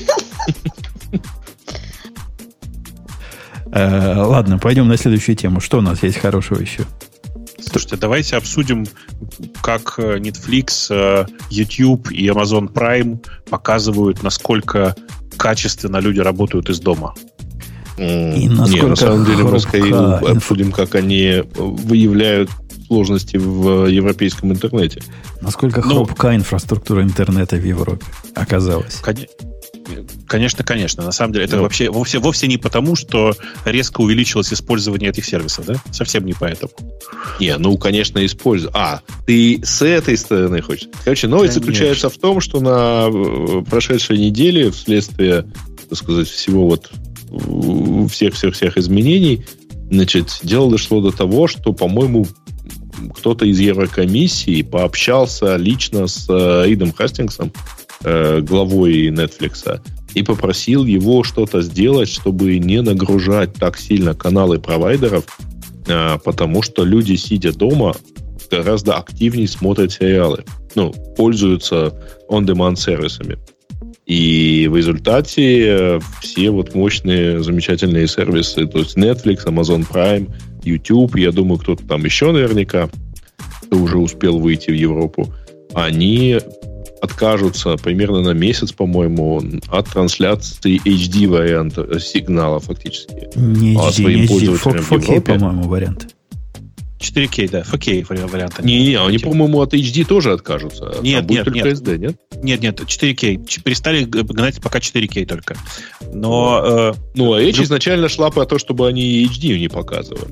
Speaker 1: Ладно, пойдем на следующую тему. Что у нас есть хорошего еще?
Speaker 2: Слушайте, давайте обсудим, как Netflix, YouTube и Amazon Prime показывают, насколько качественно люди работают из дома.
Speaker 1: И насколько
Speaker 5: на самом деле мы скорее обсудим, как они выявляют сложности в европейском интернете.
Speaker 1: Насколько хрупка инфраструктура интернета в Европе оказалась.
Speaker 2: Конечно. На самом деле, это вообще вовсе не потому, что резко увеличилось использование этих сервисов, да? Совсем не поэтому.
Speaker 5: Конечно, использую. Ты с этой стороны хочешь? Короче, новость заключается в том, что на прошедшей неделе вследствие, так сказать, всего всех изменений, дело дошло до того, что, по-моему, кто-то из Еврокомиссии пообщался лично с Ридом Хастингсом, главой Netflix, и попросил его что-то сделать, чтобы не нагружать так сильно каналы провайдеров, потому что люди, сидя дома, гораздо активнее смотрят сериалы, пользуются on-demand сервисами. И в результате все мощные, замечательные сервисы, то есть Netflix, Amazon Prime, YouTube, я думаю, кто-то там еще наверняка, кто уже успел выйти в Европу, они откажутся примерно на месяц, по-моему, от трансляции HD-варианта сигнала фактически.
Speaker 1: Не HD, 4K, по-моему, вариант.
Speaker 2: 4K, да, 4K вариант.
Speaker 5: Они, по-моему, от HD тоже откажутся.
Speaker 2: Нет.
Speaker 5: SD, нет?
Speaker 2: Нет, 4K. Перестали гнать пока 4K только. Но...
Speaker 5: речь изначально шла про то, чтобы они HD не показывали.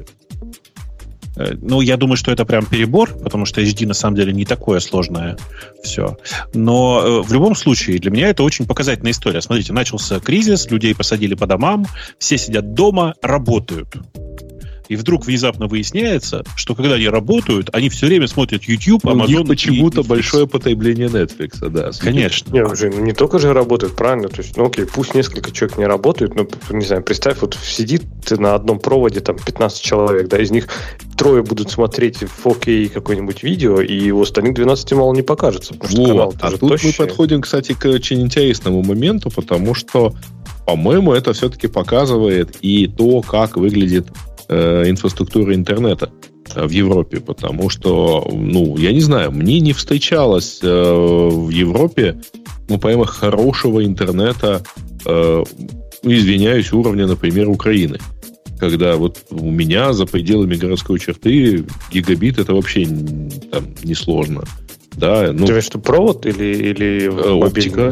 Speaker 2: Я думаю, что это прям перебор, потому что HD на самом деле не такое сложное все. Но в любом случае, для меня это очень показательная история. Смотрите, начался кризис, людей посадили по домам, все сидят дома, работают. И вдруг внезапно выясняется, что когда они работают, они все время смотрят YouTube, Amazon.
Speaker 5: У них почему-то большое потребление Netflix, да.
Speaker 2: Конечно.
Speaker 3: Не только же работают, правильно? То есть, окей, пусть несколько человек не работают, но, не знаю, представь, вот сидит на одном проводе там 15 человек, да, из них 3 будут смотреть в 4K какое-нибудь видео, и у остальных 12 мало не покажется.
Speaker 5: А тут мы подходим, кстати, к очень интересному моменту, потому что, по-моему, это все-таки показывает и то, как выглядит инфраструктура интернета в Европе, потому что, я не знаю, мне не встречалось в Европе, помимо хорошего интернета, извиняюсь, уровня, например, Украины. Когда вот у меня за пределами городской черты гигабит это вообще там несложно. Да,
Speaker 3: Ты имеешь в виду провод или
Speaker 5: оптика?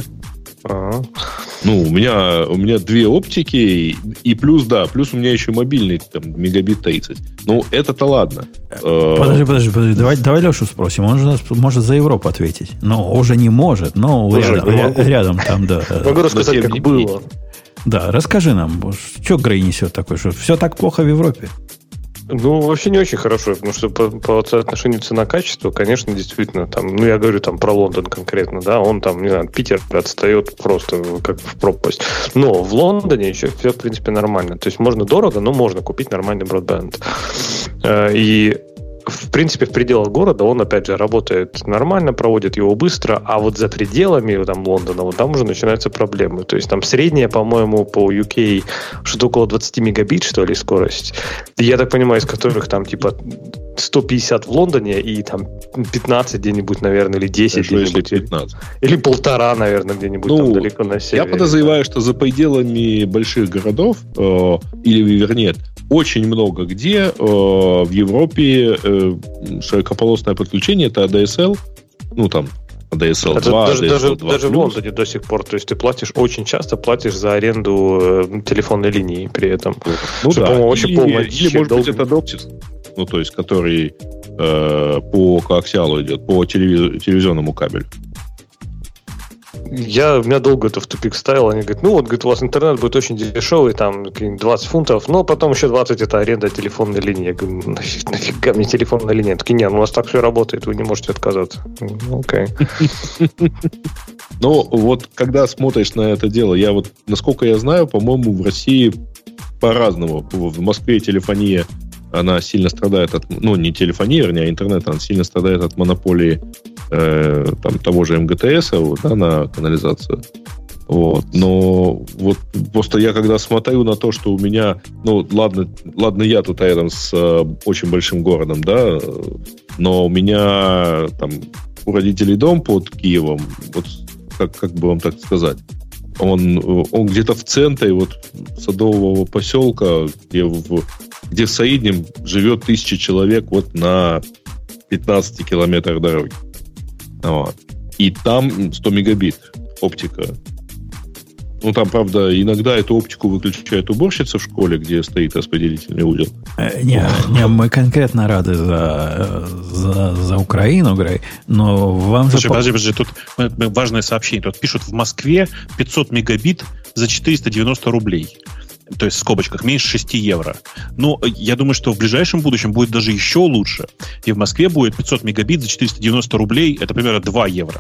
Speaker 5: У меня 2 оптики и плюс у меня еще мобильный там, мегабит 30. Это-то ладно.
Speaker 1: Подожди. Давай Лешу спросим. Он же нас может за Европу ответить. Уже не может, но рядом там, да.
Speaker 3: Могу рассказать, как было.
Speaker 1: Да, расскажи нам, что Грей несет такое, что все так плохо в Европе?
Speaker 3: Вообще не очень хорошо, потому что по соотношению цена-качество, конечно, действительно, там, я говорю там про Лондон конкретно, да, он там, не знаю, Питер отстает просто как в пропасть. Но в Лондоне еще все, в принципе, нормально. То есть можно дорого, но можно купить нормальный бродбенд. И в принципе, в пределах города он, опять же, работает нормально, проводит его быстро, а вот за пределами там, Лондона, там уже начинаются проблемы. То есть там средняя, по-моему, по UK что-то около 20 мегабит, что ли, скорость. Я так понимаю, из которых там типа 150 в Лондоне и там 15 где-нибудь, наверное, или 10 где-нибудь.
Speaker 5: 15.
Speaker 3: Или 1,5, наверное, где-нибудь там далеко на севере.
Speaker 5: Я подозреваю, что за пределами больших городов, или, вернее, очень много где в Европе широкополосное подключение это ADSL, там ADSL 2, ADSL 2+.
Speaker 3: Даже в Лондоне до сих пор, то есть ты очень часто платишь за аренду телефонной линии при этом.
Speaker 5: По-моему, очень полная или может быть это DOCSIS, то есть который по коаксиалу идет, по телевизионному кабелю.
Speaker 3: У меня долго это в тупик ставил. Они говорят, у вас интернет будет очень дешевый, там 20 фунтов, но потом еще 20 это аренда телефонной линии. Я говорю, нафига мне телефонная линия? Такие, у нас так все работает, вы не можете отказаться. Окей.
Speaker 5: Вот когда смотришь на это дело, насколько я знаю, по-моему, в России по-разному. В Москве телефония она сильно страдает от... не телефония, вернее, а интернет, она сильно страдает от монополии того же МГТС на канализацию. Но просто я когда смотрю на то, что у меня... ладно, я тут рядом с очень большим городом, да, но у меня там у родителей дом под Киевом, как бы вам так сказать, он где-то в центре садового поселка, где в среднем живет 1000 человек на 15 километрах дороги. И там 100 мегабит оптика. Там, правда, иногда эту оптику выключает уборщица в школе, где стоит распределительный узел.
Speaker 1: Мы конкретно рады за Украину, Грей, но вам...
Speaker 2: Слушай, подожди, тут важное сообщение. Тут пишут, в Москве 500 мегабит за 490 рублей. То есть в скобочках меньше 6 евро. Я думаю, что в ближайшем будущем будет даже еще лучше. И в Москве будет 500 мегабит за 490 рублей. Это примерно 2 евро.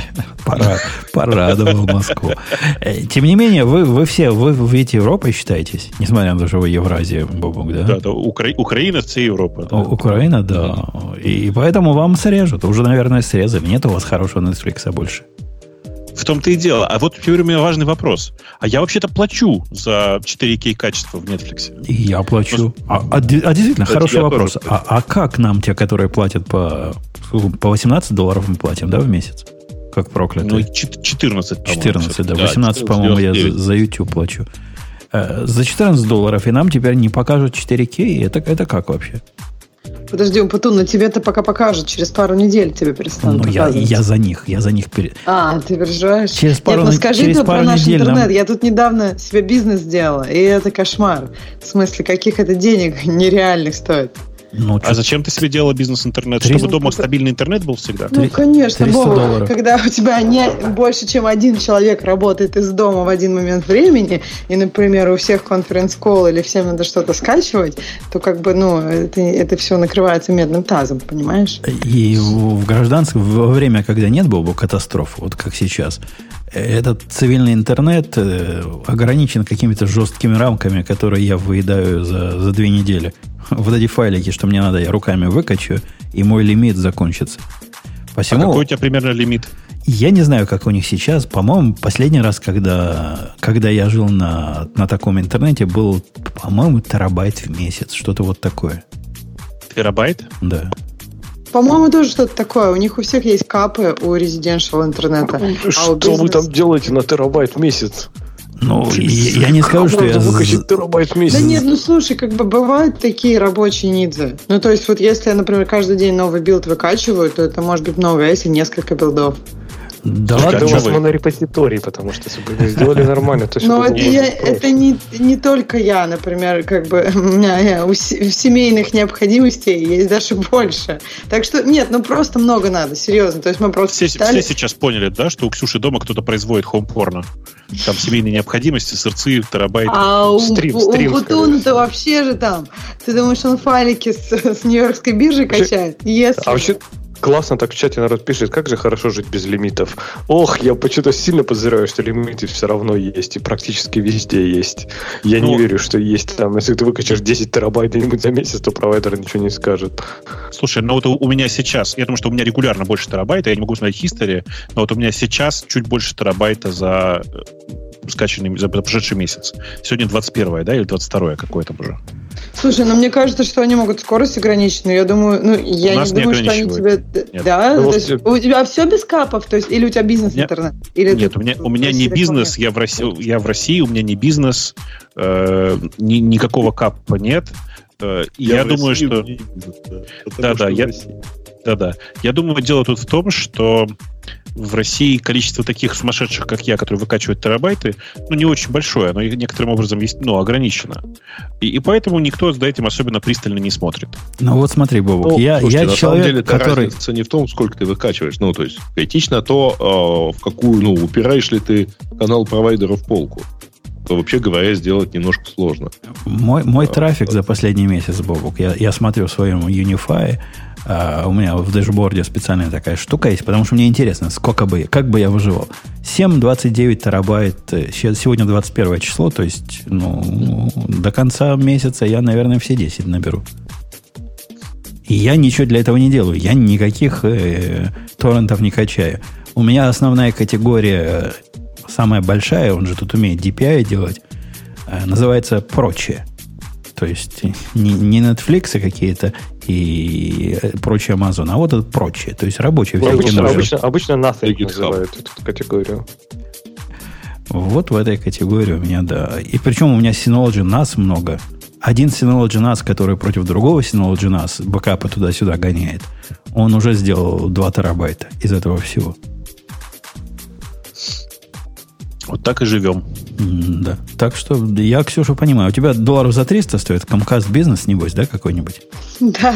Speaker 1: Порадовал Москву. Тем не менее, вы ведь Европой считаетесь, несмотря на то, что вы Евразия, Бобук, да?
Speaker 2: Да, Украина – это Европа.
Speaker 1: Да. Украина, да. И поэтому вам срежут. Уже, наверное, срезали. Нет у вас хорошего Netflix больше.
Speaker 2: В том-то и дело. А вот теперь у меня важный вопрос. А я вообще-то плачу за 4К качество в Netflix.
Speaker 1: И я плачу. Действительно, хороший вопрос. А как нам, те, которые платят по $18 мы платим, да, в месяц? Как проклятые?
Speaker 2: 14, по-моему.
Speaker 1: 14, да. 18, по-моему, я за YouTube плачу. За $14, и нам теперь не покажут 4К. Это как вообще?
Speaker 6: Подожди, Умпутун, но тебе это пока покажут. Через пару недель тебе перестанут показывать.
Speaker 1: Я за них.
Speaker 6: Ты переживаешь?
Speaker 1: Скажи
Speaker 6: про наш интернет. Я тут недавно себе бизнес сделала, и это кошмар. В смысле, каких это денег нереальных стоит?
Speaker 2: А зачем ты себе делала бизнес-интернет? Чтобы дома стабильный интернет был всегда?
Speaker 6: Ну, конечно, Бог, когда у тебя не больше, чем один человек работает из дома в один момент времени, и, например, у всех конференц-колл или всем надо что-то скачивать, то это все накрывается медным тазом, понимаешь?
Speaker 1: И в гражданском, во время, когда нет было катастроф, вот как сейчас, этот цивильный интернет ограничен какими-то жесткими рамками, которые я выедаю за 2 недели. Вот эти файлики, что мне надо, я руками выкачу, и мой лимит закончится. Посему,
Speaker 2: какой у тебя примерно лимит?
Speaker 1: Я не знаю, как у них сейчас. По-моему, последний раз, когда я жил на таком интернете, был, по-моему, терабайт в месяц. Что-то вот такое.
Speaker 2: Терабайт?
Speaker 1: Да.
Speaker 6: По-моему, тоже что-то такое. У них у всех есть капы у резиденшал интернета.
Speaker 3: Что вы там делаете на терабайт в месяц?
Speaker 1: Ну, я не скажу, что я...
Speaker 3: выкачать терабайт в месяц.
Speaker 6: Да нет, слушай, бывают такие рабочие нидзы. Ну, то есть, вот если я, например, каждый день новый билд выкачиваю, то это может быть много, а если несколько билдов?
Speaker 1: Да ладно,
Speaker 3: это у вас монорепозиторий, потому что если бы вы сделали нормально, то все
Speaker 6: было бы это не только я, например, у меня у семейных необходимостей есть даже больше. Так что нет, просто много надо, серьезно. То есть мы просто
Speaker 2: все сейчас поняли, да, что у Ксюши дома кто-то производит хоум-порно. Там семейные необходимости, сырцы, терабайты.
Speaker 6: А у Путуна-то вообще же там. Ты думаешь, он файлики с Нью-Йоркской биржи качает?
Speaker 3: А вообще классно так в чате народ пишет, как же хорошо жить без лимитов. Ох, я почему-то сильно подозреваю, что лимиты все равно есть, и практически везде есть. Я не верю, что есть там. Если ты выкачаешь 10 терабайт где-нибудь за месяц, то провайдер ничего не скажет.
Speaker 2: Слушай, вот у меня сейчас, я думаю, что у меня регулярно больше терабайта, я не могу смотреть history, но вот у меня сейчас чуть больше терабайта за скачанный, за прошедший месяц. Сегодня 21-е, да, или 22-е какое-то уже.
Speaker 6: Слушай, мне кажется, что они могут скорость ограничить, но я думаю, я не думаю, что они тебе...
Speaker 2: Нет.
Speaker 6: Да? То есть, у тебя все без капов? То есть, или у тебя бизнес-интернет?
Speaker 2: Нет, у меня не бизнес, я в России, у меня не бизнес, никакого капа нет. Я думаю, что... Да. Я думаю, дело тут в том, что в России количество таких сумасшедших, как я, которые выкачивают терабайты, не очень большое, оно некоторым образом есть, ограничено. И поэтому никто за этим особенно пристально не смотрит.
Speaker 1: Ну вот смотри, Бобок, я человек,
Speaker 5: самом деле,
Speaker 1: который...
Speaker 5: разница не в том, сколько ты выкачиваешь. То есть, критично то, в какую, упираешь ли ты канал провайдера в полку. То, вообще говоря, сделать немножко сложно.
Speaker 1: Мой трафик за последний месяц, Бобок, я смотрю в своем Unify, у меня в дэшборде специальная такая штука есть, потому что мне интересно, как бы я выживал. 7,29 терабайт, сегодня 21 число, то есть до конца месяца я, наверное, все 10 наберу. И я ничего для этого не делаю, я никаких торрентов не качаю. У меня основная категория, самая большая, он же тут умеет DPI делать, называется прочее. То есть не Netflix какие-то и прочие Amazon, а вот это прочее. То есть рабочие.
Speaker 3: Обычно nothing называют эту категорию.
Speaker 1: Вот в этой категории у меня, да. И причем у меня Synology NAS много. Один Synology NAS, который против другого Synology NAS бэкапы туда-сюда гоняет, он уже сделал 2 терабайта из этого всего.
Speaker 2: Вот так и живем.
Speaker 1: Да. Так что я, Ксюша, понимаю. У тебя долларов за 300 стоит Comcast бизнес, небось, да, какой-нибудь?
Speaker 6: Да.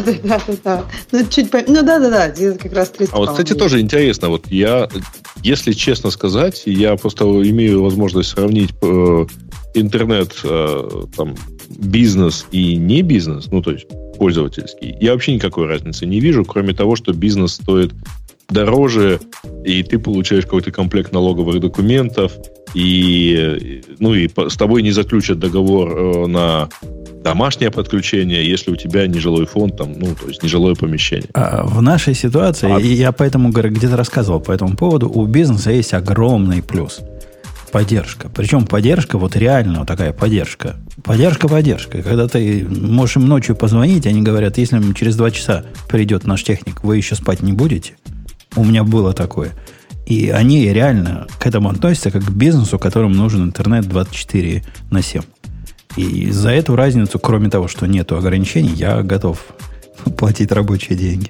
Speaker 6: Да. Где-то как раз 300.
Speaker 5: А вот, кстати, тоже интересно. Вот я, если честно сказать, я просто имею возможность сравнить интернет, бизнес и не бизнес, то есть пользовательский. Я вообще никакой разницы не вижу, кроме того, что бизнес стоит дороже, и ты получаешь какой-то комплект налоговых документов, и с тобой не заключат договор на домашнее подключение, если у тебя нежилой фонд, то есть нежилое помещение.
Speaker 1: В нашей ситуации, я поэтому где-то рассказывал по этому поводу, у бизнеса есть огромный плюс. Поддержка. Причем поддержка, вот реально вот такая поддержка. Поддержка. Когда ты можешь им ночью позвонить, они говорят, если через 2 часа придет наш техник, вы еще спать не будете. У меня было такое. И они реально к этому относятся как к бизнесу, которому нужен интернет 24/7. И за эту разницу, кроме того, что нету ограничений, я готов платить рабочие деньги.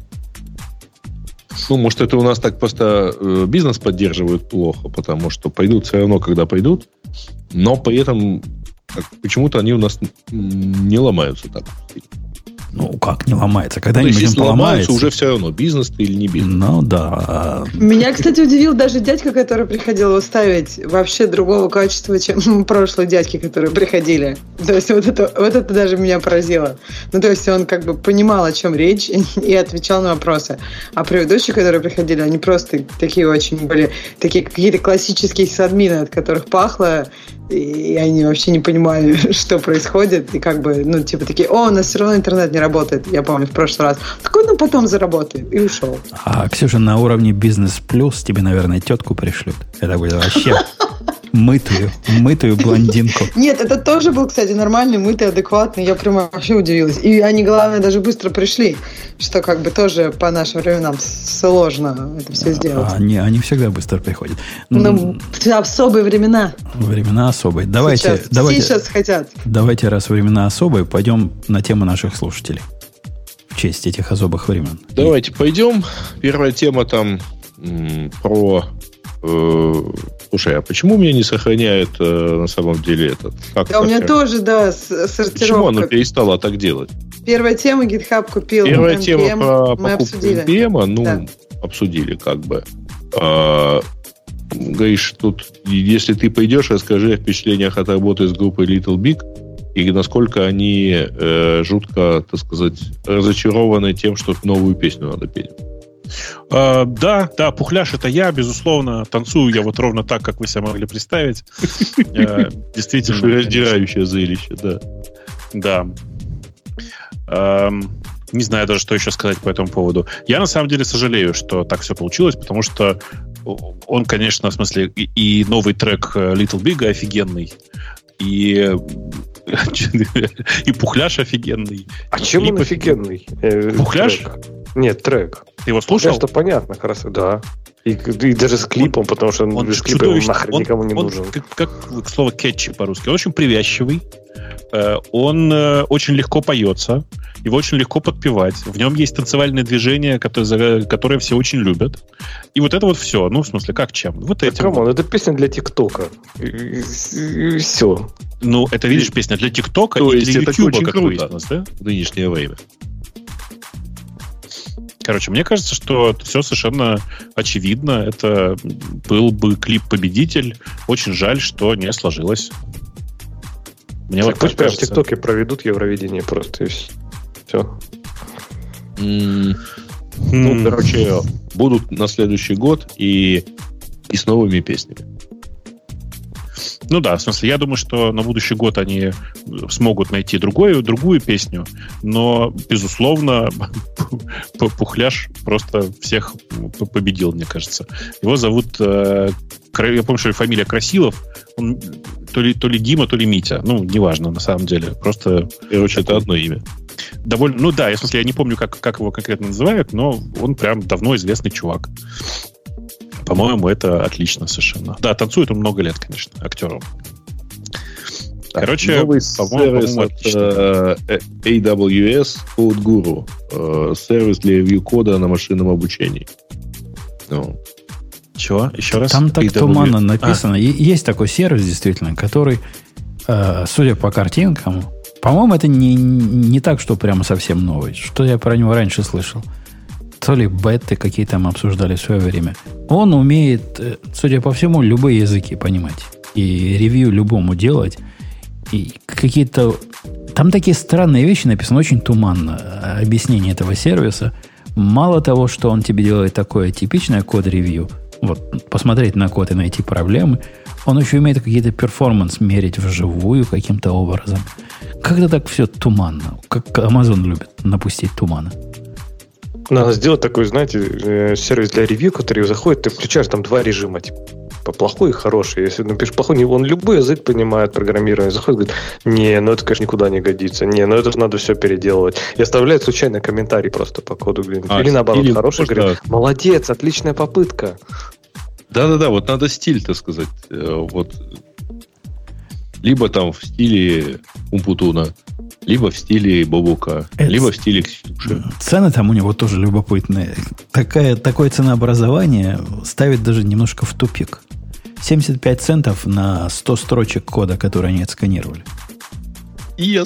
Speaker 5: Может, это у нас так просто бизнес поддерживают плохо, потому что придут все равно, когда придут, но при этом почему-то они у нас не ломаются так.
Speaker 1: Ну, как не ломается? Когда-нибудь
Speaker 5: то есть, если
Speaker 1: он поломается.
Speaker 5: уже все равно, бизнес ты или не бизнес.
Speaker 1: Ну, да.
Speaker 6: Меня, кстати, удивил даже дядька, который приходил его ставить, вообще другого качества, чем прошлые дядьки, которые приходили. То есть вот это даже меня поразило. Ну, то есть он как бы понимал, о чем речь, и отвечал на вопросы. А предыдущие, которые приходили, они просто такие очень были, такие какие-то классические сисадмины, от которых пахло, и они вообще не понимали, что происходит, и как бы, ну, типа такие, у нас все равно интернет не работает, я помню, в прошлый раз. Такой, ну, потом заработает, и ушел.
Speaker 1: А, Ксюша, на уровне бизнес плюс тебе, наверное, тетку пришлют. Это будет вообще мытую блондинку.
Speaker 6: Нет, это тоже был, кстати, нормальный, мытый, адекватный, я прям вообще удивилась. И они, главное, даже быстро пришли, что как бы тоже по нашим временам сложно это все сделать.
Speaker 1: Они всегда быстро приходят.
Speaker 6: Ну, особые времена.
Speaker 1: Времена особые. Давайте,
Speaker 6: все сейчас хотят.
Speaker 1: Давайте, раз времена особые, пойдем на тему наших слушателей. В честь этих особых времен.
Speaker 5: Давайте пойдем. Первая тема там про... Слушай, а почему у меня не сохраняет на самом деле этот?
Speaker 6: Да, у меня тоже, да, сортировка.
Speaker 5: Почему она перестала так делать?
Speaker 6: Первая тема GitHub купил.
Speaker 5: Первая
Speaker 6: NPM,
Speaker 5: тема про покупку NPM, ну,
Speaker 6: да.
Speaker 5: Обсудили как бы. Говоришь, тут, если ты пойдешь, расскажи о впечатлениях от работы с группой Little Big и насколько они жутко, так сказать, разочарованы тем, что новую песню надо петь.
Speaker 2: Да, Пухляш — это я, безусловно. Танцую я вот ровно так, как вы себе могли представить. Действительно.
Speaker 5: Раздирающее зрелище, да.
Speaker 2: Да. Не знаю даже, что еще сказать по этому поводу. Я на самом деле сожалею, что так все получилось, потому что он, конечно, в смысле, и новый трек Little Big офигенный, и Пухляш офигенный.
Speaker 3: А чем он офигенный?
Speaker 2: Пухляш?
Speaker 3: Трек. Нет, трек.
Speaker 2: Ты его слушал?
Speaker 3: Что понятно, хорошо, да. И даже с клипом, потому что он без клипа нахрен никому не нужен.
Speaker 2: Как слово кетчи по-русски. Он очень привязчивый. Он очень легко поется. Его очень легко подпевать. В нем есть танцевальные движения, которые все очень любят. И вот это вот все. Ну, в смысле, как чем? Вот этим.
Speaker 3: Камон, это песня для ТикТока. И все.
Speaker 2: Ну, это, видишь, песня для ТикТока и для Ютуба, как выяснилось, да?
Speaker 5: В нынешнее время.
Speaker 2: Короче, мне кажется, что все совершенно очевидно. Это был бы клип-победитель. Очень жаль, что не сложилось.
Speaker 3: Мне вот пусть прям в ТикТоке проведут Евровидение просто, и все.
Speaker 5: Ну, короче, будут на следующий год и с новыми песнями.
Speaker 2: Ну да, в смысле, я думаю, что на будущий год они смогут найти другую песню, но, безусловно, Пухляш просто всех победил, мне кажется. Его зовут, я помню, что фамилия Красилов, он то ли Дима, то ли Митя. Ну, неважно, на самом деле. Просто,
Speaker 5: короче, это одно имя.
Speaker 2: Довольно, ну да, в смысле, я не помню, как его конкретно называют, но он прям давно известный чувак. По-моему, это отлично совершенно. Да, танцует он много лет, конечно, актером.
Speaker 5: Короче, новый сервис от AWS Code Guru. Сервис для ревью кода на машинном обучении.
Speaker 2: Ну. Чего? Еще раз?
Speaker 1: Там так туманно написано. Есть такой сервис, действительно, который, судя по картинкам, по-моему, это не так, что прямо совсем новый. Что я про него раньше слышал. То ли беты какие там обсуждали в свое время. Он умеет, судя по всему, любые языки понимать. И ревью любому делать. И какие-то... Там такие странные вещи написаны, очень туманно. Объяснение этого сервиса. Мало того, что он тебе делает такое типичное код-ревью, вот, посмотреть на код и найти проблемы, он еще умеет какие-то перформанс мерить вживую каким-то образом. Как-то так все туманно. Как Amazon любит напустить тумана.
Speaker 3: Надо сделать такой, знаете, сервис для ревью, который заходит, ты включаешь там два режима, типа плохой и хороший. Если напишешь плохой, он любой язык понимает, программирование, заходит, говорит, не, ну это, конечно, никуда не годится, не, ну это надо все переделывать. И оставляет случайно комментарий просто по коду. Или наоборот, или хороший, говорит, молодец, отличная попытка.
Speaker 5: Да-да-да, вот надо стиль, так сказать, вот либо там в стиле Умпутуна, либо в стиле Бобука, либо в стиле Ксюши.
Speaker 1: Цены там у него тоже любопытные. Такое ценообразование ставит даже немножко в тупик. 75 центов на 100 строчек кода, которые они отсканировали.
Speaker 5: Yes.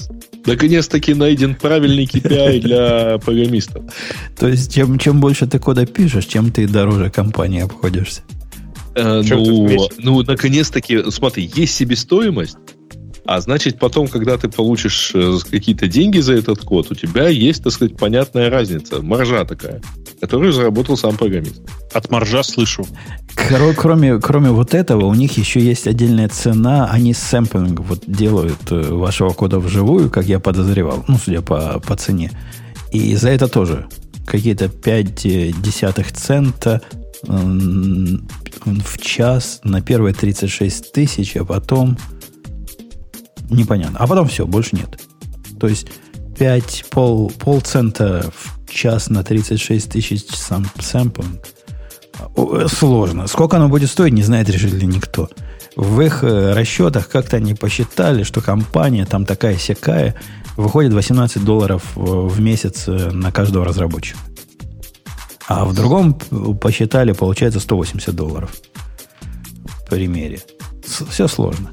Speaker 5: Наконец-таки найден правильный KPI для программистов.
Speaker 1: То есть, чем больше ты кода пишешь, чем ты дороже компании обходишься.
Speaker 5: Наконец-таки, смотри, есть себестоимость, а значит, потом, когда ты получишь какие-то деньги за этот код, у тебя есть, так сказать, понятная разница, маржа такая, которую заработал сам программист.
Speaker 2: От маржа слышу.
Speaker 1: Кроме вот этого, у них еще есть отдельная цена. Они сэмплинг вот делают вашего кода вживую, как я подозревал, судя по цене. И за это тоже какие-то 0,5 цента в час на первые 36 тысяч, а потом непонятно. А потом все, больше нет. То есть полцента в час на 36 тысяч сам сэмплинг. Сложно. Сколько оно будет стоить, не знает решительно никто. В их расчетах как-то они посчитали, что компания там такая-сякая, выходит $18 в месяц на каждого разработчика. А в другом посчитали, получается $180 в примере. Все сложно.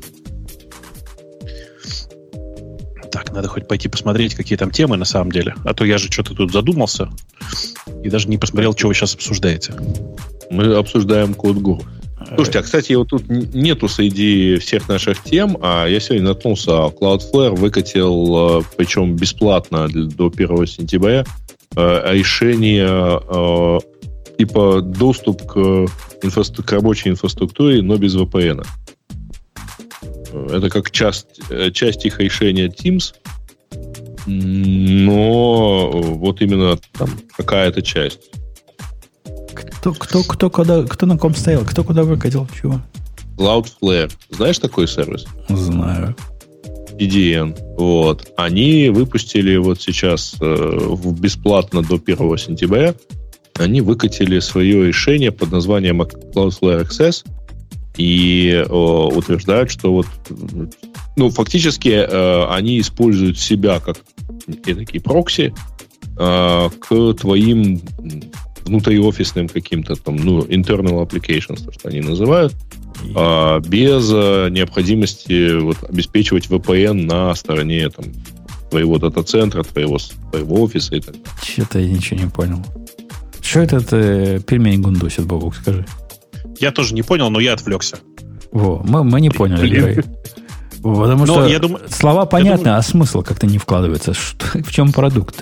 Speaker 2: Так, надо хоть пойти посмотреть, какие там темы на самом деле. А то я же что-то тут задумался и даже не посмотрел, что вы сейчас обсуждаете.
Speaker 5: Мы обсуждаем код-гуру. Слушайте, а, кстати, вот тут нету среди всех наших тем, а я сегодня наткнулся, Cloudflare выкатил, причем бесплатно до 1 сентября, решение типа доступ к рабочей инфраструктуре, но без VPN. Это как часть их решения Teams, но вот именно там какая-то часть.
Speaker 1: Кто на ком стоял? Кто куда выкатил? Чего?
Speaker 5: Cloudflare. Знаешь такой сервис?
Speaker 1: Знаю.
Speaker 5: CDN. Вот. Они выпустили вот сейчас бесплатно до 1 сентября. Они выкатили свое решение под названием Cloudflare Access и утверждают, что вот, фактически они используют себя как такие прокси к твоим внутриофисным каким-то там, internal applications, то, что они называют, без необходимости обеспечивать VPN на стороне там, твоего дата-центра, твоего офиса и так далее.
Speaker 1: Что-то я ничего не понял. Что этот пельмень гундосит, Бобок, скажи? Я
Speaker 2: тоже не понял, но я отвлекся.
Speaker 1: Мы не поняли. Потому что слова понятны, а смысл как-то не вкладывается. В чем продукт-то?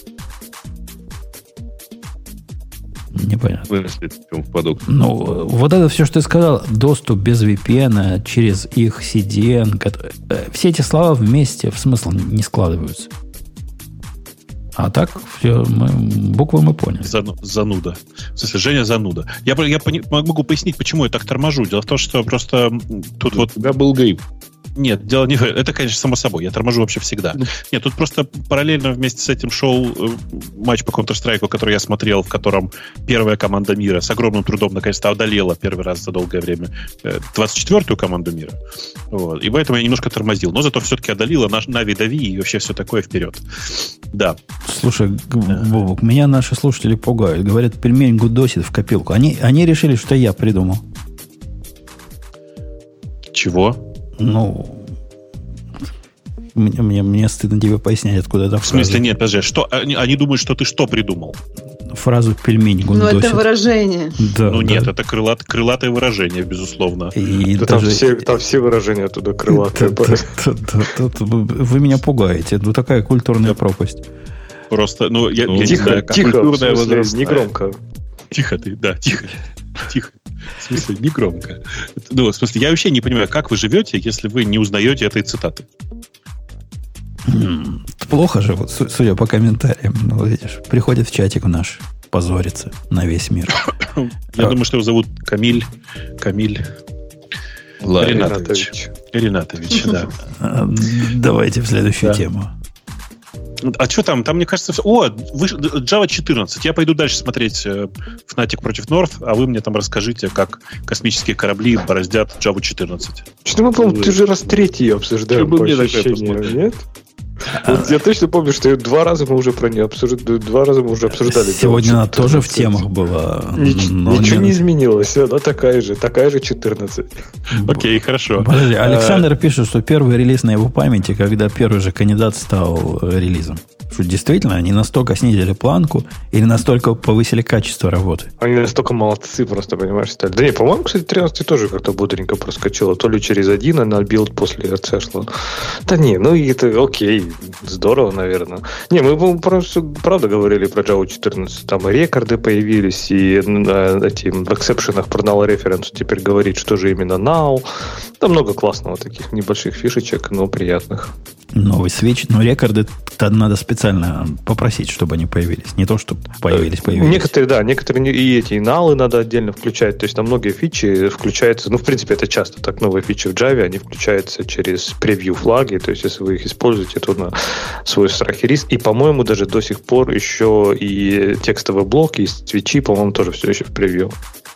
Speaker 1: Непонятно. Вот это все, что ты сказал, доступ без VPN через их CDN, все эти слова вместе в смысл не складываются. А так все, буквы мы поняли.
Speaker 2: Зануда. В смысле, Женя зануда. Я могу пояснить, почему я так торможу. Дело в том, что просто тут
Speaker 5: у тебя был гейм.
Speaker 2: Нет, дело не в этом. Это, конечно, само собой. Я торможу вообще всегда. Нет, тут просто параллельно вместе с этим шел матч по Counter-Strike, который я смотрел, в котором первая команда мира с огромным трудом наконец-то одолела первый раз за долгое время 24-ю команду мира. Вот. И поэтому я немножко тормозил. Но зато все-таки одолела Нави-Дави и вообще все такое вперед. Да.
Speaker 1: Слушай, Бобок, меня наши слушатели пугают. Говорят, пельмень гудосит в копилку. Они решили, что я придумал.
Speaker 2: Чего?
Speaker 1: Мне стыдно тебе пояснять, откуда это
Speaker 2: фраза. В смысле, нет, подожди, что, они думают, что ты что придумал?
Speaker 1: Фразу «пельмень гундосит».
Speaker 6: Это выражение.
Speaker 1: Да,
Speaker 2: нет, это крылатое выражение, безусловно.
Speaker 3: Там все выражения оттуда крылатые.
Speaker 1: Вы меня пугаете. Такая культурная пропасть.
Speaker 2: Просто, я
Speaker 3: не знаю, как культурная возраст. Не громко.
Speaker 2: Тихо ты, да, тихо. В смысле, не громко. В смысле, я вообще не понимаю, как вы живете, если вы не узнаете этой цитаты.
Speaker 1: Плохо же, судя по комментариям. Видишь, приходит в чатик наш позориться на весь мир.
Speaker 2: Я думаю, что его зовут Камиль Ринатович, да.
Speaker 1: Давайте в следующую тему.
Speaker 2: А что там? Там, мне кажется... Java 14. Я пойду дальше смотреть Fnatic против North, а вы мне там расскажите, как космические корабли бороздят Java 14.
Speaker 3: Что мы, по-моему, ты же раз третий обсуждаем.
Speaker 5: Нет?
Speaker 3: Вот я точно помню, что 2 раза мы уже про нее обсуждали.
Speaker 1: Сегодня она тоже в темах была.
Speaker 3: Ничего не изменилось. Она такая же 14.
Speaker 2: Окей, хорошо.
Speaker 1: Подожди, Александр пишет, что первый релиз на его памяти, когда первый же кандидат стал релизом. Что действительно, они настолько снизили планку или настолько повысили качество работы?
Speaker 3: Они настолько молодцы просто, понимаешь, стали. Да не, по-моему, кстати, 13 тоже как-то бодренько проскочила. То ли через 1, а на билд после RC шла. Да не, ну и это окей, здорово, наверное. Не, мы просто правда говорили про Java 14. Там и рекорды появились, и в эксепшенах про null reference теперь говорит, что же именно now. Там много классного таких небольших фишечек, но приятных.
Speaker 1: Новый свич, но рекорды надо специально попросить, чтобы они появились. Не то, чтобы появились.
Speaker 3: Некоторые и эти налы надо отдельно включать. То есть там многие фичи включаются, в принципе, это часто так, новые фичи в Java, они включаются через превью флаги, то есть если вы их используете, то на свой страх и риск. И, по-моему, даже до сих пор еще и текстовый блок, и свечи, по-моему, тоже все еще в превью.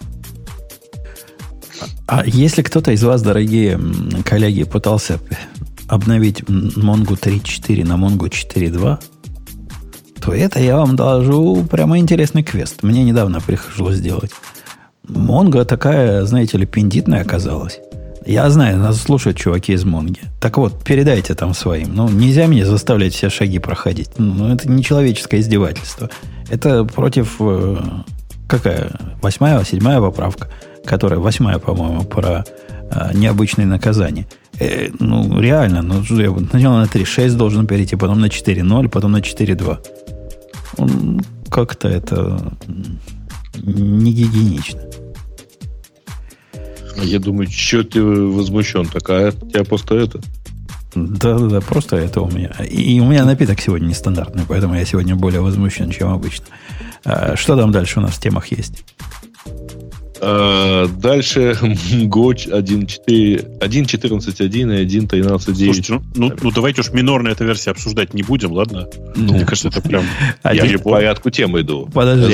Speaker 1: А если кто-то из вас, дорогие коллеги, пытался обновить Mongo 3.4 на Mongo 4.2, то это я вам доложу прямо интересный квест. Мне недавно пришлось делать. Mongo такая, знаете ли, пиндитная оказалась. Я знаю, нас слушают чуваки из Монги. Так вот, передайте там своим. Нельзя меня заставлять все шаги проходить. Это не человеческое издевательство. Это против... Какая? 8-я, 7-я поправка, которая 8-я, по-моему, про необычные наказания. Реально, сначала на 3.6 должен перейти, потом на 4.0, потом на 4.2. Как-то это не гигиенично.
Speaker 5: Я думаю, что ты возмущен такая? Тебя просто это?
Speaker 1: Да, просто это у меня. И у меня напиток сегодня нестандартный, поэтому я сегодня более возмущен, чем обычно. Что там дальше у нас в темах есть?
Speaker 5: Дальше Go 1.14.1 и 1.13.9.
Speaker 2: Слушайте, давайте уж минорную эту версию обсуждать не будем, ладно? Мне кажется, это прям...
Speaker 5: Я по порядку темы иду.
Speaker 1: Подожди,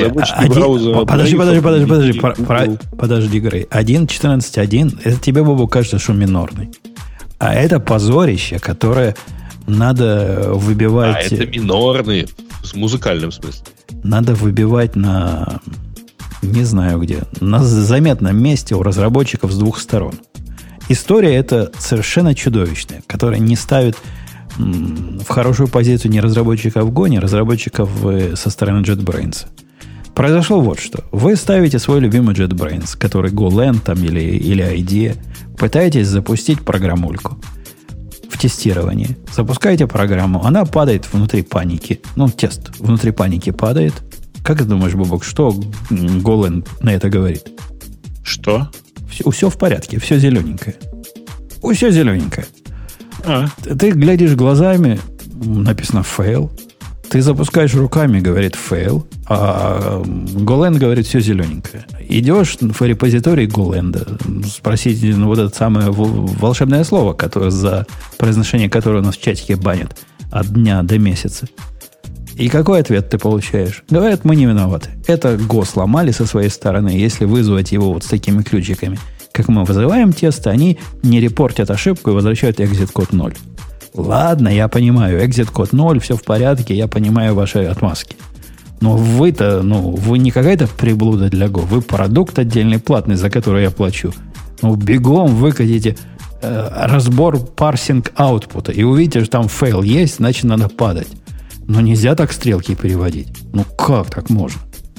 Speaker 1: Грей. 1.14.1, это тебе, Бобу, кажется, что минорный. А это позорище, которое надо выбивать...
Speaker 5: А это минорный, в музыкальном смысле.
Speaker 1: Надо выбивать на... Не знаю где. На заметном месте у разработчиков с двух сторон. История эта совершенно чудовищная, которая не ставит в хорошую позицию ни разработчиков Go, ни разработчиков со стороны JetBrains. Произошло вот что. Вы ставите свой любимый JetBrains, который GoLand там, или IDEA, пытаетесь запустить программульку в тестировании. Запускаете программу, она падает внутри паники. Тест внутри паники падает. Как ты думаешь, Бобок, что GoLand на это говорит?
Speaker 2: Что?
Speaker 1: Все в порядке, все зелененькое. Все зелененькое. Ты глядишь глазами, написано fail. Ты запускаешь руками, говорит fail. А GoLand говорит все зелененькое. Идешь в репозиторий GoLand, спросить вот это самое волшебное слово, за произношение которого нас в чатике банят от дня до месяца. И какой ответ ты получаешь? Говорят, мы не виноваты. Это Go сломали со своей стороны. Если вызвать его вот с такими ключиками, как мы вызываем тесты, они не репортят ошибку и возвращают exit-код 0. Ладно, я понимаю, exit-код 0, все в порядке, я понимаю ваши отмазки. Но вы-то, вы не какая-то приблуда для Go, вы продукт отдельный, платный, за который я плачу. Бегом выкатите разбор парсинг аутпута и увидите, что там фейл есть, значит, надо падать. Но нельзя так стрелки переводить. Как так можно?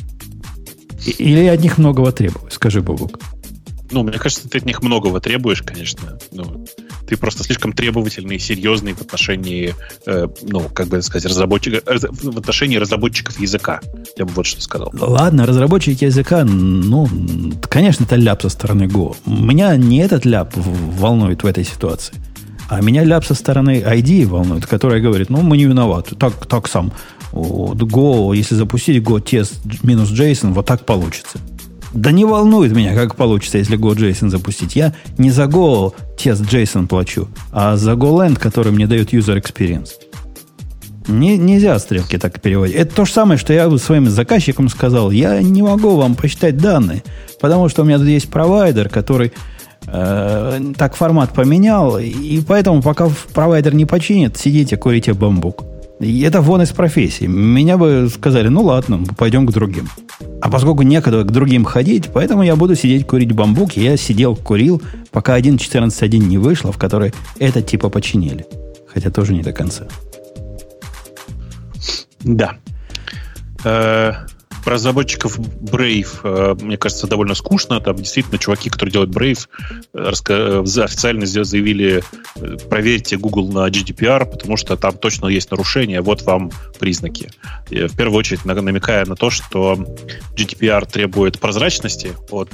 Speaker 1: Или я от них многого требую? Скажи, Бобук.
Speaker 2: Мне кажется, ты от них многого требуешь, конечно. Ты просто слишком требовательный и серьезный в отношении, разработчиков, в отношении разработчиков языка. Я бы вот что сказал.
Speaker 1: Ладно, разработчики языка, конечно, это ляп со стороны Go. Меня не этот ляп волнует в этой ситуации. А меня ляп со стороны IDEA волнует, которая говорит, мы не виноваты. Так сам. Go, если запустить Go тест минус JSON, вот так получится. Да не волнует меня, как получится, если Go JSON запустить. Я не за Go тест JSON плачу, а за GoLand, который мне дает user experience. Нельзя стрелки так переводить. Это то же самое, что я своим заказчикам сказал. Я не могу вам посчитать данные, потому что у меня тут есть провайдер, который так формат поменял, и поэтому пока провайдер не починит, сидите, курите бамбук. И это вон из профессии. Меня бы сказали, ну ладно, пойдем к другим. А поскольку некогда к другим ходить, поэтому я буду сидеть курить бамбук. Я сидел, курил, пока 1.14.1 не вышло, в которой это типа починили. Хотя тоже не до конца.
Speaker 2: Да. Про разработчиков Brave, мне кажется, довольно скучно. Там действительно чуваки, которые делают Brave, официально заявили, проверьте Google на GDPR, потому что там точно есть нарушения. Вот вам признаки. И в первую очередь намекая на то, что GDPR требует прозрачности от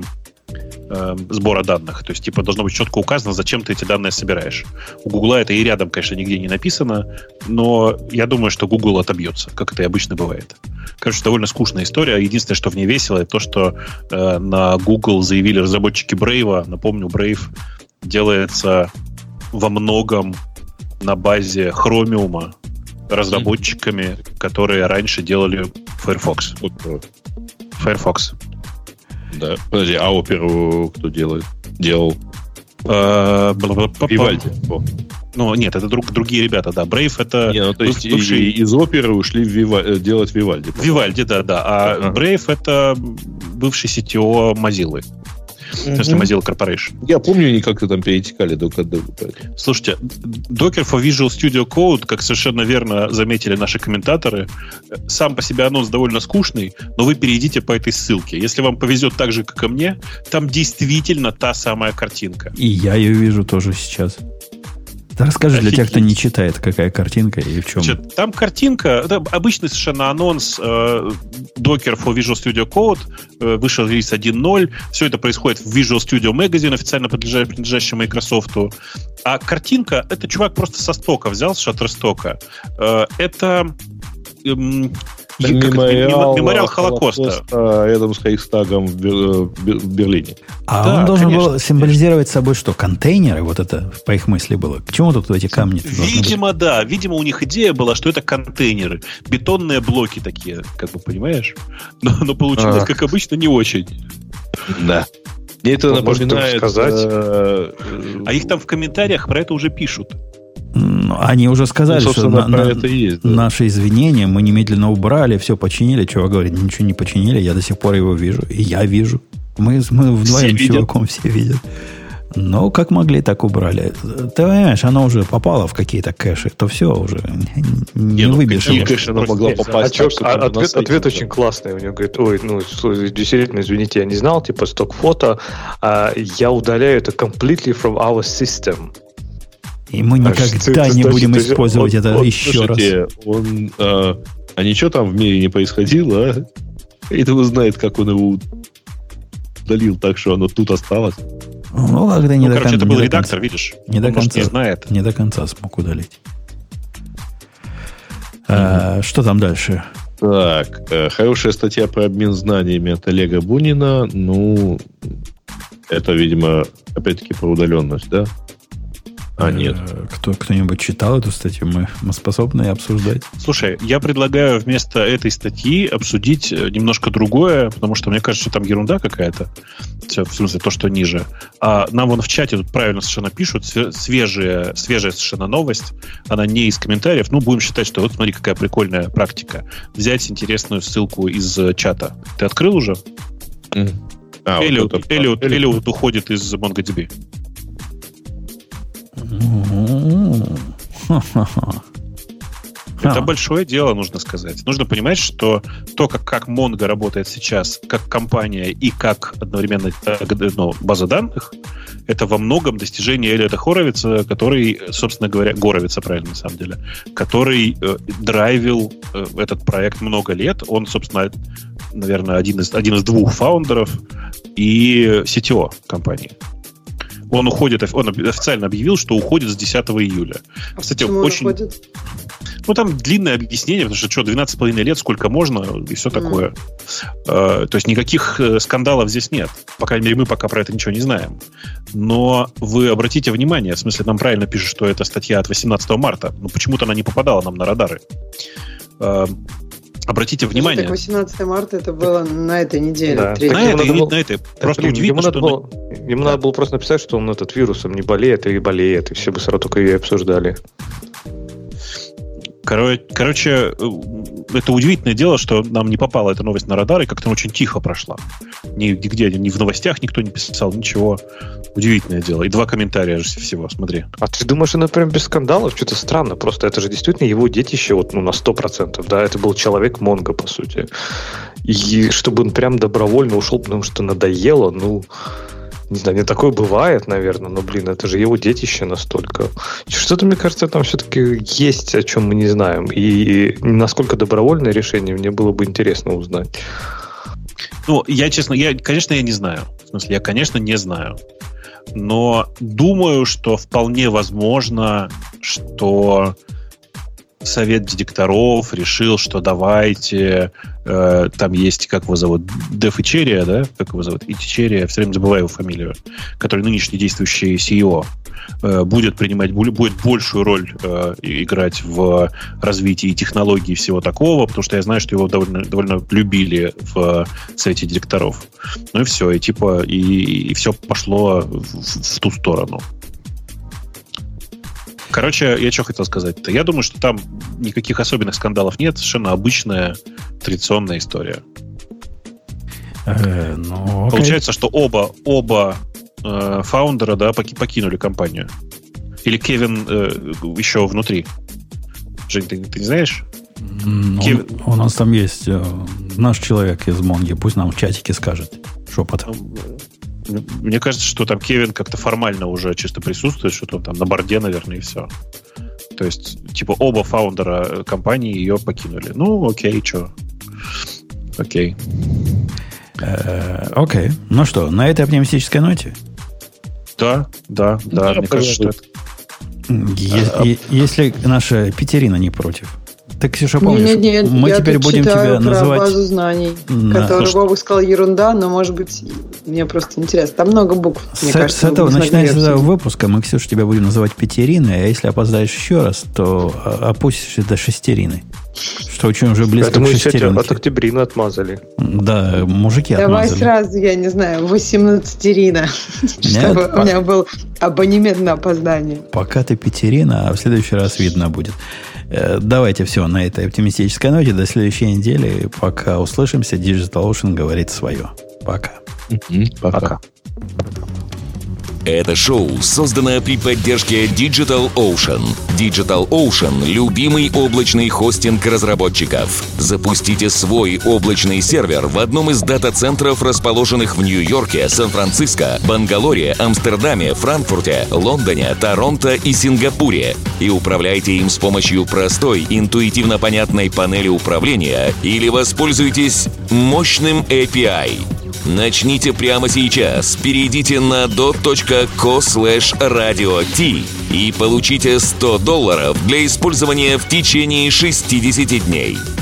Speaker 2: сбора данных. То есть, типа, должно быть четко указано, зачем ты эти данные собираешь. У Гугла это и рядом, конечно, нигде не написано, но я думаю, что Google отобьется, как это и обычно бывает. Короче, довольно скучная история. Единственное, что в ней весело, это то, что на Google заявили разработчики Brave. Напомню, Brave делается во многом на базе Chromium разработчиками, которые раньше делали Firefox. Firefox.
Speaker 5: Да. Подожди, а оперу кто делает? Делал? Вивальди.
Speaker 2: Ну, нет, это другие ребята, да. Brave это...
Speaker 5: Не, ну, то есть бывший... из оперы ушли делать Вивальди.
Speaker 2: Вивальди, да. А Brave это бывший CTO Mozilla. В смысле, Mozilla Corporation.
Speaker 5: Я помню, они как-то там перетекали друг от друга.
Speaker 2: Слушайте, Docker for Visual Studio Code, как совершенно верно заметили наши комментаторы, сам по себе анонс довольно скучный, но вы перейдите по этой ссылке. Если вам повезет так же, как и мне, там действительно та самая картинка.
Speaker 1: И я ее вижу тоже сейчас. Да расскажи для тех, кто не читает, какая картинка и в чем.
Speaker 2: Значит, там картинка, это обычный совершенно анонс Docker for Visual Studio Code, вышел релиз 1.0, все это происходит в Visual Studio Magazine, официально принадлежащий Microsoft. А картинка, это чувак просто со стока взял, с Shutterstock. Это мемориал Холокоста.
Speaker 5: Рядом с Рейхстагом в Берлине.
Speaker 1: А да, он должен был символизировать собой что? Контейнеры? Вот это, по их мысли, было. К чему тут эти камни?
Speaker 2: Видимо, да. Видимо, у них идея была, что это контейнеры. Бетонные блоки такие, как бы, понимаешь? Но получилось, как обычно, не очень.
Speaker 5: Да. Мне это напоминает...
Speaker 3: сказать.
Speaker 2: А их там в комментариях про это уже пишут.
Speaker 1: Они уже сказали, что
Speaker 5: это есть, да.
Speaker 1: Наши извинения мы немедленно убрали, все починили. Чувак говорит, ничего не починили, я до сих пор его вижу. И я вижу. Мы вдвоем с чуваком все видят. Но как могли, так убрали. Ты понимаешь, оно уже попало в какие-то кэши, то все уже не выбьешь.
Speaker 5: Какие кэши оно могло попасть?
Speaker 3: Ответ очень классный. У него говорит, действительно, извините, я не знал, типа сток-фото. Я удаляю это completely from our system.
Speaker 1: И мы никогда не будем использовать это еще раз.
Speaker 5: А ничего там в мире не происходило, а? И кто знает, как он его удалил так, что оно тут осталось.
Speaker 1: Ну, когда не до конца.
Speaker 2: Это был редактор, видишь?
Speaker 1: Не до конца,
Speaker 2: не знает.
Speaker 1: Не до конца смог удалить. Что там дальше?
Speaker 5: Так, хорошая статья про обмен знаниями от Олега Бунина. Ну, это, видимо, опять-таки про удаленность, да? Нет.
Speaker 1: Кто-нибудь читал эту статью? Мы способны обсуждать?
Speaker 2: Слушай, я предлагаю вместо этой статьи обсудить немножко другое, потому что мне кажется, что там ерунда какая-то. Все, в смысле, то, что ниже. А нам вон в чате тут правильно совершенно пишут. Свежая совершенно новость. Она не из комментариев. Ну, будем считать, что вот смотри, какая прикольная практика. Взять интересную ссылку из чата. Ты открыл уже? Эллиот уходит из MongoDB. Это большое дело, нужно сказать. Нужно понимать, что то, как Mongo работает сейчас, как компания и как одновременно база данных, это во многом достижение Эллиота Хоровица, который, собственно говоря, Горовица, правильно, на самом деле, который драйвил этот проект много лет. Он, собственно, наверное, один из двух фаундеров и CTO компании. Он официально объявил, что уходит с 10 июля. Кстати, очень... уходит? Ну, там длинное объяснение, потому что 12,5 лет, сколько можно, и все такое. То есть никаких скандалов здесь нет. По крайней мере, мы пока про это ничего не знаем. Но вы обратите внимание, в смысле, нам правильно пишут, что это статья от 18 марта, но почему-то она не попадала нам на радары. Обратите внимание.
Speaker 6: Так 18 марта это было на этой неделе.
Speaker 3: Да.
Speaker 2: На этой. Просто удивительно, что...
Speaker 3: Ему надо было просто написать, что он этот вирусом не болеет, и все бы сразу только ее обсуждали.
Speaker 2: Короче, это удивительное дело, что нам не попала эта новость на радар, и как-то очень тихо прошла. Нигде, ни в новостях никто не писал, ничего. Удивительное дело. И 2 комментария же всего, смотри.
Speaker 3: А ты думаешь, она прям без скандалов? Что-то странно. Просто это же действительно его детище на 100%. Да, это был человек Монго, по сути. И чтобы он прям добровольно ушел, потому что надоело, не знаю, не такое бывает, наверное, но, это же его детище настолько. Что-то, мне кажется, там все-таки есть, о чем мы не знаем. И насколько добровольное решение, мне было бы интересно узнать.
Speaker 2: Конечно, я не знаю. В смысле, я, конечно, не знаю. Но думаю, что вполне возможно, что совет директоров решил, что давайте, там есть, как его зовут, Деф Ичерия, да? Как его зовут? Ичерия, все время забываю его фамилию, который нынешний действующий CEO, будет большую роль играть в развитии технологий и всего такого, потому что я знаю, что его довольно любили в совете директоров. Ну и все, и все пошло в ту сторону. Короче, я что хотел сказать-то? Я думаю, что там никаких особенных скандалов нет. Совершенно обычная, традиционная история. Получается, что оба фаундера, да, покинули компанию. Или Кевин еще внутри. Жень, ты не знаешь?
Speaker 1: У нас там есть наш человек из Монги. Пусть нам в чатике скажет шепотом.
Speaker 2: Мне кажется, что там Кевин как-то формально уже чисто присутствует, что-то он там на борде, наверное, и все. То есть, оба фаундера компании ее покинули. Окей, что? Окей.
Speaker 1: Окей. Ну что, на этой оптимистической ноте?
Speaker 2: Да, мне кажется, что это...
Speaker 1: Если наша Петерина не против. Так, Ксюша, помнишь,
Speaker 6: нет,
Speaker 1: мы теперь будем тебя называть...
Speaker 6: базу знаний, которую Бобук сказал ерунда, но, может быть, мне просто интересно. Там много букв, мне кажется.
Speaker 1: С этого, начиная с этого выпуска, мы, Ксюша, тебя будем называть Петериной, а если опоздаешь еще раз, то опустишься до Шестерины. Что очень уже близко к Шестеринке.
Speaker 3: От Октябрина отмазали.
Speaker 1: Да, мужики
Speaker 6: Давай
Speaker 1: отмазали.
Speaker 6: Сразу, я не знаю, 18-рина, чтобы у меня был абонемент на опоздание.
Speaker 1: Пока ты Петерина, а в следующий раз видно будет. Давайте все на этой оптимистической ноте. До следующей недели. Пока услышимся. DigitalOcean говорит свое. Пока.
Speaker 2: Пока.
Speaker 4: Это шоу создано при поддержке DigitalOcean. DigitalOcean – любимый облачный хостинг разработчиков. Запустите свой облачный сервер в одном из дата-центров, расположенных в Нью-Йорке, Сан-Франциско, Бангалоре, Амстердаме, Франкфурте, Лондоне, Торонто и Сингапуре. И управляйте им с помощью простой, интуитивно понятной панели управления или воспользуйтесь мощным API. Начните прямо сейчас. Перейдите на dot.co/radio-t и получите $100 для использования в течение 60 дней.